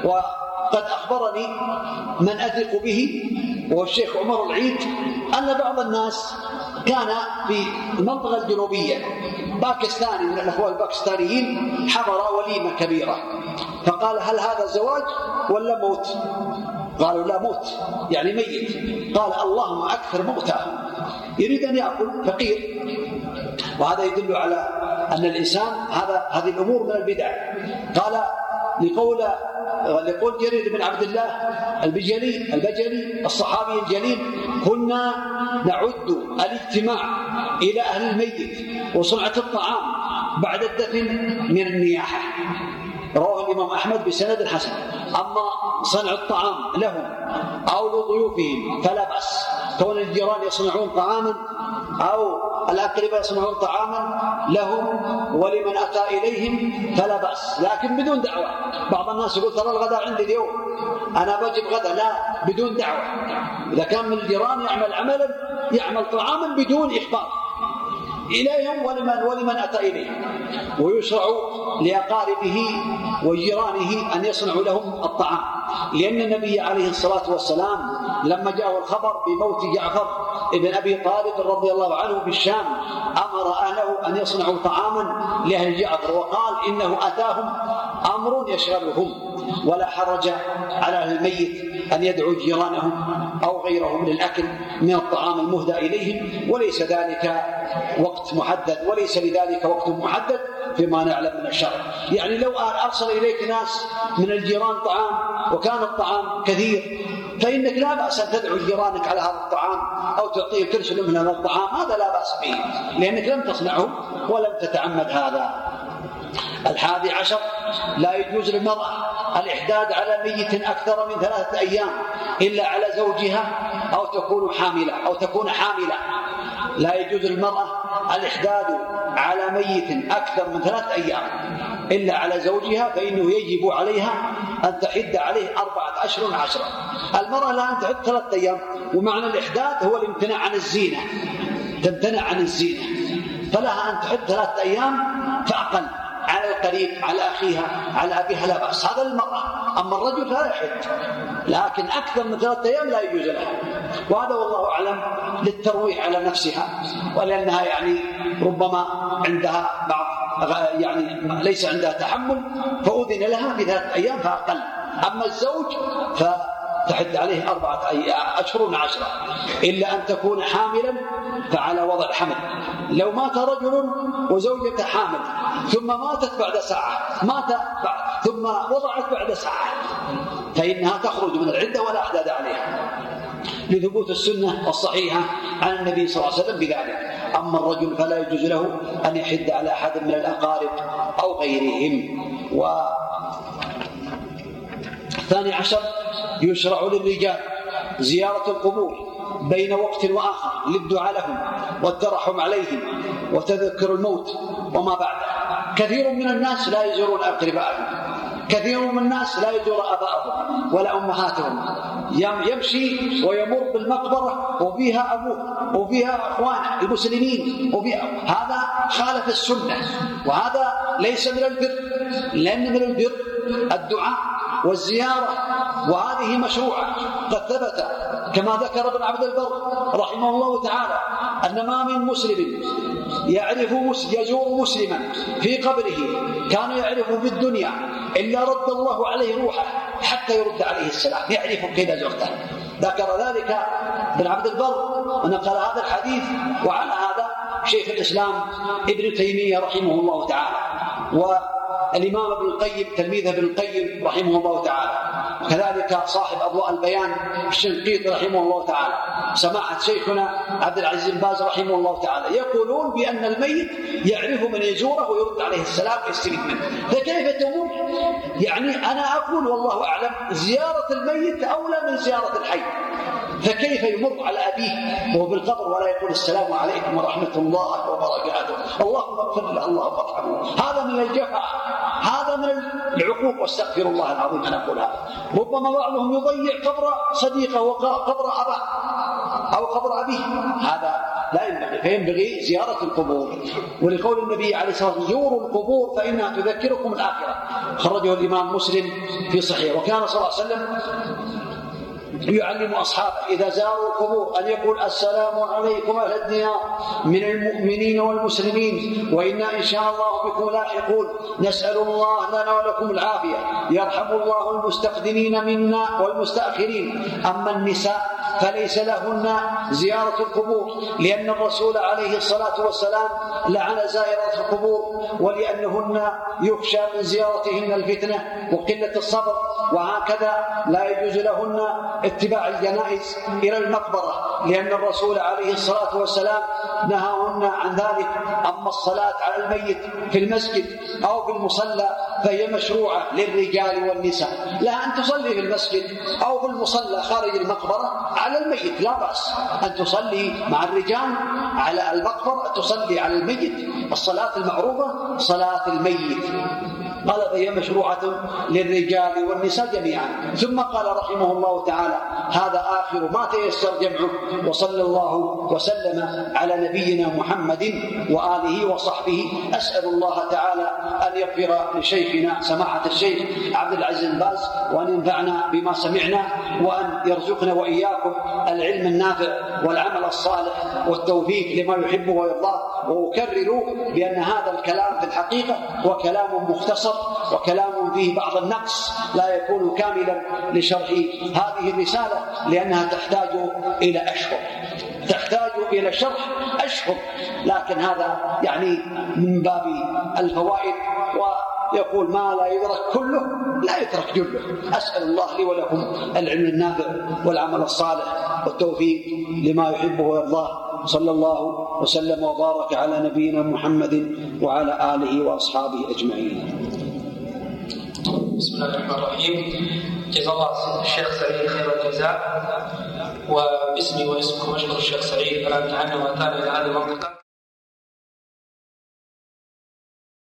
وقد أخبرني من أثق به وهو الشيخ عمر العيد أن بعض الناس كان في المنطقة الجنوبية باكستاني من الأخوة الباكستانيين حضر وليمة كبيرة، فقال هل هذا زواج ولا موت؟ قالوا لا موت يعني ميت. قال اللهم أكثر موتاه، يريد أن يأكل فقير. وهذا يدل على أن الإنسان هذا هذه الأمور من البدع. قال لقول لقول جرير بن عبد الله البجلي البجلي الصحابي الجليل كنا نعد الاجتماع إلى أهل الميت وصنعة الطعام بعد الدفن من النياحة. رواه الإمام أحمد بسند حسن. أما صنع الطعام لهم أو لضيوفهم فلا بأس، كون الجيران يصنعون طعاما أو الأقرباء يصنعون طعاما لهم ولمن أتى إليهم فلا بأس، لكن بدون دعوة. بعض الناس يقول ترى الغداء عندي اليوم أنا بجيب غدا، لا، بدون دعوة. إذا كان من الجيران يعمل عملا يعمل طعاما بدون إخبار إليهم ولمن ولمن أتى إليهم. ويشرع لأقاربه وجيرانه أن يصنعوا لهم الطعام، لأن النبي عليه الصلاة والسلام لما جاءه الخبر بموت جعفر ابن أبي طالب رضي الله عنه بالشام أمر أهله أن يصنعوا طعاما لأهل جعفر، وقال إنه أتاهم أمر يشغلهم، ولا حرج على أهل الميت أن يدعوا جيرانهم أو غيرهم للأكل من الطعام المهدى إليهم، وليس ذلك وقت محدد، وليس لذلك وقت محدد فيما نعلم من الشرع. يعني لو أرسل إليك ناس من الجيران طعام وكان الطعام كثير فإنك لا بأس أن تدعو جيرانك على هذا الطعام أو تعطيه كرش من هذا الطعام، هذا لا بأس به لأنك لم تصنعه ولم تتعمد هذا. الحادي عشر لا يجوز للمرأة الإحداد على ميت أكثر من ثلاثة أيام إلا على زوجها أو تكون حاملة أو تكون حاملة. لا يجوز للمرأة الإحداد على ميت أكثر من ثلاثة أيام إلا على زوجها، فإنه يجب عليها أن تحد عليه أربعة أشهر عشرة. المرأة لا تحد ثلاثة أيام، ومعنى الإحداد هو الامتناع عن الزينة، تمتنع عن الزينة. فلها أن تحد ثلاثة أيام فأقل على القريب، على أخيها، على أبيها، لا بأس. هذا المرأة. أما الرجل فلا يحد، لكن أكثر من ثلاثة أيام لا يجوز لها. وهذا والله أعلم للترويح على نفسها، ولأنها يعني ربما عندها بعض يعني ليس عندها تحمل، فأذن لها بثلاثة أيام فأقل. أما الزوج فتحد عليه أربعة أشهر وعشرة، إلا أن تكون حاملا فعلى وضع الحمل. لو مات رجل وزوجته حامل ثم ماتت بعد ساعة، مات بعد ثم وضعت بعد ساعة، فإنها تخرج من العدة ولا أحداث عليها، لثبوت السنة الصحيحة عن النبي صلى الله عليه وسلم بذلك. أما الرجل فلا يجوز له أن يحد على أحد من الأقارب أو غيرهم. والثاني عشر يشرع للرجال زيارة القبور بين وقت وآخر للدعاء لهم والترحم عليهم وتذكر الموت وما بعده. كثير من الناس لا يزورون أقربائهم، كثير من الناس لا يزور آبائهم ولا أمهاتهم، يمشي ويمر بالمقبرة وفيها أبوه وفيها أخوانه المسلمين وفيها. هذا خالف السنة، وهذا ليس من البر، لأن من البر الدعاء والزيارة، وهذه مشروعة قد ثبت كما ذكر ابن عبد البر رحمه الله تعالى أن ما من مسلم يعرف يزور مسلما في قبره كان يعرفه في الدنيا إلا رد الله عليه روحه حتى يرد عليه السلام، يعرف كيف زرته. ذكر ذلك ابن عبد البر ونقل هذا الحديث، وعلى هذا شيخ الإسلام ابن تيمية رحمه الله تعالى، والإمام ابن القيم تلميذه ابن القيم رحمه الله تعالى، كذلك صاحب أضواء البيان الشنقيطي رحمه الله تعالى، سماحة شيخنا عبد العزيز بن باز رحمه الله تعالى، يقولون بأن الميت يعرف من يزوره ويرد عليه السلام ويستفيد منه. فكيف تقول؟ يعني أنا أقول والله أعلم زيارة الميت أولى من زيارة الحي. فكيف يمر على أبيه وهو بالقبر ولا يقول السلام عليكم ورحمة الله وبركاته، اللهم اغفر له اللهم ارحمه؟ هذا من الجفاء، هذا من العقوق، واستغفر الله العظيم أن أقول هذا. ربما بعضهم يضيع قبر صديقه وقبر أباه أو قبر أبيه، هذا لا ينبغي. فينبغي زيارة القبور، ولقول النبي عليه الصلاة والسلام زوروا القبور فإنها تذكركم الآخرة، خرجه الإمام مسلم في صحيح. وكان صلى الله عليه وسلم يعلم أصحابه إذا زاروا القبور أن يقول السلام عليكم أهل الديار من المؤمنين والمسلمين وإنا إن شاء الله بكم لاحقون، نسأل الله لنا ولكم العافية، يرحم الله المستقدمين منا والمستأخرين. أما النساء فليس لهن زيارة القبور، لأن الرسول عليه الصلاة والسلام لعن زائرات القبور، ولأنهن يخشى من زيارتهن الفتنة وقلة الصبر، وهكذا لا يجوز لهن اتباع الجنائز إلى المقبرة، لأن الرسول عليه الصلاة والسلام نهاهن عن ذلك. أما الصلاة على الميت في المسجد أو في المصلى فهي مشروعة للرجال والنساء، لا أن تصلي في المسجد أو في المصلى خارج المقبرة على الميت، لا بأس أن تصلي مع الرجال على المقبرة، تصلي على الميت الصلاة المعروفة صلاة الميت. قال فهي مشروعة للرجال والنساء جميعا. ثم قال رحمه الله تعالى هذا آخر ما تيسر جمعه، وصلى الله وسلم على نبينا محمد وآله وصحبه. أسأل الله تعالى أن يغفر لشيخنا سماحة الشيخ عبد العزيز بن باز، وأن ينفعنا بما سمعنا، وأن يرزقنا وإياكم العلم النافع والعمل الصالح والتوفيق لما يحبه ويرضاه. وأكرر بأن هذا الكلام في الحقيقة وكلام مختصر وكلام فيه بعض النقص لا يكون كاملا لشرح هذه الرسالة، لأنها تحتاج إلى أشهر، تحتاج إلى شرح أشهر، لكن هذا يعني من باب الفوائد، ويقول ما لا يدرك كله لا يترك جله. أسأل الله لي ولكم العلم النافع والعمل الصالح والتوفيق لما يحبه ويرضاه. صلى الله وسلم وبارك على نبينا محمد وعلى آله وأصحابه أجمعين. بسم الله الرحمن الرحيم. جزا الله الشيخ سعيد خير الجزاء، وباسمي واسمكم أشكر الشيخ سعيد على أن وأتانا إلى هذه المنطقة.